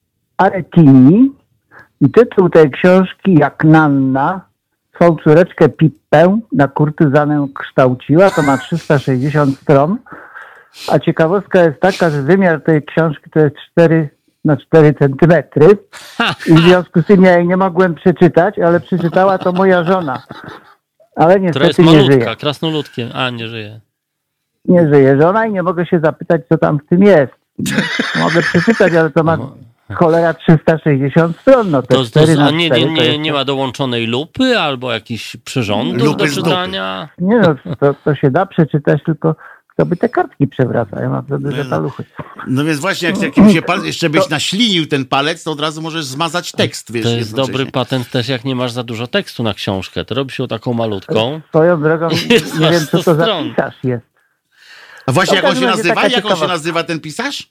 Aretini i tytuł tej książki Jak Nanna swą córeczkę Pippę na kurtyzanę kształciła. To ma trzysta sześćdziesiąt stron. A ciekawostka jest taka, że wymiar tej książki to jest cztery na cztery centymetry. I w związku z tym ja jej nie mogłem przeczytać, ale przeczytała to moja żona. Ale Która jest niestety nie malutka, żyje. krasnoludkiem. A, nie żyje. Nie żyje żona i nie mogę się zapytać, co tam w tym jest. Mogę przeczytać, ale to ma cholera trzysta sześćdziesiąt stron. No te To, to, cztery a na nie, cztery nie, to nie, jest- nie ma dołączonej lupy albo jakichś przyrządów Lupy do z dupy. czytania? Nie no, to, to się da przeczytać, tylko kto by te kartki przewraca. Ja mam za duże no. paluchy. No więc właśnie, jak, jak im się palec, jeszcze byś naślinił ten palec, to od razu możesz zmazać tekst, wiesz, To jest jednocześnie. dobry patent też, jak nie masz za dużo tekstu na książkę. To robisz ją taką malutką. Swoją drogą, Jest nie aż wiem, co sto to za stron. pisarz jest. A właśnie, jak W on się każdym razie nazywa? taka Jak on się ciekawostka. nazywa ten pisarz?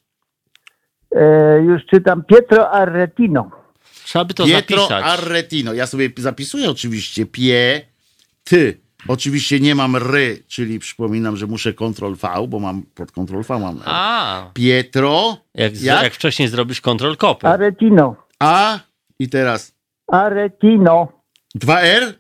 E, już czytam Pietro Aretino. Trzeba by to Pietro zapisać. Aretino. Ja sobie zapisuję oczywiście. Pie, ty, Oczywiście nie mam ry, czyli przypominam, że muszę Ctrl V, bo mam pod Ctrl V mam R. A, Pietro. jak, z- Jak? jak wcześniej zrobisz kontrol kopu. Aretino. A i teraz Aretino. dwa R?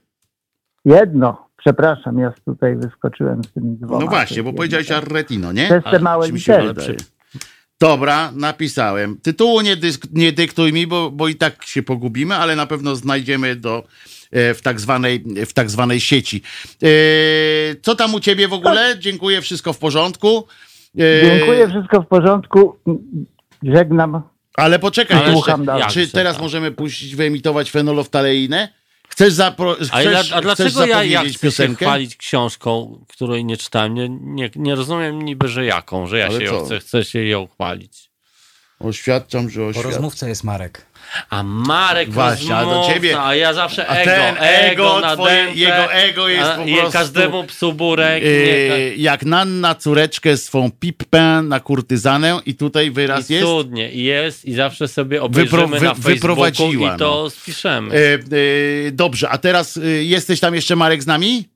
Jedno. Przepraszam, ja tutaj wyskoczyłem z tymi dwoma. No właśnie, bo powiedziałeś Arretino, nie? Przez te małe Czy mi się litery. wydaje? Dobra, napisałem. Tytułu nie, dysk, nie dyktuj mi, bo, bo i tak się pogubimy, ale na pewno znajdziemy do, e, w, tak zwanej, w tak zwanej sieci. E, co tam u ciebie w ogóle? Dziękuję, wszystko w porządku. E, Dziękuję, wszystko w porządku. Żegnam. Ale poczekaj, Ale jeszcze, słucham dalej. czy Jak teraz tak? możemy puścić, wyemitować fenoloftaleinę? Chcesz, zapro, A, ja, chcesz, a chcesz dlaczego ja, ja zapowiedzieć chcę się piosenkę? chwalić książką, której nie czytałem? Nie, nie, nie rozumiem niby, że jaką, że ja Ale się ją co? chcę, chcę się ją chwalić. Oświadczam, że Bo oświadczam. rozmówca jest Marek. A Marek Właśnie, a do rozmówca, ciebie- a ja zawsze a ego, ten ego, ego na twoje- dętę, jego ego jest a po je prostu- każdemu psu burek. Yy, nie, jak Nanna córeczkę swą pipę na kurtyzanę i tutaj wyraz I jest. cudnie, i jest, i zawsze sobie obejrzymy Wypro- wy- na Facebooku wyprowadziła, i to no. spiszemy. Yy, yy, dobrze, a teraz yy, jesteś tam jeszcze, Marek, z nami?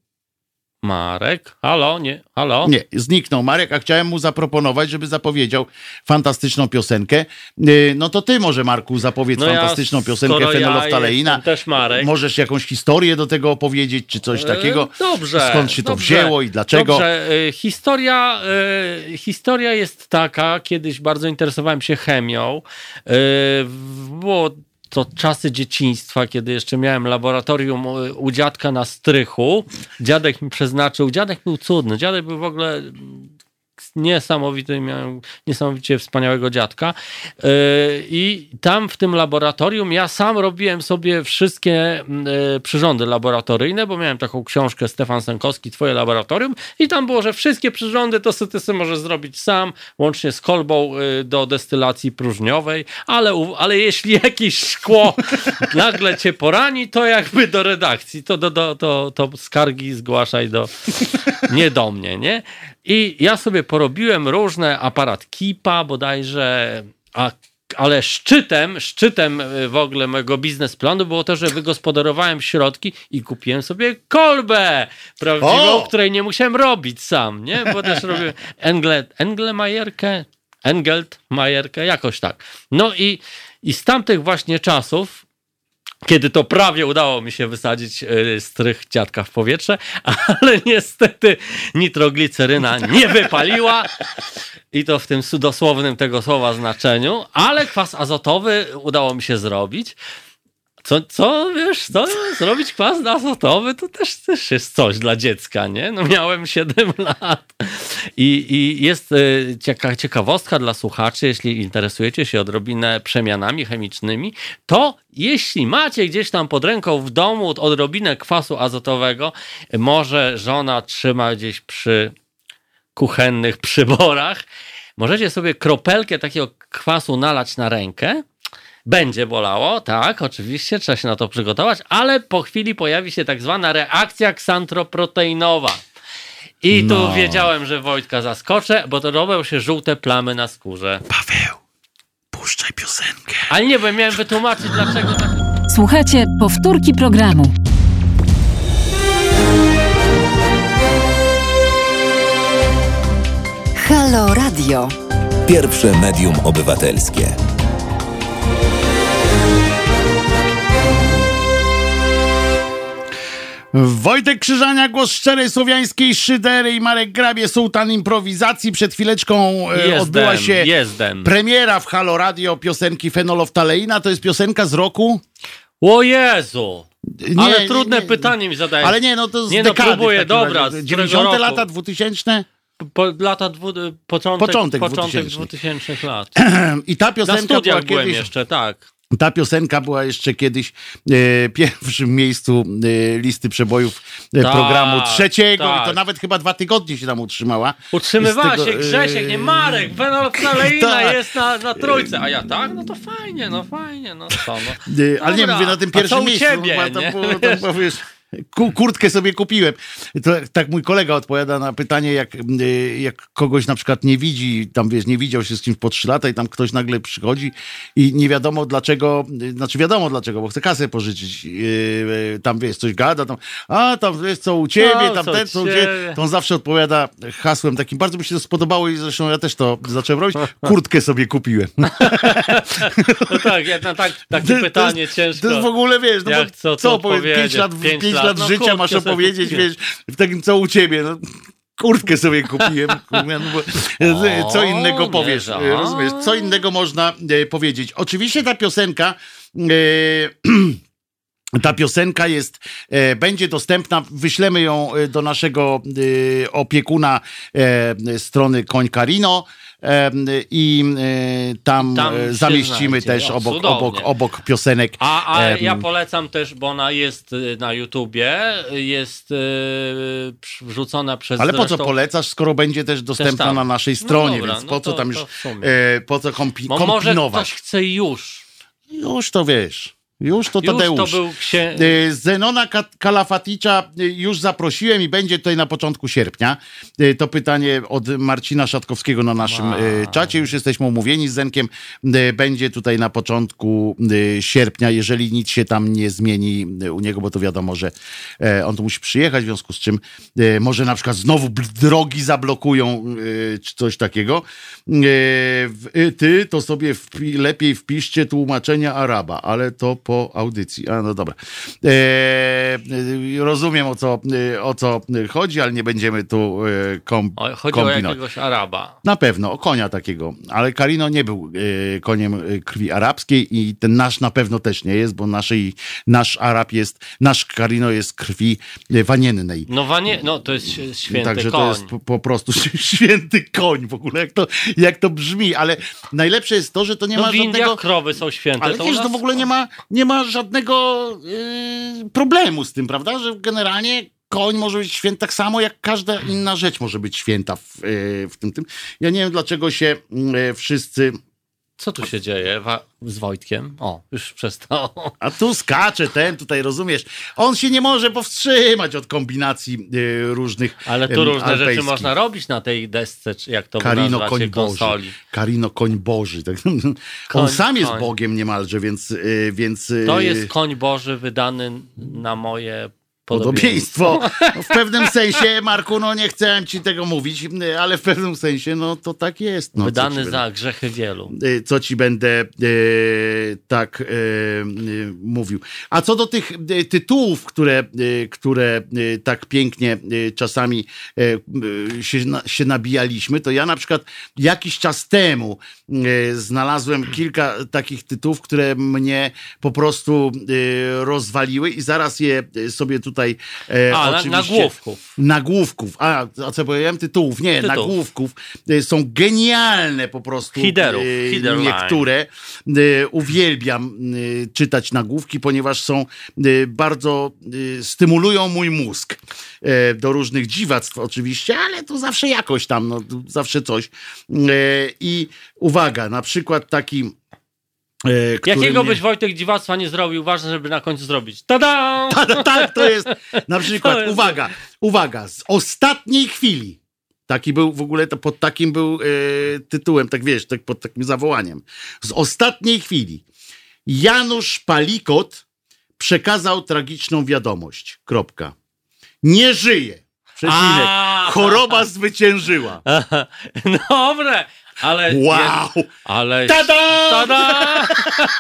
Marek? Halo? Nie? Halo? Nie, zniknął Marek, a chciałem mu zaproponować, żeby zapowiedział fantastyczną piosenkę. Yy, no to ty może, Marku, zapowiedz No ja, fantastyczną piosenkę skoro ja Fenolftaleina. jestem też Marek. Możesz jakąś historię do tego opowiedzieć, czy coś takiego? E, Dobrze. Skąd się to dobrze, wzięło i dlaczego? Dobrze. E, Historia, e, historia jest taka, kiedyś bardzo interesowałem się chemią. E, Było to czasy dzieciństwa, kiedy jeszcze miałem laboratorium u dziadka na strychu. Dziadek mi przeznaczył, dziadek był cudny, dziadek był w ogóle niesamowity, miałem niesamowicie wspaniałego dziadka. Yy, I tam w tym laboratorium ja sam robiłem sobie wszystkie yy, przyrządy laboratoryjne, bo miałem taką książkę Stefan Sękowski, Twoje laboratorium, i tam było, że wszystkie przyrządy to ty sobie możesz zrobić sam, łącznie z kolbą yy, do destylacji próżniowej, ale, u- ale jeśli jakieś szkło nagle cię porani, to jakby do redakcji, to, do, do, to, to skargi zgłaszaj do, nie do mnie, nie? I ja sobie porobiłem różne, aparat Kipa bodajże, a, ale szczytem, szczytem w ogóle mojego biznesplanu było to, że wygospodarowałem środki i kupiłem sobie kolbę prawdziwą, O! której nie musiałem robić sam, nie? Bo też robiłem Engle, Engelmajerkę, Engeltmajerkę, jakoś tak. No i, i z tamtych właśnie czasów, kiedy to prawie udało mi się wysadzić y, strych dziadka w powietrze, ale niestety nitrogliceryna nie wypaliła i to w tym dosłownym tego słowa znaczeniu, ale kwas azotowy udało mi się zrobić. Co, co, wiesz, co, zrobić kwas azotowy to też, też jest coś dla dziecka, nie? No miałem siedem lat. I, i jest y, cieka, ciekawostka dla słuchaczy, jeśli interesujecie się odrobinę przemianami chemicznymi, to jeśli macie gdzieś tam pod ręką w domu odrobinę kwasu azotowego, może żona trzyma gdzieś przy kuchennych przyborach, możecie sobie kropelkę takiego kwasu nalać na rękę. Będzie bolało, tak, oczywiście, trzeba się na to przygotować, ale po chwili pojawi się tak zwana reakcja ksantroproteinowa. I tu No. wiedziałem, że Wojtka zaskoczę, bo to robią się żółte plamy na skórze. Paweł, puszczaj piosenkę. Ale nie, bo ja miałem wytłumaczyć, dlaczego tak... Słuchajcie, powtórki programu. Halo Radio. Pierwsze medium obywatelskie. Wojtek Krzyżania, głos szczerej słowiańskiej szydery, i Marek Grabie, sułtan improwizacji. Przed chwileczką e, Jestem, odbyła się jestem. premiera w Halo Radio piosenki Fenolftaleina. To jest piosenka z roku... O Jezu! Nie, Ale nie, trudne nie. pytanie mi zadajesz. Ale nie, no to z Nie, no, dekady. próbuję, w takim dobra, razie. z którego dziewięćdziesiąte roku? lata, dwutysięczne. Po, lata dwu, początek, Początek początek dwutysięcznych. dwutysięcznych lat. I ta Na piosenka była studiach byłem kiedyś... jeszcze, tak. Ta piosenka była jeszcze kiedyś e, pierwszym miejscu e, listy przebojów e, Tak, programu trzeciego tak. i to nawet chyba dwa tygodnie się tam utrzymała. Utrzymywała I z tego, się Grzesiek, nie Marek, Fenolftaleina tak. jest na, na trójce, a ja tak, no to fajnie, no fajnie, no co, no. E, ale nie Dobra, mówię na tym a co pierwszym u miejscu. ciebie, bo to nie? było, to było, wiesz, Ku, kurtkę sobie kupiłem. To, tak mój kolega odpowiada na pytanie, jak, jak kogoś na przykład nie widzi, tam wiesz, nie widział się z kimś po trzy lata i tam ktoś nagle przychodzi i nie wiadomo dlaczego, znaczy wiadomo dlaczego, bo chce kasę pożyczyć. Yy, tam wiesz, coś gada, tam, a tam wiesz, co u ciebie, No, tam co ten, co u ciebie. ciebie. To on zawsze odpowiada hasłem takim, bardzo mi się to spodobało i zresztą ja też to zacząłem robić. Kurtkę sobie kupiłem. No tak, jak na tak, takie To- pytanie to jest, ciężko. To jest w ogóle, wiesz, no Jak bo co, co, co powiedz, odpowiedzieć? pięć lat, Pięć pięć lat, lat no życia kurtkę masz sobie opowiedzieć, kupiłem. wiesz, w takim co u ciebie, no. Kurtkę sobie kupiłem, kurwa, no bo, co innego nie, powiesz, że- rozumiesz, co innego można e, powiedzieć. Oczywiście ta piosenka e, ta piosenka jest, e, będzie dostępna, wyślemy ją e, do naszego e, opiekuna e, strony Koń Karino e, i e, tam, Tam e, się zamieścimy znajdzie. też O, obok, cudownie. obok, obok piosenek. A, a em, ja polecam też, bo ona jest y, na YouTubie, jest y, wrzucona przez Ale po co zresztą- polecasz, skoro będzie też dostępna tam. na naszej No stronie, dobra, więc no po co to- tam to już, w sumie. e, po co kompi- Bo może kombinować? ktoś chce już. Już to wiesz, już to Już Tadeusz. to był księ... E, Zenona Ka- Kalafaticza e, już zaprosiłem i będzie tutaj na początku sierpnia. E, To pytanie od Marcina Szatkowskiego na naszym e, czacie. Już jesteśmy umówieni z Zenkiem. E, Będzie tutaj na początku e, sierpnia, jeżeli nic się tam nie zmieni e, u niego, bo to wiadomo, że e, on tu musi przyjechać, w związku z czym e, może na przykład znowu bl- drogi zablokują, e, czy coś takiego. E, w- e, Ty to sobie wpi- lepiej wpiszcie tłumaczenia Araba, ale to po audycji. A no dobra. E, e, rozumiem o co, e, o co chodzi, ale nie będziemy tu e, kom, O, chodzi o kombinować. jakiegoś Araba. Na pewno, o konia takiego, ale Karino nie był e, koniem e, krwi arabskiej i ten nasz na pewno też nie jest, bo naszej, nasz Arab jest, nasz Karino jest krwi e, waniennej. No, wanie... no to jest ś- święty Także koń. to jest po, po prostu święty koń w ogóle, jak to, jak to brzmi, ale najlepsze jest to, że to nie No ma w Indiach żadnego... krowy są święte. Ale to wiesz, u nas... to w ogóle nie ma, nie ma żadnego yy, problemu z tym, prawda? Że generalnie koń może być święty tak samo, jak każda inna rzecz może być święta w, yy, w tym, tym. Ja nie wiem, dlaczego się yy, wszyscy... Co tu się dzieje Wa- z Wojtkiem? O, już przestał. A tu skacze ten, tutaj rozumiesz. On się nie może powstrzymać od kombinacji yy, różnych Ale tu em, różne rzeczy alpejskich. można robić na tej desce, czy jak to Karino nazywacie, koń Boży. konsoli. Karino koń Boży. Tak. On Koń, sam jest koń. Bogiem niemalże, więc... Yy, więc yy, To jest koń Boży wydany na moje podobieństwo. Podobieństwo. No, w pewnym sensie, Marku, no nie chciałem ci tego mówić, ale w pewnym sensie, no to tak jest. No, co Wydany ci za grzechy wielu. będę, co ci będę e, tak e, e, mówił. A co do tych e, tytułów, które, e, które e, tak pięknie e, czasami e, e, się, na, się nabijaliśmy, to ja na przykład jakiś czas temu e, znalazłem kilka takich tytułów, które mnie po prostu e, rozwaliły i zaraz je sobie tutaj e, A, na- oczywiście... nagłówków. Nagłówków. A, a co powiedziałem? Tytułów. Nie, Tytułów. nagłówków. E, Są genialne po prostu. Headerów, e, header line. Niektóre. E, Uwielbiam e, czytać nagłówki, ponieważ są e, bardzo e, stymulują mój mózg e, do różnych dziwactw oczywiście, ale to zawsze jakoś tam, no, zawsze coś. E, I uwaga, na przykład taki e, który Jakiego mnie... byś Wojtek dziwactwa nie zrobił, ważne, żeby na końcu zrobić. Tada! Tak, tak, to jest na przykład, To jest- uwaga, uwaga, z ostatniej chwili. Taki był w ogóle, to pod takim był e, tytułem, tak wiesz, tak pod takim zawołaniem. Z ostatniej chwili Janusz Palikot przekazał tragiczną wiadomość. Kropka. Nie żyje. Przecinek. A! Choroba zwyciężyła. Dobre, ale... Wow! Ale... Tada! Tada!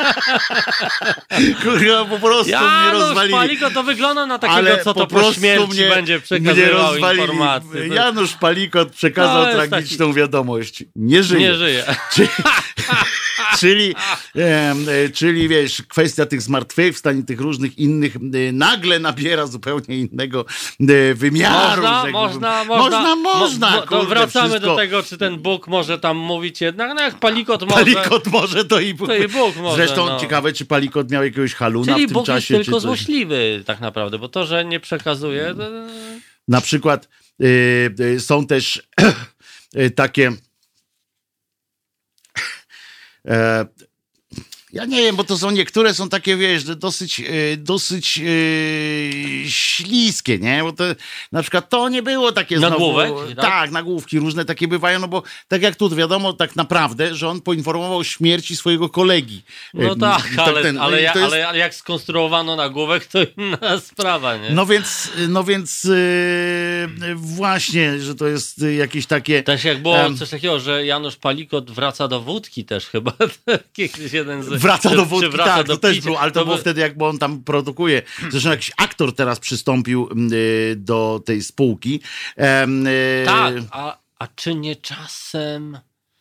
Kurwa, po prostu mnie Janusz rozwalili. Paliko to wygląda na takiego, Ale co po to po prostu śmierci mnie, będzie mnie przekazywał rozwalili. informacje. Janusz Palikot przekazał To jest tragiczną wiadomość. Nie żyje. Nie żyje. Czy, czyli, em, e, czyli wiesz, kwestia tych zmartwychwstań i tych różnych innych e, nagle nabiera zupełnie innego e, wymiaru. Można, rzekłbym. można, Można, można. można, Mo- to kurde, wracamy wszystko. do tego, czy ten Bóg może tam mówić jednak, no jak Palikot może. Palikot może to i Bóg. To i Bóg może, Zresztą no. ciekawe, czy Palikot miał jakiegoś haluna Czyli w tym Bóg czasie. jest tylko czy coś. złośliwy tak naprawdę, bo to, że nie przekazuje... To... Na przykład y, y, są też y, takie e, Ja nie wiem, bo to są niektóre są takie, wiesz, dosyć, yy, dosyć yy, śliskie, nie? Bo to na przykład to nie było takie Nagłówek, znowu... tak? Tak, nagłówki różne takie bywają, no bo tak jak tu wiadomo tak naprawdę, że on poinformował o śmierci swojego kolegi. No Yy, tak, ale, ten, ale, ja, to jest... ale jak skonstruowano nagłówek, to inna sprawa, nie? No więc, no więc yy, właśnie, że to jest jakieś takie... Też jak było um, coś takiego, że Janusz Palikot wraca do wódki też chyba. Kiedyś jeden z... Wraca czy, do wódki, wraca tak, do to też picia. było, ale to, To było by- wtedy, jak on tam produkuje. Zresztą jakiś aktor teraz przystąpił y, do tej spółki. Em, y, Tak, a, a czy nie czasem...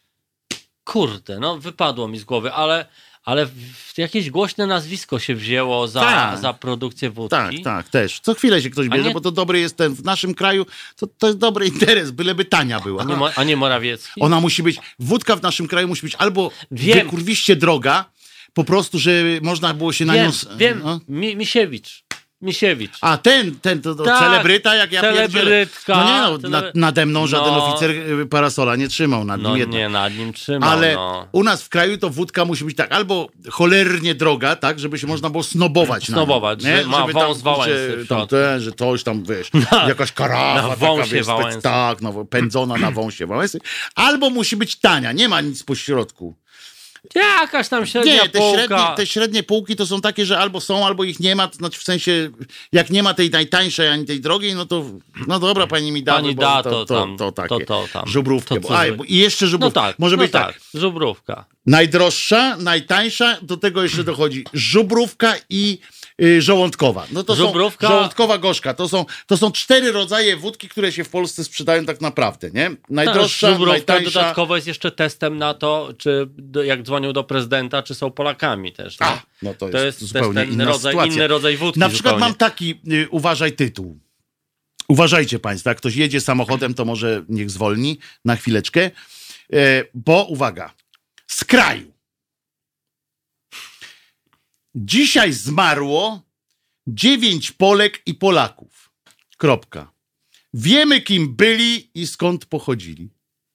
Kurde, no wypadło mi z głowy, ale, ale w jakieś głośne nazwisko się wzięło za, Tak. za produkcję wódki. Tak, tak, też. Co chwilę się ktoś A bierze, nie- bo to dobry jest ten, w naszym kraju, to, to jest dobry interes, byleby tania była. A nie, Mo- a nie Morawiecki? Ona musi być, wódka w naszym kraju musi być albo Wiem. wykurwiście droga, po prostu, że można było się na nią... Wiem, s- wiem, no. Mi, Misiewicz. Misiewicz. A ten, ten to, to Tak, celebryta, jak ja pierdzielę. celebrytka. No nie no, Celebry- nad, nade mną żaden No. oficer y, parasola nie trzymał nad No nim jednak. nie, nad nim trzymał, Ale no. u nas w kraju to wódka musi być tak, albo cholernie droga, tak, żeby się można było snobować. Snobować, na nią, że nie? ma Żeby wąs Wałęsy kurczę, w tam środku. te, że coś tam, wiesz, jakaś karawa na taka, wąsie wiesz, Wałęsy. spec, tak, no, pędzona na wąsie Wałęsy. Albo musi być tania, nie ma nic po środku. Jakaś tam średnia Nie, te półka. średnie, te średnie półki to są takie, że albo są, albo ich nie ma, to znaczy w sensie, jak nie ma tej najtańszej, ani tej drogiej, no to, no dobra, pani mi da, Pani bo da, to, to to, tam, to takie, to- to tam. żubrówkę. To bo, co aj, wy- bo, I jeszcze No żubrówka. tak, Może no być tak. tak. Żubrówka. Najdroższa, najtańsza, do tego jeszcze dochodzi żubrówka i y, żołądkowa. No to Żubrówka- są żołądkowa gorzka. To są, to są cztery rodzaje wódki, które się w Polsce sprzedają tak naprawdę, nie? Najdroższa, Żubrówka najtańsza. dodatkowo jest jeszcze testem na to, czy do, jak dzwonią do prezydenta, czy są Polakami też. Nie? A, no to jest, To jest też zupełnie ten inna rodzaj, sytuacja. inny rodzaj wódki Na przykład zupełnie. mam taki, y, uważaj, tytuł. Uważajcie państwo, jak ktoś jedzie samochodem, to może niech zwolni na chwileczkę, e, bo uwaga, z kraju. Dzisiaj zmarło dziewięć Polek i Polaków. Kropka. Wiemy, kim byli i skąd pochodzili.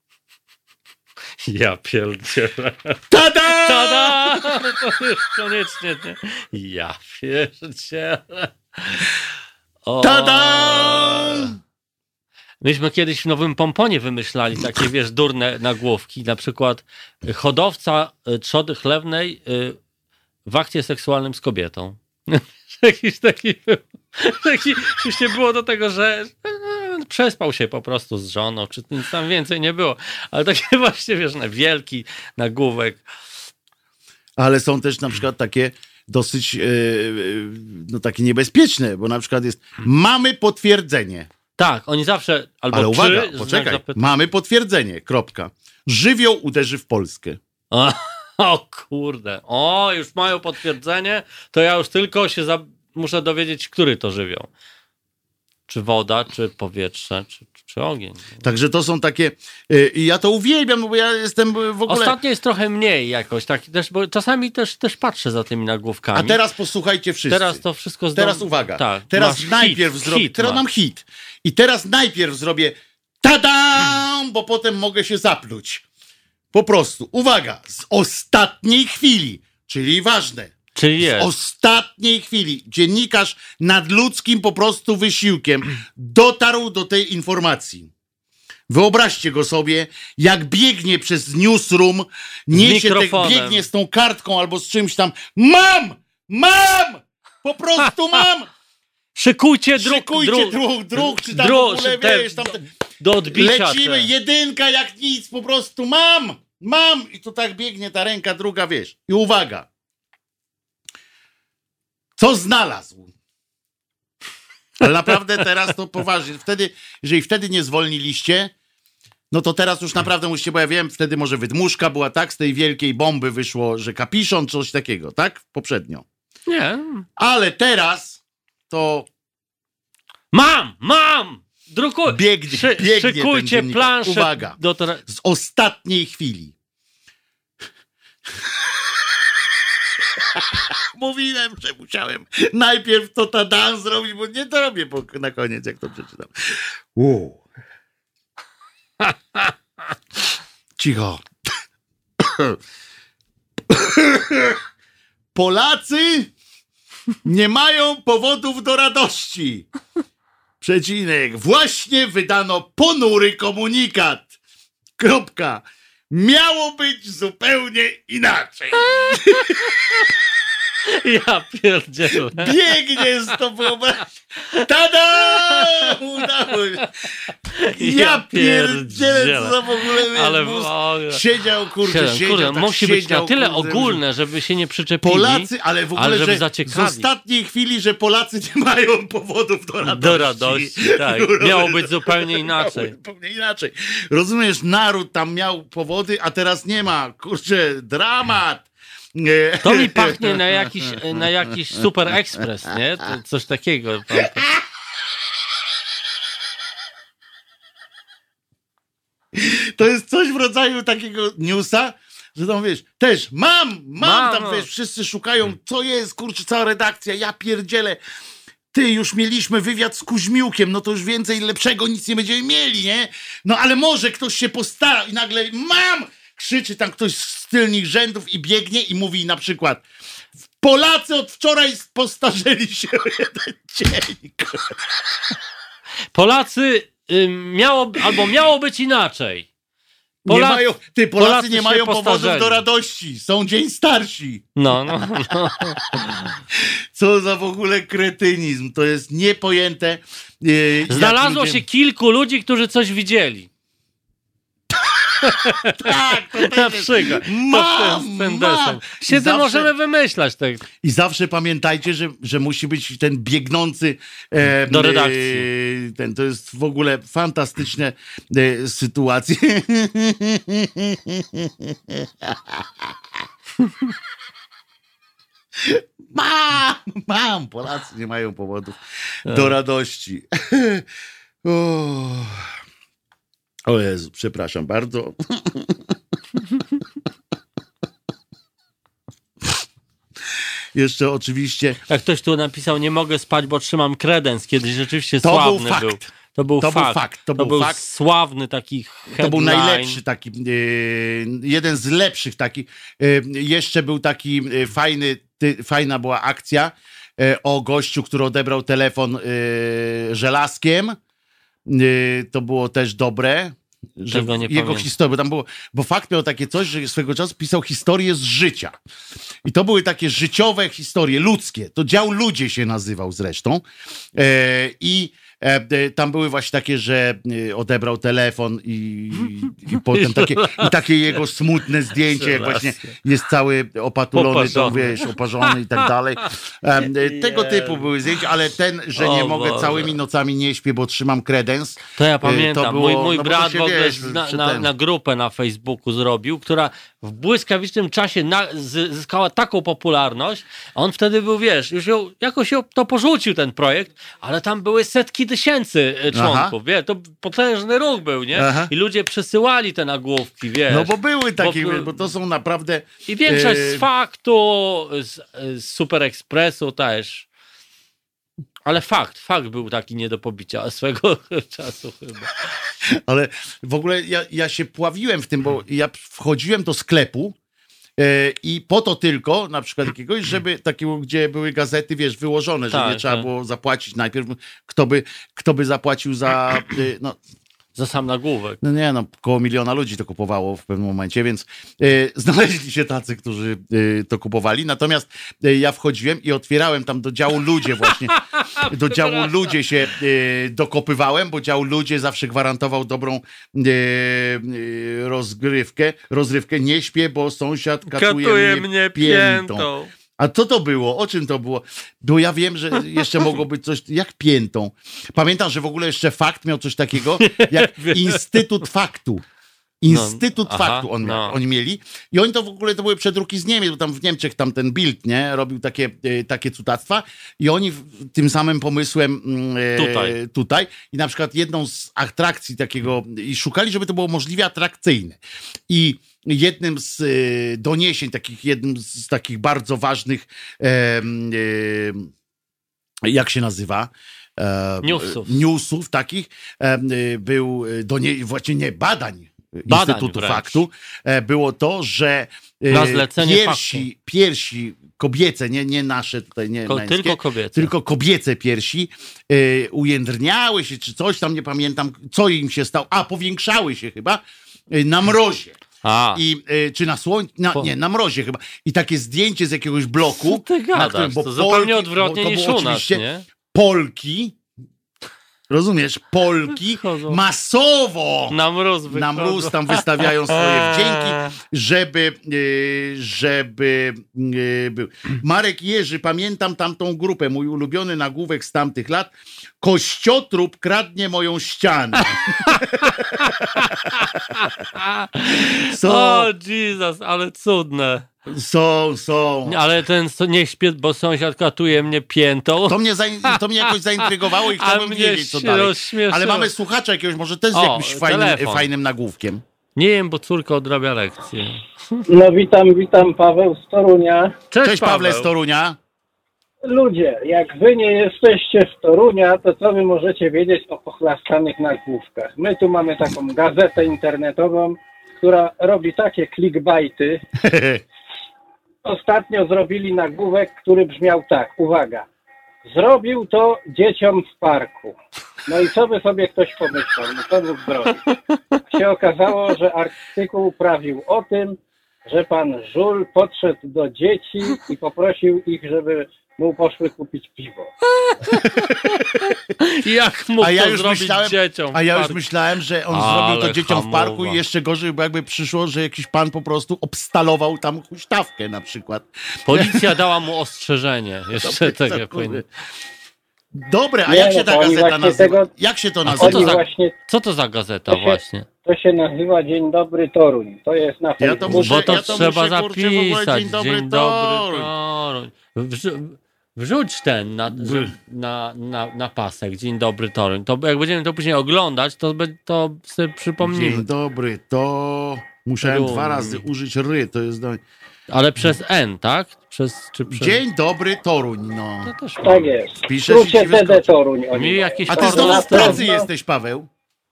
Ja pierdzielę. Tada! Tada! To już koniecznie, nie? Ja pierdzielę. O. Tada! Myśmy kiedyś w Nowym Pomponie wymyślali takie, wiesz, durne nagłówki. Na przykład y, hodowca y, trzody chlewnej y, w akcie seksualnym z kobietą. Jakiś taki był. Taki, już nie było do tego, że e, przespał się po prostu z żoną, czy nic tam więcej nie było. Ale takie właśnie, wiesz, na wielki nagłówek. Ale są też na przykład takie dosyć, yy, yy, no takie niebezpieczne, bo na przykład jest mamy potwierdzenie. Tak, oni zawsze albo Ale czy, uwaga, znak poczekaj, zapytania. mamy potwierdzenie, kropka. Żywioł uderzy w Polskę. O, o kurde, o już mają potwierdzenie, to ja już tylko się za... muszę dowiedzieć, który to żywioł. Czy woda, czy powietrze, czy, czy ogień. Także to są takie, yy, i ja to uwielbiam, bo ja jestem w ogóle... Ostatnio jest trochę mniej jakoś, tak, też, bo czasami też, też patrzę za tymi nagłówkami. A teraz posłuchajcie wszyscy. Teraz to wszystko... Zdom... Teraz uwaga, Tak, teraz masz najpierw hit, zrobię, hit teraz masz. mam hit. I teraz najpierw zrobię tadam, bo potem mogę się zapluć. Po prostu, uwaga, z ostatniej chwili, czyli ważne, Czyli z jest. ostatniej chwili dziennikarz nadludzkim po prostu wysiłkiem dotarł do tej informacji. Wyobraźcie go sobie, jak biegnie przez newsroom, niesie te, mikrofonem. biegnie z tą kartką albo z czymś tam. Mam! Mam! Po prostu mam! Szykujcie druk, Szykujcie druk, druk, druk, czy tam druk, w ogóle, te- wiesz, tam te, do odbicia. lecimy, te. jedynka jak nic, po prostu mam! Mam! I to tak biegnie ta ręka, druga, wiesz. I uwaga. Co znalazł? Ale naprawdę teraz to poważnie. Wtedy, jeżeli wtedy nie zwolniliście, no to teraz już naprawdę musicie, bo ja wiem, wtedy może wydmuszka była, tak? Z tej wielkiej bomby wyszło, że kapiszon, coś takiego, tak? Poprzednio. Nie. Ale teraz to Mam, mam! Drukuj. biegnie, Szy, biegnie ten szykujcie dziennikarz. planszę. Uwaga. Do tra... Z ostatniej chwili. Mówiłem, że musiałem najpierw to tadam zrobić, bo nie to robię po, na koniec, jak to przeczytam. Wow. Cicho. Polacy nie mają powodów do radości. Przecinek. Właśnie wydano ponury komunikat. Kropka. Miało być zupełnie inaczej. Ja pierdzielę. Biegnie z to wyobraź. Tada! Udało się. Ja pierdzielę, co w ogóle wiesz, Ale mózg w... siedział, kurde, Siedem, siedział, kurde, tak musi siedział, być na tyle kurde, ogólne, żeby się nie przyczepili. Polacy, ale w ogóle, ale żeby że z zaciekawić. ostatniej chwili, że Polacy nie mają powodów do radości. Do radości, tak. Miało być zupełnie inaczej. Miało być zupełnie inaczej. Rozumiesz, naród tam miał powody, a teraz nie ma. Kurczę, dramat. To mi pachnie na jakiś, na jakiś Super Express, nie? To coś takiego. To jest coś w rodzaju takiego newsa, że tam wiesz, też mam, mam, mam tam, wiesz, wszyscy szukają, co jest, kurczę, cała redakcja, ja pierdzielę. Ty, już mieliśmy wywiad z Kuźmiukiem, no to już więcej lepszego nic nie będziemy mieli, nie? No ale może ktoś się postara i nagle mam! Krzyczy tam ktoś z tylnych rzędów i biegnie i mówi na przykład: Polacy od wczoraj postarzeli się o jeden dzień. Polacy y, miało, albo miało być inaczej. Pola... Nie mają, ty, Polacy, Polacy nie mają powodów postarzeli. do radości. Są dzień starsi. No, no, no. Co za w ogóle kretynizm. To jest niepojęte. Yy, Znalazło ludzie... się kilku ludzi, którzy coś widzieli. Tak, to na przykład. Mam, to ten mam. Siedzę, zawsze... możemy wymyślać tak. I zawsze pamiętajcie, że, że musi być ten biegnący e, do redakcji. E, ten, to jest w ogóle fantastyczne e, sytuacje. Mam, mam. Polacy nie mają powodów do radości. O, o Jezu, przepraszam bardzo. Jeszcze oczywiście... Jak ktoś tu napisał, nie mogę spać, bo trzymam kredens. Kiedyś rzeczywiście to sławny był. Fakt. był. To był to fakt. Był fakt. To, to był, był fakt. sławny taki headline. To był najlepszy taki, yy, jeden z lepszych taki. Yy, jeszcze był taki yy, fajny, ty, fajna była akcja yy, o gościu, który odebrał telefon yy, żelazkiem. Yy, to było też dobre. Że Tego nie jego pamiętam. historię, bo tam było, bo fakt miał takie coś, że swego czasu pisał historie z życia. I to były takie życiowe historie, ludzkie. To dział Ludzie się nazywał zresztą. E, I e, tam były właśnie takie, że odebrał telefon i, i potem takie, i takie jego smutne zdjęcie, jak właśnie jest cały opatulony, Oparzony. to wiesz, oparzony i tak dalej. E, tego typu były zdjęcia, ale ten, że nie O mogę Boże. całymi nocami nie śpię, bo trzymam kredens. To ja pamiętam. To było, mój mój no bo brat to się, w ogóle wiesz, na, przy na, ten- na grupę na Facebooku zrobił, która w błyskawicznym czasie na, z, zyskała taką popularność. A on wtedy był, wiesz, już ją, jakoś ją, to porzucił ten projekt, ale tam były setki tysięcy e, członków, wiesz, to potężny ruch był, nie? Aha. I ludzie przesyłali te nagłówki, wiesz. No bo były takie, Bo- bo, bo to są naprawdę... I większość e, z Faktu, z, z Super Expressu też. Ale fakt, fakt był taki nie do pobicia swego czasu chyba. Ale w ogóle ja, ja się pławiłem w tym, bo ja wchodziłem do sklepu e, i po to tylko, na przykład jakiegoś, żeby takiego, gdzie były gazety, wiesz, wyłożone, że Tak, nie trzeba tak. było zapłacić najpierw, kto by, kto by zapłacił za... E, no, Za sam nagłówek. no nie, no koło miliona ludzi to kupowało w pewnym momencie, więc e, znaleźli się tacy, którzy e, to kupowali. Natomiast e, ja wchodziłem i otwierałem tam do działu Ludzie właśnie. Do działu Ludzie się e, dokopywałem, bo dział Ludzie zawsze gwarantował dobrą e, e, rozgrywkę. Rozrywkę. Nie śpię, bo sąsiad katuje, Katuje mnie, mnie piętą. piętą. A co to było? O czym to było? Bo ja wiem, że jeszcze mogło być coś jak piętą. Pamiętam, że w ogóle jeszcze Fakt miał coś takiego jak Instytut Faktu. Instytut No, Faktu aha, on miał, no. oni mieli. I oni to w ogóle, to były przedruki z Niemiec, bo tam w Niemczech tam ten Bild, nie? Robił takie, e, takie cudactwa. I oni w, tym samym pomysłem e, Tutaj. tutaj. I na przykład jedną z atrakcji takiego, i szukali, żeby to było możliwie atrakcyjne. I jednym z e, doniesień, takich, jednym z takich bardzo ważnych, e, e, jak się nazywa? E, Newsów. Newsów takich e, był, donie, właśnie nie, badań. Badań Instytutu wręcz. Faktu, e, było to, że e, Na zlecenie piersi, piersi kobiece, nie, nie nasze tutaj, nie Ko- męskie, tylko kobiece. tylko kobiece piersi e, ujędrniały się, czy coś tam, nie pamiętam, co im się stało, a powiększały się chyba e, na mrozie. A, I, y, czy na słońcu, na, Po- nie, na mrozie chyba. I takie zdjęcie z jakiegoś bloku. co ty gadasz? To zupełnie odwrotnie bo niż było u nas, oczywiście nie? Polki, rozumiesz, Polki Wychodzą. masowo Na mróz na wychodzą. mróz tam wystawiają swoje wdzięki, żeby, y, żeby y, był. Marek Jerzy, pamiętam tamtą grupę, mój ulubiony nagłówek z tamtych lat. Kościotrup kradnie moją ścianę. są, O, Jesus, ale cudne. są, są. Ale ten, so- niech śpię, bo sąsiad katuje mnie piętą. To mnie, zain- to mnie jakoś zaintrygowało i A chciałbym mnie wiedzieć, co się dalej. rozśmieszyło. Ale mamy słuchacza jakiegoś, może też z O, jakimś fajnym, telefon. fajnym nagłówkiem. Nie wiem, bo córka odrabia lekcje. No witam, witam, Paweł z Torunia. Cześć, Cześć Pawle z Torunia. Ludzie, jak wy nie jesteście z Torunia, to co wy możecie wiedzieć o pochlastanych nagłówkach? My tu mamy taką gazetę internetową, która robi takie clickbaity. Ostatnio zrobili nagłówek, który brzmiał tak, uwaga, zrobił to dzieciom w parku. No i co by sobie ktoś pomyślał, no co mógł zrobić? Się okazało, że artykuł prawił o tym, że pan Żul podszedł do dzieci i poprosił ich, żeby mu poszły kupić piwo. Jak mógł A ja to już zrobić myślałem, dzieciom? a ja w już parku? myślałem, że on Ale zrobił to dzieciom w parku hamowa. i jeszcze gorzej, bo jakby przyszło, że jakiś pan po prostu obstalował tam huśtawkę na przykład. Policja dała mu ostrzeżenie. Jeszcze Dobry, takie kurde. powinno. Dobre, a Nie, jak no się to ta oni gazeta właśnie nazywa? tego- Jak się to A co nazywa? to Oni za, właśnie, co to za gazeta To się- właśnie? to się nazywa Dzień Dobry Toruń. To jest na Ja to Facebooku. muszę- Bo to ja to trzeba muszę, kurczę, w ogóle zapisać. Dzień dobry, Dzień dobry, Toruń. Toruń. Wrzu- Wrzuć ten na, że- na, na, na pasek. Dzień dobry, Toruń. To jak będziemy to później oglądać, to, be- to sobie przypomnimy. Dzień dobry, to musiałem Toruń. dwa razy użyć ry, to jest... Do... Ale przez N, tak? Przez, czy przez... Dzień dobry, Toruń, no. To też Tak jest. W Piszesz i ci skrócie D D wyskoczy. Toruń. Oni Mi mówią. jakieś A ty porno- znowu w Na pracy pewno. jesteś, Paweł?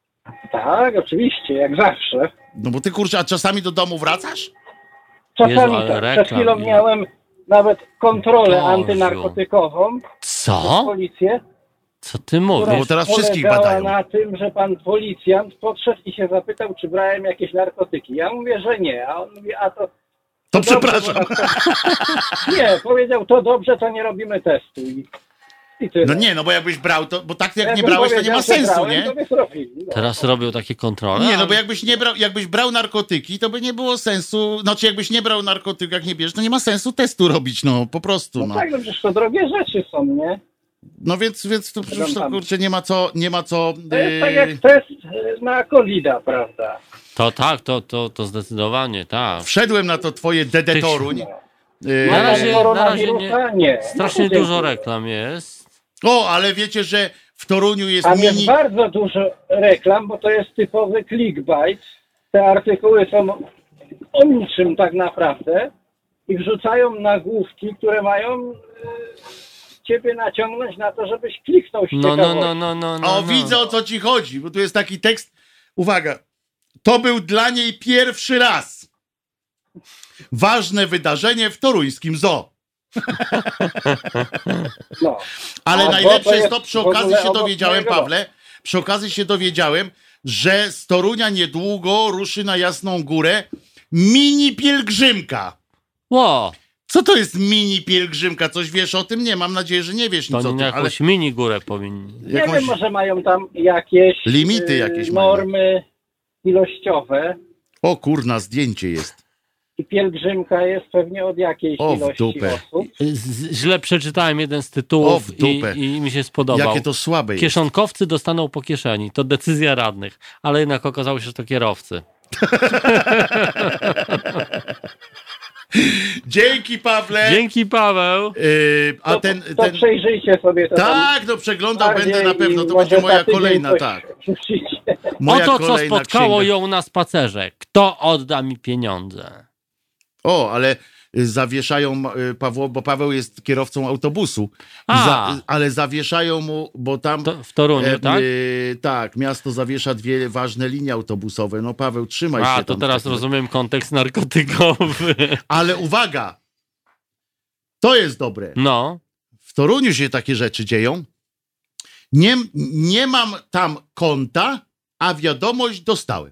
Tak, oczywiście, jak zawsze. No bo ty, kurczę, a czasami do domu wracasz? Czasami Jezu, ale tak. reklam, Przed chwilą ile? miałem nawet kontrolę Boziu. antynarkotykową przez Co? policję, Co ty która mówisz? bo teraz wszystkich polegała badają. na tym, że pan policjant podszedł i się zapytał, czy brałem jakieś narkotyki. Ja mówię, że nie, a on mówi, a to... To dobrze, przepraszam. bo narko- Nie, powiedział, to dobrze, to nie robimy testu. I, i tyle. No nie, no bo jakbyś brał to, bo tak jak nie Jakbym brałeś, to nie powiedział, ma że sensu, brałem, nie? To by zrobili. No. Teraz robią takie kontrole? Nie, no ale- bo jakbyś nie brał, jakbyś brał narkotyki, to by nie było sensu, znaczy jakbyś nie brał narkotyków, jak nie bierzesz, to nie ma sensu testu robić, no, po prostu, No no. tak, no przecież to drogie rzeczy są, nie? No więc, więc to przecież to, tam. kurczę, nie ma co, nie ma co... To jest yy, tak jak test e, na kolida, prawda? To tak, to, to, to zdecydowanie, tak. Wszedłem na to twoje D D Ty- Toruń. No. Yy, Na razie- koronawirusa nie. Strasznie No, dużo dziękuję. reklam jest. O, ale wiecie, że w Toruniu jest Tam jest mini... bardzo dużo reklam, bo to jest typowy clickbait. Te artykuły są o niczym tak naprawdę i wrzucają nagłówki, które mają e, ciebie naciągnąć na to, żebyś kliknął z No, no, ciekawości. no, no, no, no. O, no. widzę, o co ci chodzi, bo tu jest taki tekst. Uwaga. To był dla niej pierwszy raz. Ważne wydarzenie w toruńskim zoo. No. Ale A najlepsze bo to jest to, jest przy w ogóle okazji się obok dowiedziałem, mojego Pawle, przy okazji się dowiedziałem, że z Torunia niedługo ruszy na Jasną Górę mini pielgrzymka. Ło, Co to jest mini pielgrzymka? Coś wiesz o tym? Nie, mam nadzieję, że nie wiesz to nic o oni tym, na ale jakąś mini górę powinni. Nie jakąś... wiem, może mają tam jakieś Limity e, jakieś mają. normy ilościowe O kurna, zdjęcie jest. i pielgrzymka jest pewnie od jakiejś O, w ilości dupę. osób. Z, źle przeczytałem jeden z O, tytułów w dupę. i, i mi się spodobał. Jakie to słabe jest. Kieszonkowcy dostaną po kieszeni. To decyzja radnych, ale jednak okazało się, że to kierowcy. Dzięki, Pawle. Dzięki, Paweł. Yy, a To, ten, to ten... przejrzyjcie sobie to tam Tak, no przeglądał bardziej będę na pewno, i to może będzie moja za tydzień kolejna, coś tak. wrzucicie. Moja Oto, co kolejna spotkało księga. ją na spacerze. Kto odda mi pieniądze? O, ale zawieszają Pawło, bo Paweł jest kierowcą autobusu, za, ale zawieszają mu, bo tam to w Toruniu, e, tak? E, tak, miasto zawiesza dwie ważne linie autobusowe. No Paweł, trzymaj A, się. A, to tam teraz rozumiem kontekst narkotykowy. Ale uwaga, to jest dobre. No. W Toruniu się takie rzeczy dzieją. Nie, nie mam tam konta, a wiadomość dostałem.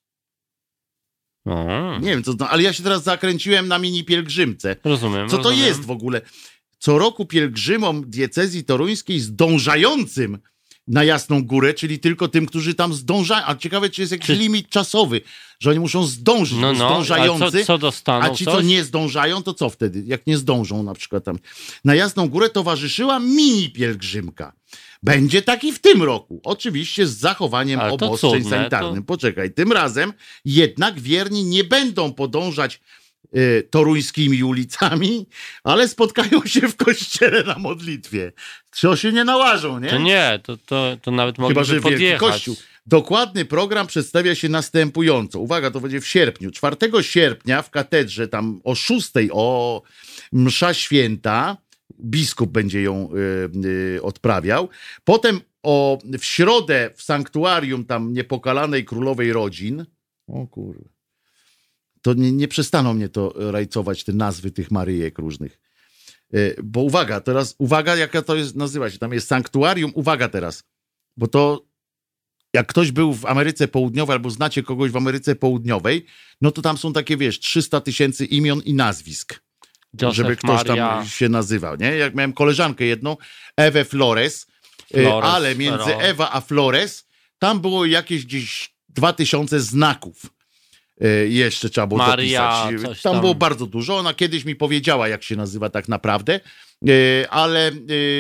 Aha. Nie wiem, co to, ale ja się teraz zakręciłem na mini pielgrzymce. Rozumiem. Co to rozumiem. jest w ogóle? Co roku pielgrzymom diecezji toruńskiej zdążającym na Jasną Górę, czyli tylko tym, którzy tam zdążają. A ciekawe, czy jest jakiś czy... limit czasowy, że oni muszą zdążyć. No, no. Zdążający, a co, co dostaną? a ci, coś? co nie zdążają, to co wtedy? Jak nie zdążą na przykład tam. Na Jasną Górę towarzyszyła mini pielgrzymka. Będzie taki w tym roku. Oczywiście z zachowaniem Ale to obostrzeń cudne, sanitarnym. to... Poczekaj, tym razem jednak wierni nie będą podążać y, toruńskimi ulicami, ale spotkają się w kościele na modlitwie. Czy się nie nałażą, nie? To nie, to, to, to nawet mogliby Chyba, że podjechać. Wielki Kościół. Dokładny program przedstawia się następująco. Uwaga, to będzie w sierpniu. czwartego sierpnia w katedrze tam o szóstej o msza święta. Biskup będzie ją y, y, odprawiał. Potem o, w środę w sanktuarium tam Niepokalanej Królowej Rodzin. O kurwa. To nie, nie przestaną mnie to rajcować, te nazwy tych Maryjek różnych. Y, bo uwaga, teraz uwaga, jaka to jest, nazywa się. Tam jest sanktuarium. Uwaga teraz. Bo to jak ktoś był w Ameryce Południowej albo znacie kogoś w Ameryce Południowej, no to tam są takie, wiesz, trzysta tysięcy imion i nazwisk. Joseph, żeby ktoś Maria. tam się nazywał, nie? Jak miałem koleżankę jedną, Ewę Flores, Flores, ale między Ferro. Ewa a Flores tam było jakieś gdzieś dwa tysiące znaków. Jeszcze trzeba było Maria, dopisać. coś Tam, tam było bardzo dużo. Ona kiedyś mi powiedziała, jak się nazywa tak naprawdę, ale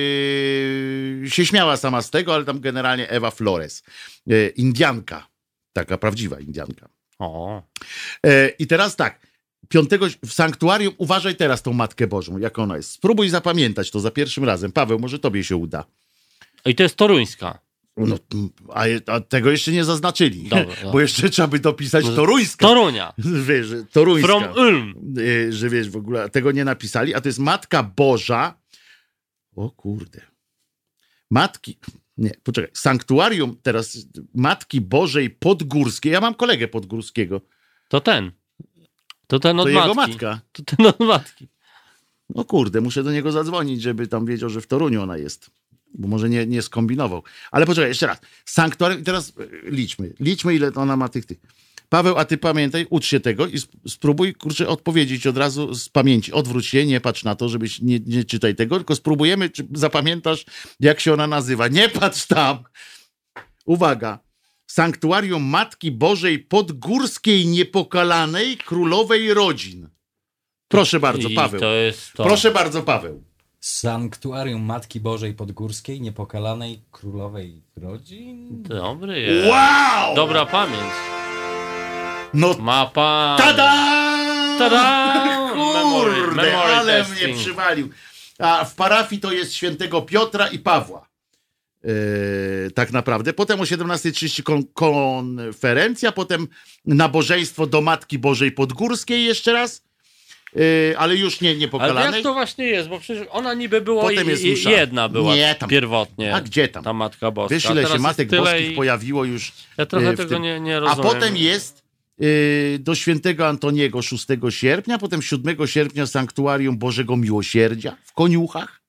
yy, się śmiała sama z tego, ale tam generalnie Ewa Flores. Indianka. Taka prawdziwa Indianka. O. I teraz tak. Piątego w sanktuarium, uważaj teraz tą Matkę Bożą, jak ona jest. Spróbuj zapamiętać to za pierwszym razem. Paweł, może tobie się uda. I to jest toruńska. No, a, a tego jeszcze nie zaznaczyli, Dobra, dobra. bo jeszcze trzeba by dopisać toruńska. Torunia. Wiesz, że toruńska. From Ulm. Y, Że wiesz, w ogóle tego nie napisali, a to jest Matka Boża. O kurde. Matki... Nie, poczekaj. Sanktuarium teraz Matki Bożej Podgórskiej. Ja mam kolegę Podgórskiego. To ten. To ten od To matki. jego matka. To ten od matki. No kurde, muszę do niego zadzwonić, żeby tam wiedział, że w Toruniu ona jest. Bo może nie, nie skombinował. Ale poczekaj, jeszcze raz. Sanktuarium, i teraz liczmy. Liczmy, ile ona ma tych, tych. Paweł, a ty pamiętaj, ucz się tego i spróbuj, kurczę, odpowiedzieć od razu z pamięci. Odwróć się, nie patrz na to, żebyś nie, nie czytaj tego, tylko spróbujemy, czy zapamiętasz, jak się ona nazywa. Nie patrz tam. Uwaga. Sanktuarium Matki Bożej Podgórskiej Niepokalanej Królowej Rodzin. Proszę bardzo, I Paweł. to jest to. Proszę bardzo, Paweł. Sanktuarium Matki Bożej Podgórskiej Niepokalanej Królowej Rodzin? Dobry jest. Wow! Dobra pamięć. No Mapa. tada! Tada! Memory, Kurde, memory ale testing. mnie przywalił. A w parafii to jest świętego Piotra i Pawła. Yy, tak naprawdę. Potem o siedemnasta trzydzieści kon- konferencja, potem nabożeństwo do Matki Bożej Podgórskiej jeszcze raz, yy, ale już nie Ale niepokalanej. jak to właśnie jest? Bo przecież ona niby była Potem i, jest i, msza. jedna była Nie, tam- pierwotnie. A gdzie tam? Ta Matka Boska. Wiesz, ile Teraz się jest Matek tyle Boskich i... pojawiło już. Ja trochę yy, w tego tym. nie, nie A rozumiem. potem jest yy, do świętego Antoniego szóstego sierpnia, potem siódmego sierpnia Sanktuarium Bożego Miłosierdzia w Koniuchach.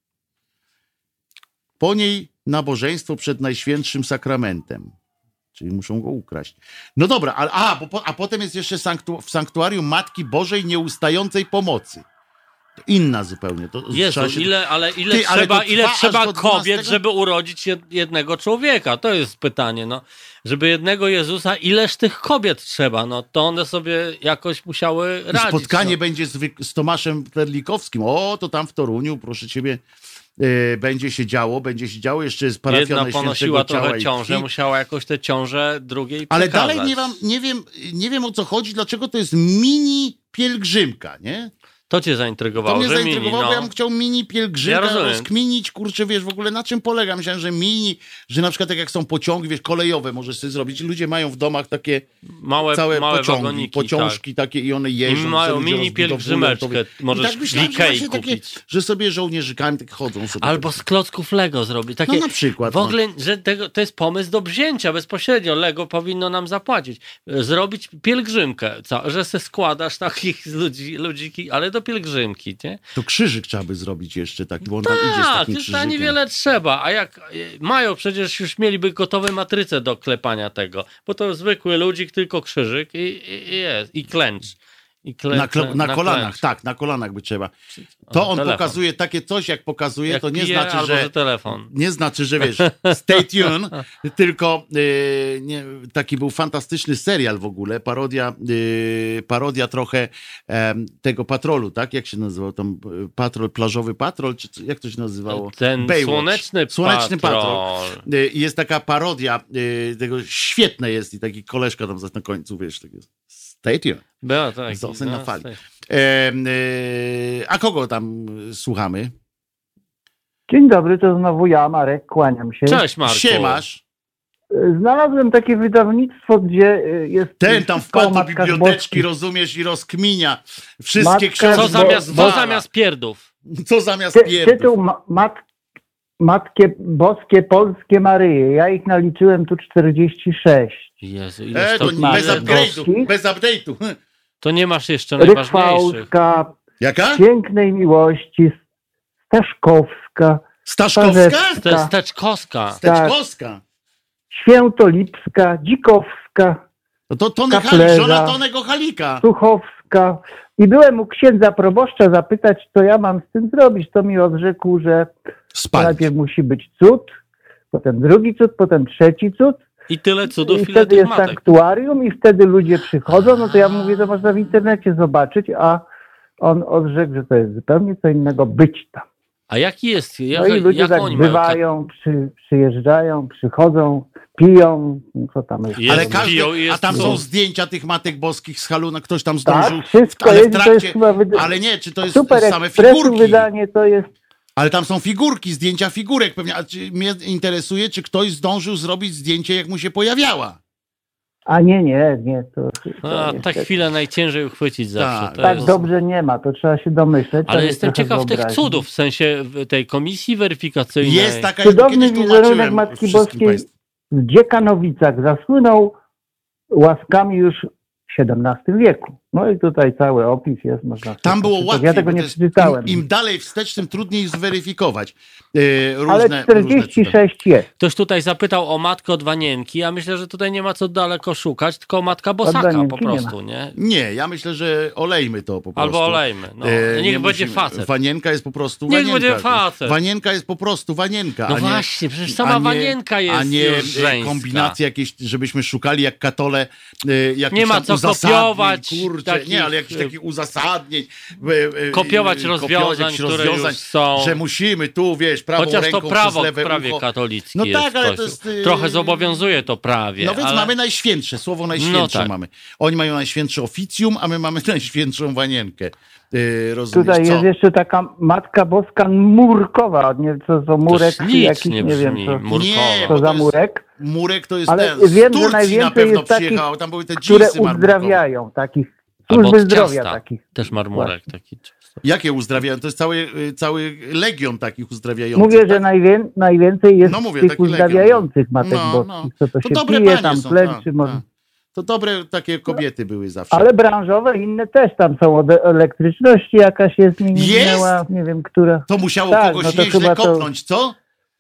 Po niej nabożeństwo przed Najświętszym Sakramentem. Czyli muszą go ukraść. No dobra, ale, a, bo, po- a potem jest jeszcze sanktu, w Sanktuarium Matki Bożej Nieustającej Pomocy. To inna zupełnie. To Jezu, trzeba się- ile, ale ile Ty, ale trzeba, to ile trwa aż trzeba do kobiet, dwunastego? żeby urodzić jed- jednego człowieka? To jest pytanie, no. Żeby jednego Jezusa, ileż tych kobiet trzeba? No to one sobie jakoś musiały I radzić. spotkanie no. będzie z, wy- z Tomaszem Terlikowskim. O, to tam w Toruniu, proszę ciebie, e, będzie się działo, będzie się działo. Jeszcze jest parafia Jedna Najświętego ponosiła Ciała trochę i ciążę, Krwi. musiała jakoś te ciąże drugiej Ale przekazać. dalej nie, wam, nie, wiem, nie wiem o co chodzi, dlaczego to jest mini pielgrzymka, nie? To cię zaintrygowało, To mnie że zaintrygowało, mini, no. bo ja bym chciał mini pielgrzymkę Ja rozumiem. rozkminić, kurczę, wiesz, w ogóle na czym polega? Myślałem, że mini, że na przykład tak jak są pociągi, wiesz, kolejowe możesz sobie zrobić. Ludzie mają w domach takie Małe, całe małe pociągi, wagoniki, pociążki tak. takie i one jeżdżą. I mają sobie ludzie mini rozbudowują, pielgrzymeczkę, to- możesz I tak myślałem, w że, Ikei właśnie takie, kupić. że sobie żołnierzykami tak chodzą sobie. Albo z klocków Lego zrobić. Takie, No na przykład, W ogóle, że tego, to jest pomysł do wzięcia bezpośrednio. Lego powinno nam zapłacić. Zrobić pielgrzymkę, co, że se składasz takich z ludzi, ludziki, ale do pielgrzymki, nie? To krzyżyk trzeba by zrobić jeszcze taki, bo on tam idzie z Tak, takim już na krzyżykiem. niewiele trzeba. A jak mają, przecież już mieliby gotowe matryce do klepania tego, bo to zwykły ludzik, tylko krzyżyk i, i, i jest. I klęcz. I klę, Na, klo- na, na kolanach, klęcz. tak, na kolanach by trzeba. To on telefon. pokazuje takie coś, jak pokazuje, Jak to nie pije, znaczy, albo że... że telefon. Nie znaczy, że wiesz, stay tuned, tylko yy, nie, taki był fantastyczny serial w ogóle, parodia, yy, parodia trochę e, tego patrolu, tak? Jak się nazywał tam? Patrol, plażowy patrol, czy co- jak to się nazywało? Ten Baywatch. słoneczny, Słoneczny patrol. patrol. Yy, I jest taka parodia yy, tego, świetne jest i taki koleżka tam na końcu, wiesz, tak jest. Stay tuned. Było tak. Zostań no, na fali. stay. E, e, a kogo tam słuchamy? Dzień dobry, to znowu ja, Marek, kłaniam się. Cześć Marku. Siemasz. Znalazłem takie wydawnictwo, gdzie jest... Ten tam koło wpadł do Matkach biblioteczki, Boskich. rozumiesz, i rozkminia wszystkie Matka książki. Co Bo- zamiast, co Wala. zamiast pierdów? Co zamiast Ty, pierdów? tytuł ma, mat, Matkie Boskie Polskie Maryje. Ja ich naliczyłem tu czterdzieści sześć. Jezu, ile E, to to, nie, Matki bez upgrade'u, Boskiej. bez update'u. to nie masz jeszcze najważniejszych. Rychwałska, Jaka? Pięknej Miłości, Staszkowska, Staszkowska? Parzewska, To jest Steczkowska. Steczkowska. Świętolipska, Dzikowska, No to Tony Halik, Kaflerza. żona Tonego Halika. Suchowska. I byłem u księdza proboszcza zapytać, co ja mam z tym zrobić. To mi odrzekł, że Spalić. najpierw musi być cud, potem drugi cud, potem trzeci cud. I tyle cudów, I ile wtedy tych jest matek. sanktuarium i wtedy ludzie przychodzą. No to ja mówię, to można w internecie zobaczyć, a on odrzekł, że to jest zupełnie co innego być tam. A jaki jest? Jak, No i ludzie jak tak oni mają? bywają, przy, przyjeżdżają, przychodzą, piją, co tam jest. Jest Ale piją każdy, i jest a tam cud. są zdjęcia tych matek boskich z Haluna, ktoś tam zdążył. Tak, wszystko ale w jest, to jest trakcie, chyba wyda- ale nie, czy to jest Super same Expressu figurki? wydanie to jest. Ale tam są figurki, zdjęcia figurek pewnie. A czy, mnie interesuje, czy ktoś zdążył zrobić zdjęcie, jak mu się pojawiała. A nie, nie, nie. To, to A, tak niestety. chwilę najciężej uchwycić zawsze. Tak, To Tak jest... dobrze nie ma, to trzeba się domyśleć. Ale to jestem jest trochę ciekaw tych wyobraźni. cudów, w sensie w tej komisji weryfikacyjnej. Jest taka, ja to Cudowny kiedyś wizerunek tłumaczyłem Matki wszystkim Boskiej państwu. w Dziekanowicach zasłynął łaskami już w siedemnastym wieku. No i tutaj cały opis jest, można Tam sobie było poczytać. łatwiej. Ja tego bo nie to jest- przeczytałem. Im, Im dalej wstecz, tym trudniej zweryfikować. Yy, różne, Ale różne czterdzieści cuda. sześć jest. Ktoś tutaj zapytał o matkę od Wanienki. Ja myślę, że tutaj nie ma co daleko szukać, tylko matka Bosaka Wanienki po nie ma. prostu, nie? Nie, ja myślę, że olejmy to po prostu. Albo olejmy. No. E, Niech nie będzie musimy- facet. Wanienka jest po prostu Niech wanienka. będzie facet. Wanienka jest po prostu wanienka. No a nie, właśnie, przecież sama a nie- wanienka jest A nie już e, żeńska. kombinacje jakieś, żebyśmy szukali jak katole e, jakichś Nie ma tam co uzasadnień, kopiować Kurczę, takich, nie, ale jakichś e, takich uzasadnień. e, e, Kopiować e, rozwiązań, jakichś które rozwiązań, już są. że musimy tu, wiesz, prawą Chociaż ręką to prawo przez lewe w prawie ucho. katolickim No jest tak, ale to Kościół. jest, yy, Trochę zobowiązuje to prawie. No więc ale... mamy najświętsze, słowo najświętsze No tak. mamy. Oni mają najświętsze oficjum, a my mamy najświętszą wanienkę. Yy, rozumiesz, Tutaj co? jest jeszcze taka Matka Boska murkowa, nie wiem co za murek, To czy ślicznie jakiś, nie wiem brzmi, co, murkowa. Nie, co bo za to jest- murek, Murek to jest ale ten, z wiem, że Turcji na najwięcej pewno jest takich, przyjechał, tam były te które dżinsy marmurkowe. uzdrawiają, takich Albo służby od zdrowia ciasta. takich. Też marmurek taki często. Jakie uzdrawiają? To jest cały, y, cały legion takich uzdrawiających. Mówię, tak? że najwię, najwięcej jest No mówię, tych taki legion. uzdrawiających Matek No, Boskich, no. co to To się dobre pije, panie tam są, plęczy, tak, może... tak. To dobre takie kobiety były zawsze. Ale branżowe inne też tam są, od elektryczności jakaś jest, mi nie Jest? minęła, nie wiem, która. To musiało Tak, kogoś no to nieźle chyba to- kopnąć, co?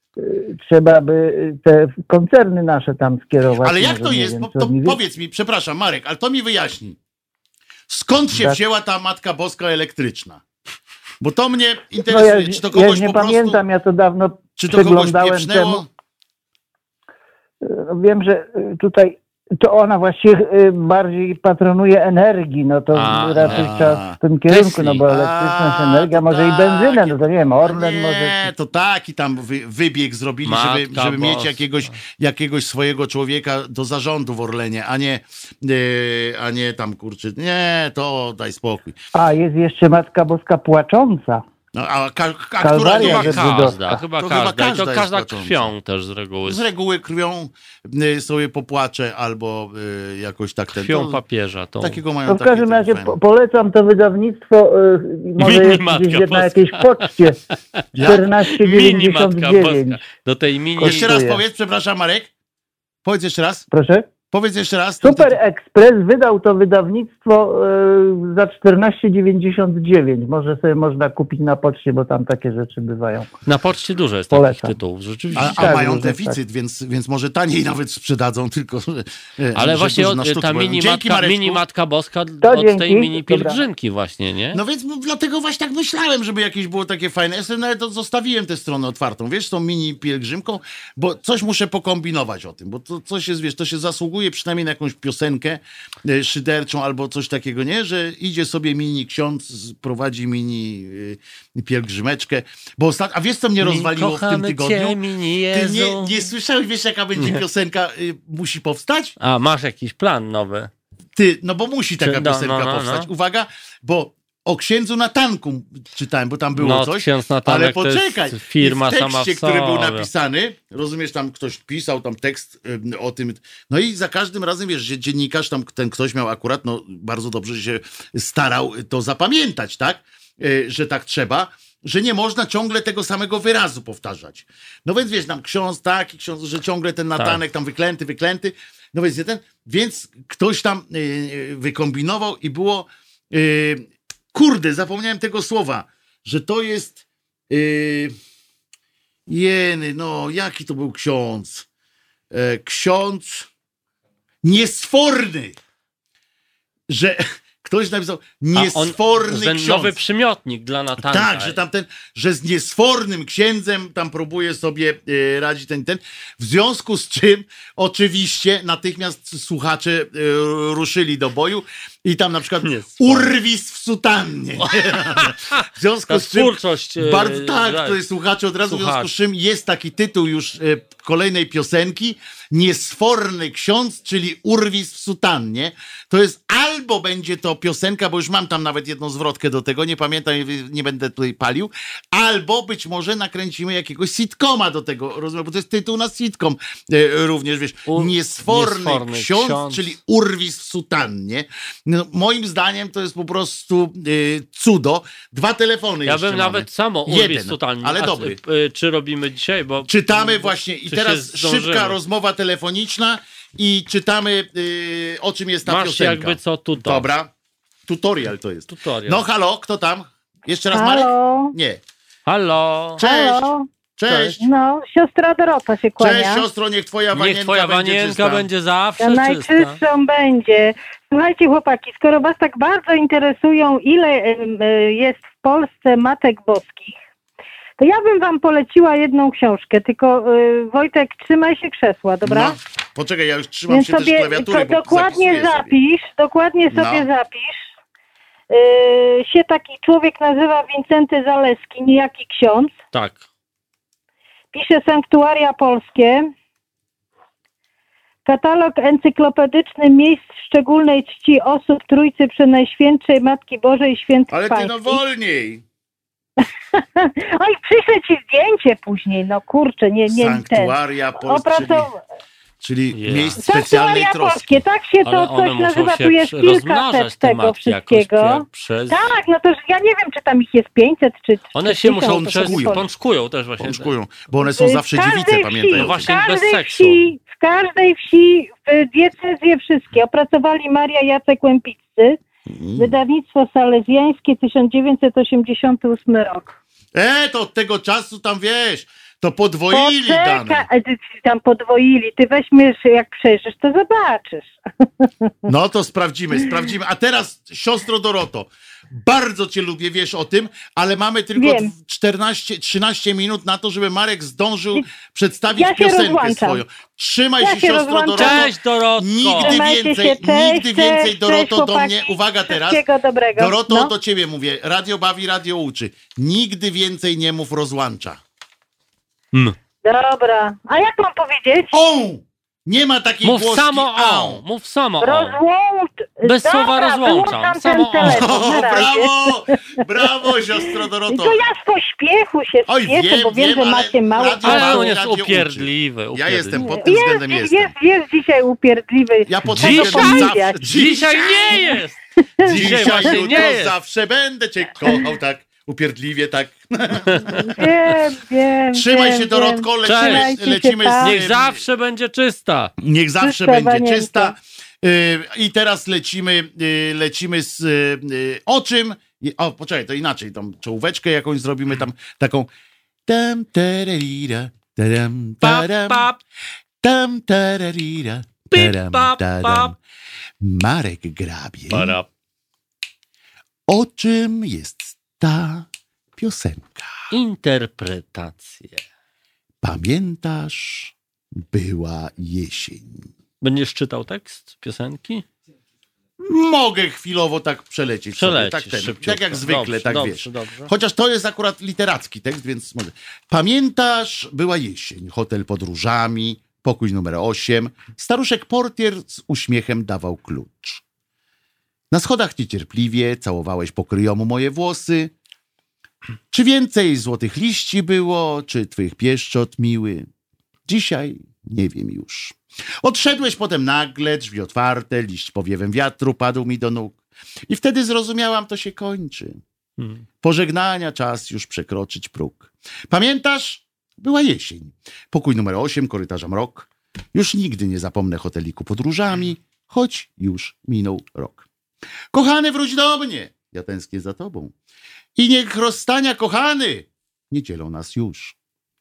Trzeba by te koncerny nasze tam skierować. Ale jak może, to nie jest? wiem, Bo, czy to oni wie- powiedz mi, przepraszam Marek, ale to mi wyjaśni. Skąd się Tak. wzięła ta Matka Boska elektryczna? Bo to mnie No interesuje, ja, czy to ja kogoś nie po prostu... pamiętam, ja to dawno Czy to kogoś przeglądałem pieprznęło? temu. No, wiem, że y, tutaj to ona właściwie y, bardziej patronuje energii, no to A, raczej a, trzeba w tym kierunku, Tesli. no bo elektryczność, A, energia, to może i tak. benzyna, no to nie wiem, Orlen nie, może... to taki tam wy, wybieg zrobili, żeby, Matka żeby mieć Boska. jakiegoś, jakiegoś swojego człowieka do zarządu w Orlenie, a nie, yy, a nie tam, kurczę, nie, to daj spokój. A, jest jeszcze Matka Boska płacząca. No, a, ka, a która Kalwaria, nie Chyba jest? żeby każda, dostać. chyba To chyba każda. I każda to jest każda płacząca. krwią też z reguły. Z reguły krwią y, sobie popłacze albo y, jakoś tak ten... Krwią to, papieża. To... takiego mają No w takie- każdym takie razie fajne. po, polecam to wydawnictwo, y, może Mini jest Matka gdzieś na Boska. jakiejś poczcie, czternaście Mini dziewięćdziesiąt Matka dziewięć. Boska. Do tej mini... Jeszcze raz Dziękuję. powiedz, przepraszam Marek. Powiedz jeszcze raz. Proszę? Powiedz jeszcze raz. ten Super tytuł. Express wydał to wydawnictwo y, za czternaście dziewięćdziesiąt dziewięć. Może sobie można kupić na poczcie, bo tam takie rzeczy bywają. Na poczcie dużo jest Polecam. takich tytułów, rzeczywiście. A, a Tak, mają różne, deficyt, więc, więc może taniej nawet sprzedadzą, tylko że, Ale że właśnie dużo na od, sztuki ta mają. mini Dzięki, matka, Mareczku. mini matka Boska To od dzięki. tej mini Dobra. pielgrzymki właśnie, nie? No więc dlatego właśnie tak myślałem, żeby jakieś było takie fajne. Ja sobie nawet zostawiłem tę stronę otwartą, wiesz, z tą mini pielgrzymką, bo coś muszę pokombinować o tym, bo to coś jest, wiesz, to się zasługuje przynajmniej na jakąś piosenkę e, szyderczą albo coś takiego, nie? Że idzie sobie mini ksiądz, prowadzi mini e, pielgrzymeczkę, bo ostat... A wiesz, co mnie rozwaliło w tym Kochamy tygodniu? Cię, mini Ty Jezu. nie, nie słyszałeś, wiesz, jaka będzie piosenka y, musi powstać? A, masz jakiś plan nowy? Ty, no bo musi taka Czy- no, piosenka no, no, powstać. no. Uwaga, bo o księdzu Natanku czytałem, bo tam było No, coś. ksiądz Natanek ale to jest poczekaj, firma i w sama w tekście, który był sobie. napisany, rozumiesz, tam ktoś pisał tam tekst y, o tym. No i za każdym razem, wiesz, że dziennikarz tam, ten ktoś miał akurat, no bardzo dobrze się starał to zapamiętać, tak? Y, że tak trzeba. Że nie można ciągle tego samego wyrazu powtarzać. No więc wiesz, tam ksiądz taki, ksiądz, że ciągle ten Natanek tam wyklęty, wyklęty. No więc, ten, więc ktoś tam yy, wykombinował i było yy, kurde, zapomniałem tego słowa, że to jest yy, jeny, no jaki to był ksiądz? E, ksiądz niesforny. Że ktoś napisał niesforny ten ksiądz. nowy przymiotnik dla Natanka. Tak, że tamten, że z niesfornym księdzem tam próbuje sobie e, radzić ten, ten. W związku z czym oczywiście natychmiast słuchacze e, ruszyli do boju i tam na przykład Niesforny. urwis w sutannie. W związku Ta z czym twórczość, e, bardzo tak, że- to jest słuchacze od razu, w Słuchacze. związku z czym jest taki tytuł już e, kolejnej piosenki, niesforny ksiądz, czyli urwis w sutannie. To jest albo będzie to piosenka, bo już mam tam nawet jedną zwrotkę do tego, nie pamiętam, nie będę tutaj palił, albo być może nakręcimy jakiegoś sitcoma do tego, rozumiem, bo to jest tytuł na sitcom e, również, wiesz, U- niesforny, niesforny ksiądz, ksiądz. czyli urwis w sutannie. No, moim zdaniem to jest po prostu e, cudo. Dwa telefony Ja jeszcze bym mamy. nawet samo urwis Jeden, totalnie. ale A, dobry. y, Czy robimy dzisiaj? Bo Czytamy właśnie i czy teraz się zdążymy? szybka rozmowa telefoniczna i czytamy y, o czym jest ta Masz piosenka. jakby co tutaj. Dobra. Tutorial to jest. Tutorial. No halo, kto tam? Jeszcze raz Marek? Halo, Nie. Halo. Cześć. halo. Cześć. No, siostra Dorota się kłania. Cześć siostro, niech twoja wanienka Niech twoja będzie wanienka czysta. będzie zawsze To czysta. najczystszą będzie. Słuchajcie chłopaki, skoro was tak bardzo interesują, ile em, e, jest w Polsce matek boskich, to ja bym wam poleciła jedną książkę, tylko e, Wojtek, trzymaj się krzesła, dobra? No, poczekaj, ja już trzymam Więc się też sobie klawiatury, to, bo dokładnie zapisuję sobie. zapisz, dokładnie No. sobie zapisz. E, się taki człowiek nazywa Wincenty Zaleski, niejaki ksiądz. Tak. Pisze Sanktuaria Polskie. Katalog encyklopedyczny miejsc szczególnej czci osób Trójcy Przenajświętszej Matki Bożej Świętych Ale ty no Pańskich. wolniej. Oj, przyślę ci zdjęcie później, no kurczę, nie, nie ten. Sanktuaria Polskie, czyli, Opracow... czyli Yeah. miejsc specjalnej Sanktuaria troski. Polskie, tak się Ale to one coś muszą nazywa, się tu jest prze- kilka rozmnażać set te tego matki jakoś wszystkiego. jak przez... Tak, no to ja nie wiem, czy tam ich jest pięćset, czy One czy się tysiąc, muszą to przez... sobie powiem. Pączkują też właśnie. Pączkują, bo one są W zawsze każdej dziewice, wsi, pamiętaj. No o właśnie tym. W bez każdej seksu. wsi, w każdej wsi, w diecezje wszystkie opracowali Maria Jacek Łępiccy, Mm. wydawnictwo salezjańskie, tysiąc dziewięćset osiemdziesiąty ósmy rok. E, to od tego czasu tam wiesz, To podwoili Poczeka, dane. a ty tam podwoili. Ty weźmiesz, jak przejrzysz, to zobaczysz. No to sprawdzimy, sprawdzimy. A teraz, siostro Doroto, bardzo cię lubię, wiesz o tym, ale mamy tylko Wiem. czternaście, trzynaście minut na to, żeby Marek zdążył przedstawić Ja się piosenkę rozłączam. swoją. Trzymaj Ja się, się siostro rozłączam. Doroto. Cześć, Dorotko! Nigdy Trzymajcie więcej, się, cześć, nigdy więcej, cześć, Doroto, cześć, do chłopaki. mnie. Uwaga teraz. Wszystkiego dobrego. Doroto, No. do ciebie mówię. Radio bawi, radio uczy. Nigdy więcej nie mów rozłącza. Mm. Dobra. A jak mam powiedzieć? O! Nie ma takiej Mów głoski. samo Au. o! Mów samo o! Rozłącz. Bez Dobra, słowa rozłączam. wyłączam Samo ten o. telefon. O, Na razie. brawo! Brawo, siostro I Doroto. to ja z pośpiechu się Oj, spieszę, wiem, bo wiem, wiem, że ale macie mało radio Ale bawi, on jest radio uczy. upierdliwy, Ja upierdliwy. jestem pod tym Jest, względem jest, jestem. jest dzisiaj upierdliwy. Ja pod Dzisiaj? tym względem Dzisiaj? zawsze, Dzisiaj nie jest! Dzisiaj dzisiaj właśnie jutro nie jest! zawsze będę cię kochał tak upierdliwie, tak. Wiem, wiem, Trzymaj wiem, się, Dorotko, wiem. lecimy, Trzymajcie się, lecimy tak. z... Niech zawsze będzie czysta! Niech zawsze Czysta będzie wanienka. czysta. Y, I teraz lecimy, y, lecimy z y, y, o czym? I- O, poczekaj, to inaczej, tą czołóweczkę jakąś zrobimy tam, taką tam tararira, taram, Pap, taram, pap, tam tararira, pip, taram, pap, taram. pap. Marek Grabie. Para. O czym jest ta piosenka? Interpretacje. Pamiętasz, była jesień. Będziesz czytał tekst piosenki? Mogę chwilowo tak przelecieć. Przelecisz sobie, tak, ten, szybciutko. tak jak zwykle, Dobrze, tak dobrze, wiesz. dobrze. Chociaż to jest akurat literacki tekst, więc może. Pamiętasz, była jesień, hotel pod różami, pokój numer osiem. Staruszek portier z uśmiechem dawał klucz. Na schodach niecierpliwie całowałeś pokryjomu moje włosy. Czy więcej złotych liści było, czy twych pieszczot miły? Dzisiaj nie wiem już. Odszedłeś potem nagle, drzwi otwarte, liść powiewem wiatru padł mi do nóg. I wtedy zrozumiałam, to się kończy. Hmm. Pożegnania czas już przekroczyć próg. Pamiętasz? Była jesień. Pokój numer osiem, korytarza mrok. Już nigdy nie zapomnę hoteliku pod różami, choć już minął rok. Kochany, wróć do mnie, ja tęsknię za tobą. I niech rozstania, kochany, nie dzielą nas już.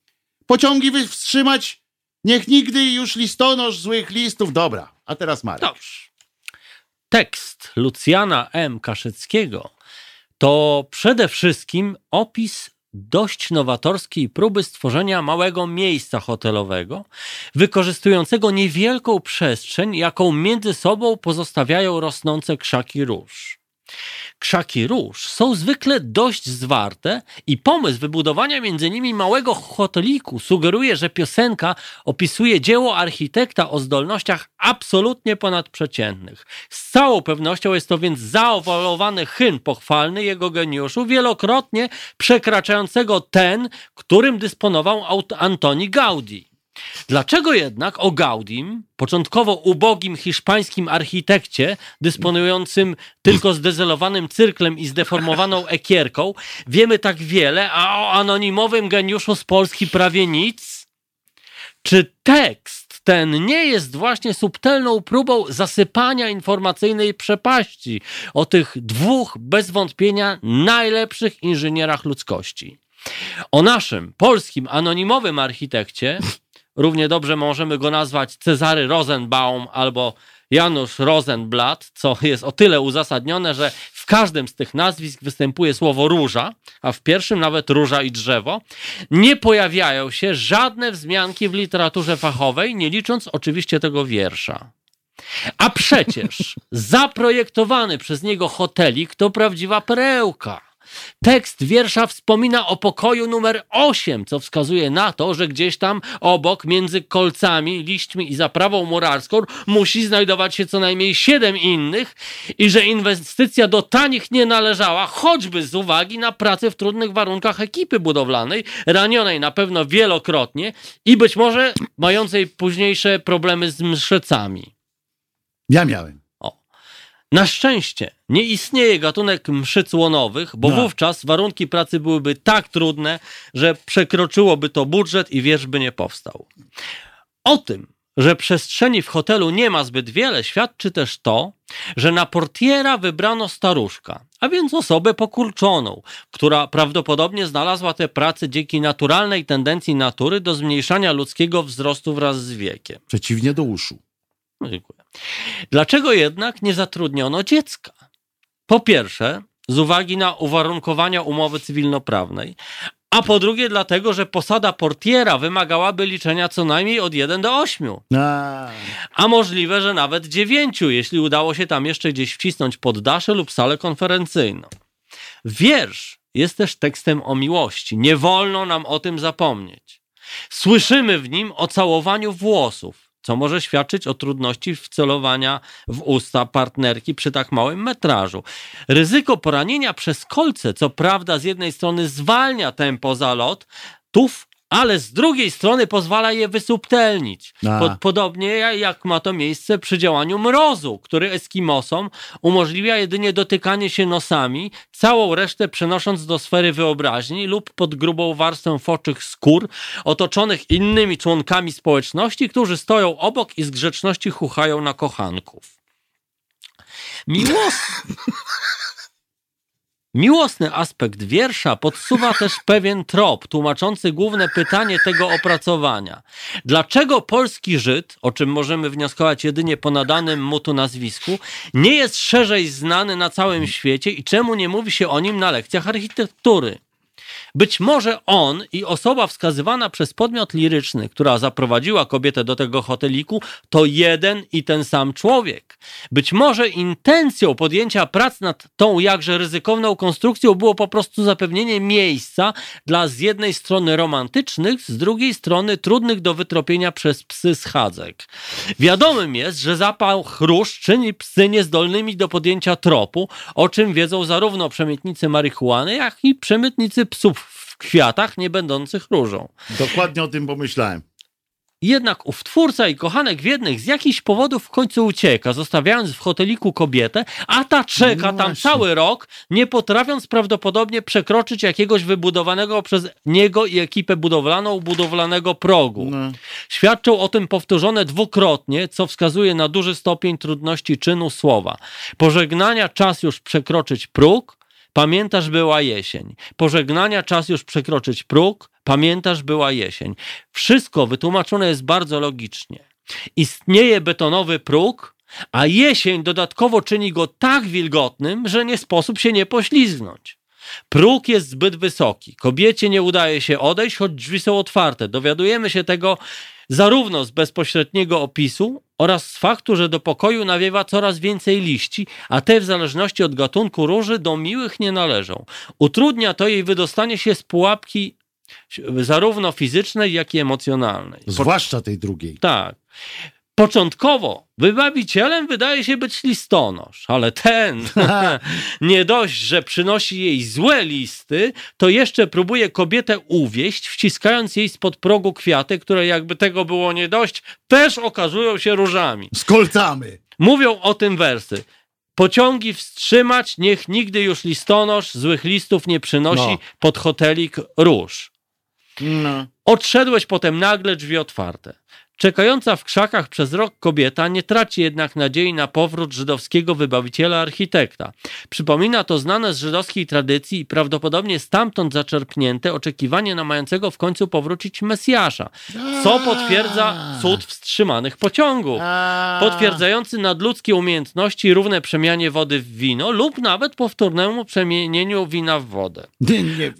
Pociągi wstrzymać, niech nigdy już listonosz złych listów. Dobra, a teraz Marek. Dobrze. Tekst Lucjana M. Kaszyckiego to przede wszystkim opis dość nowatorskiej próby stworzenia małego miejsca hotelowego, wykorzystującego niewielką przestrzeń, jaką między sobą pozostawiają rosnące krzaki róż. Krzaki róż są zwykle dość zwarte i pomysł wybudowania między nimi małego hoteliku sugeruje, że piosenka opisuje dzieło architekta o zdolnościach absolutnie ponadprzeciętnych. Z całą pewnością jest to więc zaowalowany hymn pochwalny jego geniuszu, wielokrotnie przekraczającego ten, którym dysponował Antoni Gaudí. Dlaczego jednak o Gaudim, początkowo ubogim hiszpańskim architekcie, dysponującym tylko zdezelowanym cyrklem i zdeformowaną ekierką, wiemy tak wiele, a o anonimowym geniuszu z Polski prawie nic? Czy tekst ten nie jest właśnie subtelną próbą zasypania informacyjnej przepaści o tych dwóch bez wątpienia najlepszych inżynierach ludzkości? O naszym polskim anonimowym architekcie równie dobrze możemy go nazwać Cezary Rosenbaum albo Janusz Rosenblatt, co jest o tyle uzasadnione, że w każdym z tych nazwisk występuje słowo róża, a w pierwszym nawet róża i drzewo. Nie pojawiają się żadne wzmianki w literaturze fachowej, nie licząc oczywiście tego wiersza. A przecież zaprojektowany przez niego hotelik to prawdziwa perełka. Tekst wiersza wspomina o pokoju numer osiem, co wskazuje na to, że gdzieś tam obok, między kolcami, liśćmi i zaprawą murarską musi znajdować się co najmniej siedem innych i że inwestycja do tanich nie należała, choćby z uwagi na pracę w trudnych warunkach ekipy budowlanej, ranionej na pewno wielokrotnie i być może mającej późniejsze problemy z mszecami. Ja miałem. Na szczęście nie istnieje gatunek mszyc łonowych, bo No. wówczas warunki pracy byłyby tak trudne, że przekroczyłoby to budżet i wiersz by nie powstał. O tym, że przestrzeni w hotelu nie ma zbyt wiele, świadczy też to, że na portiera wybrano staruszka, a więc osobę pokurczoną, która prawdopodobnie znalazła tę pracę dzięki naturalnej tendencji natury do zmniejszania ludzkiego wzrostu wraz z wiekiem. Przeciwnie do uszu. No, dziękuję. Dlaczego jednak nie zatrudniono dziecka? Po pierwsze, z uwagi na uwarunkowania umowy cywilnoprawnej, a po drugie dlatego, że posada portiera wymagałaby liczenia co najmniej od jeden do ośmiu. A, A możliwe, że nawet dziewięciu, jeśli udało się tam jeszcze gdzieś wcisnąć poddasze lub salę konferencyjną. Wiersz jest też tekstem o miłości. Nie wolno nam o tym zapomnieć. Słyszymy w nim o całowaniu włosów, co może świadczyć o trudności wcelowania w usta partnerki przy tak małym metrażu. Ryzyko poranienia przez kolce, co prawda z jednej strony zwalnia tempo zalotów, ale z drugiej strony pozwala je wysubtelnić. A. Pod, podobnie jak ma to miejsce przy działaniu mrozu, który Eskimosom umożliwia jedynie dotykanie się nosami, całą resztę przenosząc do sfery wyobraźni lub pod grubą warstwę foczych skór, otoczonych innymi członkami społeczności, którzy stoją obok i z grzeczności chuchają na kochanków. Miłos... Miłosny aspekt wiersza podsuwa też pewien trop, tłumaczący główne pytanie tego opracowania. Dlaczego polski Żyd, o czym możemy wnioskować jedynie po nadanym mu tu nazwisku, nie jest szerzej znany na całym świecie i czemu nie mówi się o nim na lekcjach architektury? Być może on i osoba wskazywana przez podmiot liryczny, która zaprowadziła kobietę do tego hoteliku, to jeden i ten sam człowiek. Być może intencją podjęcia prac nad tą jakże ryzykowną konstrukcją było po prostu zapewnienie miejsca dla z jednej strony romantycznych, z drugiej strony trudnych do wytropienia przez psy schadzek. Wiadomym jest, że zapach róż czyni psy niezdolnymi do podjęcia tropu, o czym wiedzą zarówno przemytnicy marihuany, jak i przemytnicy psów w kwiatach nie będących różą. dokładnie o tym pomyślałem. Jednak ów twórca i kochanek Wiednych z jakichś powodów w końcu ucieka, zostawiając w hoteliku kobietę, a ta czeka No tam właśnie. cały rok, nie potrafiąc prawdopodobnie przekroczyć jakiegoś wybudowanego przez niego i ekipę budowlaną budowlanego progu. No. Świadczą o tym powtórzone dwukrotnie, co wskazuje na duży stopień trudności czynu słowa. Pożegnania czas już przekroczyć próg, pamiętasz była jesień. Pożegnania czas już przekroczyć próg, pamiętasz była jesień. Wszystko wytłumaczone jest bardzo logicznie. Istnieje betonowy próg, a jesień dodatkowo czyni go tak wilgotnym, że nie sposób się nie poślizgnąć. Próg jest zbyt wysoki. Kobiecie nie udaje się odejść, choć drzwi są otwarte. Dowiadujemy się tego zarówno z bezpośredniego opisu oraz z faktu, że do pokoju nawiewa coraz więcej liści, a te w zależności od gatunku róży do miłych nie należą. Utrudnia to jej wydostanie się z pułapki zarówno fizycznej, jak i emocjonalnej. Po- Zwłaszcza tej drugiej. tak. Początkowo wybawicielem wydaje się być listonosz, ale ten nie dość, że przynosi jej złe listy, to jeszcze próbuje kobietę uwieść, wciskając jej spod progu kwiaty, które jakby tego było nie dość, też okazują się różami. Z kolcami. Mówią o tym wersy. Pociągi wstrzymać, niech nigdy już listonosz złych listów nie przynosi No. pod hotelik róż. No. Odszedłeś potem nagle, drzwi otwarte. Czekająca w krzakach przez rok kobieta nie traci jednak nadziei na powrót żydowskiego wybawiciela architekta. Przypomina to znane z żydowskiej tradycji i prawdopodobnie stamtąd zaczerpnięte oczekiwanie na mającego w końcu powrócić Mesjasza, co potwierdza cud wstrzymanych pociągów, potwierdzający nadludzkie umiejętności równe przemianie wody w wino lub nawet powtórnemu przemienieniu wina w wodę. Nie, nie,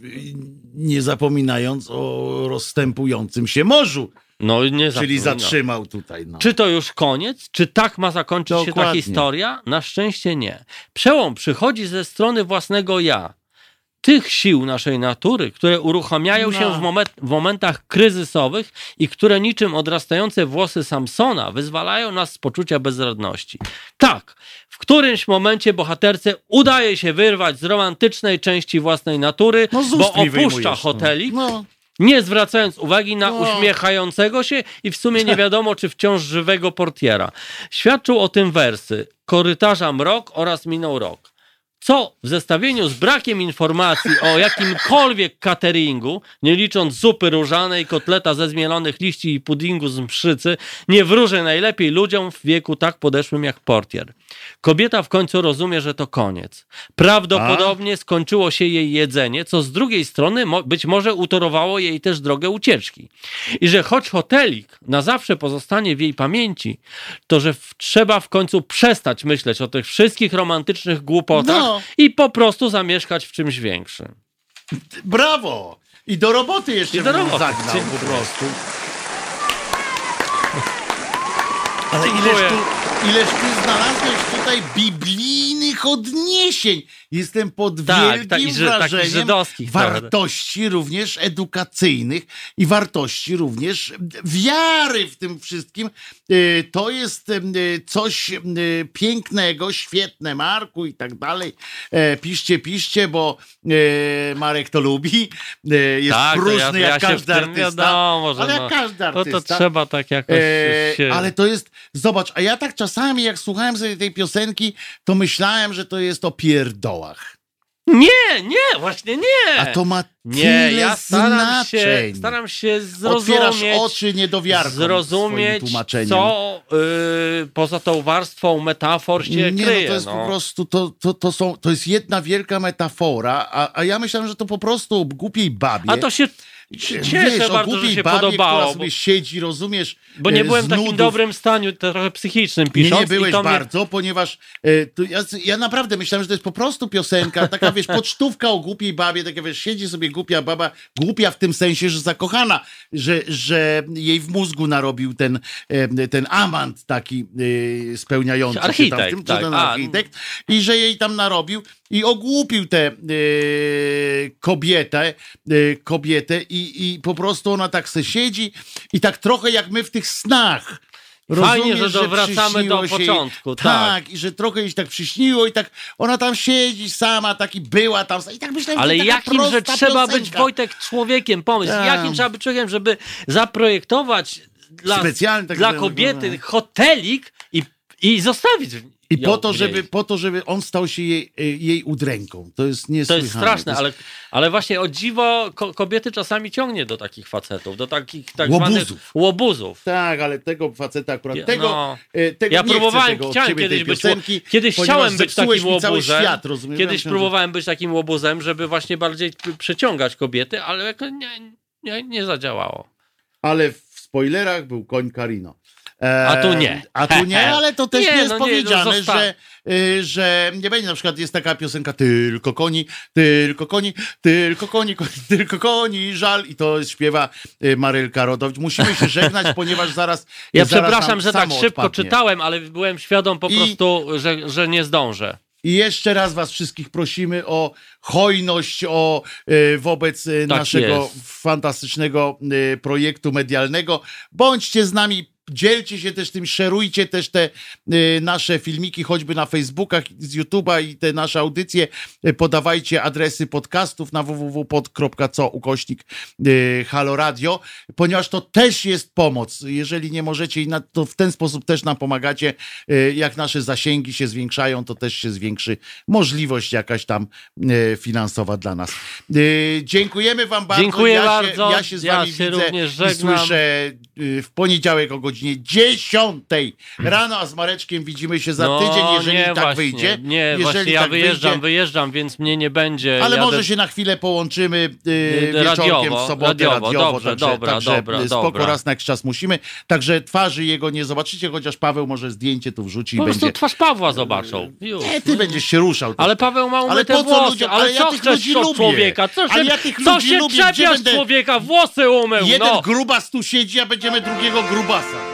nie zapominając o rozstępującym się morzu. No, nie Czyli zapomina. zatrzymał tutaj. No. Czy to już koniec? Czy tak ma zakończyć się ta Dokładnie. historia? Na szczęście nie. Przełom przychodzi ze strony własnego ja. Tych sił naszej natury, które uruchamiają się No. w, moment, w momentach kryzysowych i które niczym odrastające włosy Samsona wyzwalają nas z poczucia bezradności. Tak, w którymś momencie bohaterce udaje się wyrwać z romantycznej części własnej natury, No z bo ust mi opuszcza wyjmujesz, hotelik, No. nie zwracając uwagi na No. uśmiechającego się i w sumie nie wiadomo, czy wciąż żywego portiera. Świadczą o tym wersy. Korytarza mrok oraz minął rok. Co w zestawieniu z brakiem informacji o jakimkolwiek cateringu, nie licząc zupy różanej, kotleta ze zmielonych liści i puddingu z mszycy, nie wróży najlepiej ludziom w wieku tak podeszłym jak portier. Kobieta w końcu rozumie, że to koniec. Prawdopodobnie skończyło się jej jedzenie, co z drugiej strony mo- być może utorowało jej też drogę ucieczki. I że choć hotelik na zawsze pozostanie w jej pamięci, to że w- trzeba w końcu przestać myśleć o tych wszystkich romantycznych głupotach No. i po prostu zamieszkać w czymś większym. Brawo! I do roboty jeszcze I do bym roboty. zagnał Dziękuję. po prostu. Ale Dziękuję. ileż tu, ileż tu znalazłeś tutaj biblijnych odniesień. Jestem pod Tak, wielkim tak, i że- takich wrażeniem żydowskich, wartości również edukacyjnych i wartości również wiary w tym wszystkim. Y, To jest y, coś y, pięknego, świetne, Marku i tak dalej. E, Piszcie, piszcie, bo e, Marek to lubi. E, Jest Tak, to próżny ja- ja jak się każdy w tym artysta. wiadomo, że ale no, jak każdy To, artysta. to trzeba tak jakoś E, się... ale to jest, zobacz, a ja tak czasami jak słuchałem sobie tej piosenki, to myślałem, że to jest o pierdołach. Nie, nie, właśnie nie! A to ma Nie, tyle ja staram się, znaczeń. staram się Otwierasz zrozumieć, oczy niedowiarkom zrozumieć swoim tłumaczeniem. co y, poza tą warstwą metafor się Nie, kryje. no to jest no. po prostu, to, to, to, są, to jest jedna wielka metafora, a, a ja myślałem, że to po prostu o głupiej babie. A to się Wiesz, cieszę o bardzo, że głupiej się babie, podobało, która bo, sobie siedzi, rozumiesz, bo nie e, byłem z w takim nudów. dobrym stanie, trochę psychicznym Nie, pisząc. nie byłeś i to mnie... bardzo, ponieważ e, to ja, ja naprawdę myślałem, że to jest po prostu piosenka, taka wiesz, pocztówka o głupiej babie, taka wiesz, siedzi sobie głupia baba, głupia w tym sensie, że zakochana, że, że jej w mózgu narobił ten, e, ten amant taki e, spełniający się tam w Architekt, tym, czy tak. ten A, architekt i że jej tam narobił i ogłupił tę e, kobietę, e, kobietę i, i po prostu ona tak se siedzi i tak trochę jak my w tych snach. Fajnie, Rozumiesz, że dowracamy do przyśniło się jej- początku, tak. tak. i że trochę jej się tak przyśniło i tak ona tam siedzi sama, taki była tam i tak myślałem, Ale że taka jakim, że prosta trzeba być, piosenka. Wojtek, człowiekiem, pomysł, Tak. jakim trzeba być człowiekiem, żeby zaprojektować dla, Specjalnie tak dla zrobione. kobiety hotelik i, i zostawić I ją po to, w żeby, niej. po to, żeby on stał się jej, jej udręką. To jest To niesłychane. jest straszne, To jest- ale, ale właśnie o dziwo ko- kobiety czasami ciągnie do takich facetów, do takich tak Łobuzów. zwanych łobuzów. Tak, ale tego faceta akurat, Ja- tego, no. e, tego Ja nie chcę próbowałem, tego od chciałem ciebie, kiedyś tej być, piosenki, ło- kiedyś ponieważ chciałem być zepsułeś takim mi cały łobuzem, świat, rozumiesz? kiedyś Myślałem, że- próbowałem być takim łobuzem, żeby właśnie bardziej p- przyciągać kobiety, ale jakoś nie, nie, nie zadziałało. Ale w spoilerach był koń Carino. E, A tu nie. A tu nie, ale to też Nie, nie jest no nie, no powiedziane, zosta- że, y, że nie będzie na przykład jest taka piosenka tylko koni, tylko koni, tylko koni, koni tylko koni, żal i to śpiewa y, Marylka Rodowicz. Musimy się żegnać, ponieważ zaraz Ja zaraz przepraszam, nam że tak samo szybko odpadnie. czytałem, ale byłem świadom po I- prostu, że, że nie zdążę. I jeszcze raz was wszystkich prosimy o hojność o, y, wobec y, Tak naszego jest. fantastycznego y, projektu medialnego. Bądźcie z nami, dzielcie się też tym, szerujcie też te y, nasze filmiki, choćby na Facebookach, z YouTube'a i te nasze audycje. Y, podawajcie adresy podcastów na w w w kropka pod kropka co ukośnik y, Halo Radio, ponieważ to też jest pomoc. Jeżeli nie możecie, i na- to w ten sposób też nam pomagacie. Y, jak nasze zasięgi się zwiększają, to też się zwiększy możliwość jakaś tam y, finansowa dla nas. Y, dziękujemy wam bardzo. Dziękuję ja bardzo. Się, ja się z Ja wami się widzę również i żegnam. słyszę y, w poniedziałek o godzinie dziesiątej rano, a z Mareczkiem widzimy się za No, tydzień, jeżeli nie, tak właśnie, wyjdzie. Nie, jeżeli właśnie ja tak wyjeżdżam, wyjdzie, wyjeżdżam, więc mnie nie będzie. ale Jadę- może się na chwilę połączymy y, radiowo, wieczorkiem w sobotę radiowo. radiowo, dobrze, także, dobra, także dobra, spoko, dobra. raz na jakiś czas musimy. Także twarzy jego nie zobaczycie, chociaż Paweł może zdjęcie tu wrzuci i Po prostu będzie... twarz Pawła zobaczą. Już. Nie, ty będziesz się ruszał. Ale Paweł ma Ale umyte po co włosy, ludziom? ale, Ale ja co tych chcesz ludzi od lubię. człowieka? Co Ale się, ja tych co ludzi się lubię, gdzie czepiasz będę- człowieka? Włosy umył, Jeden no! grubas tu siedzi, a będziemy drugiego grubasa.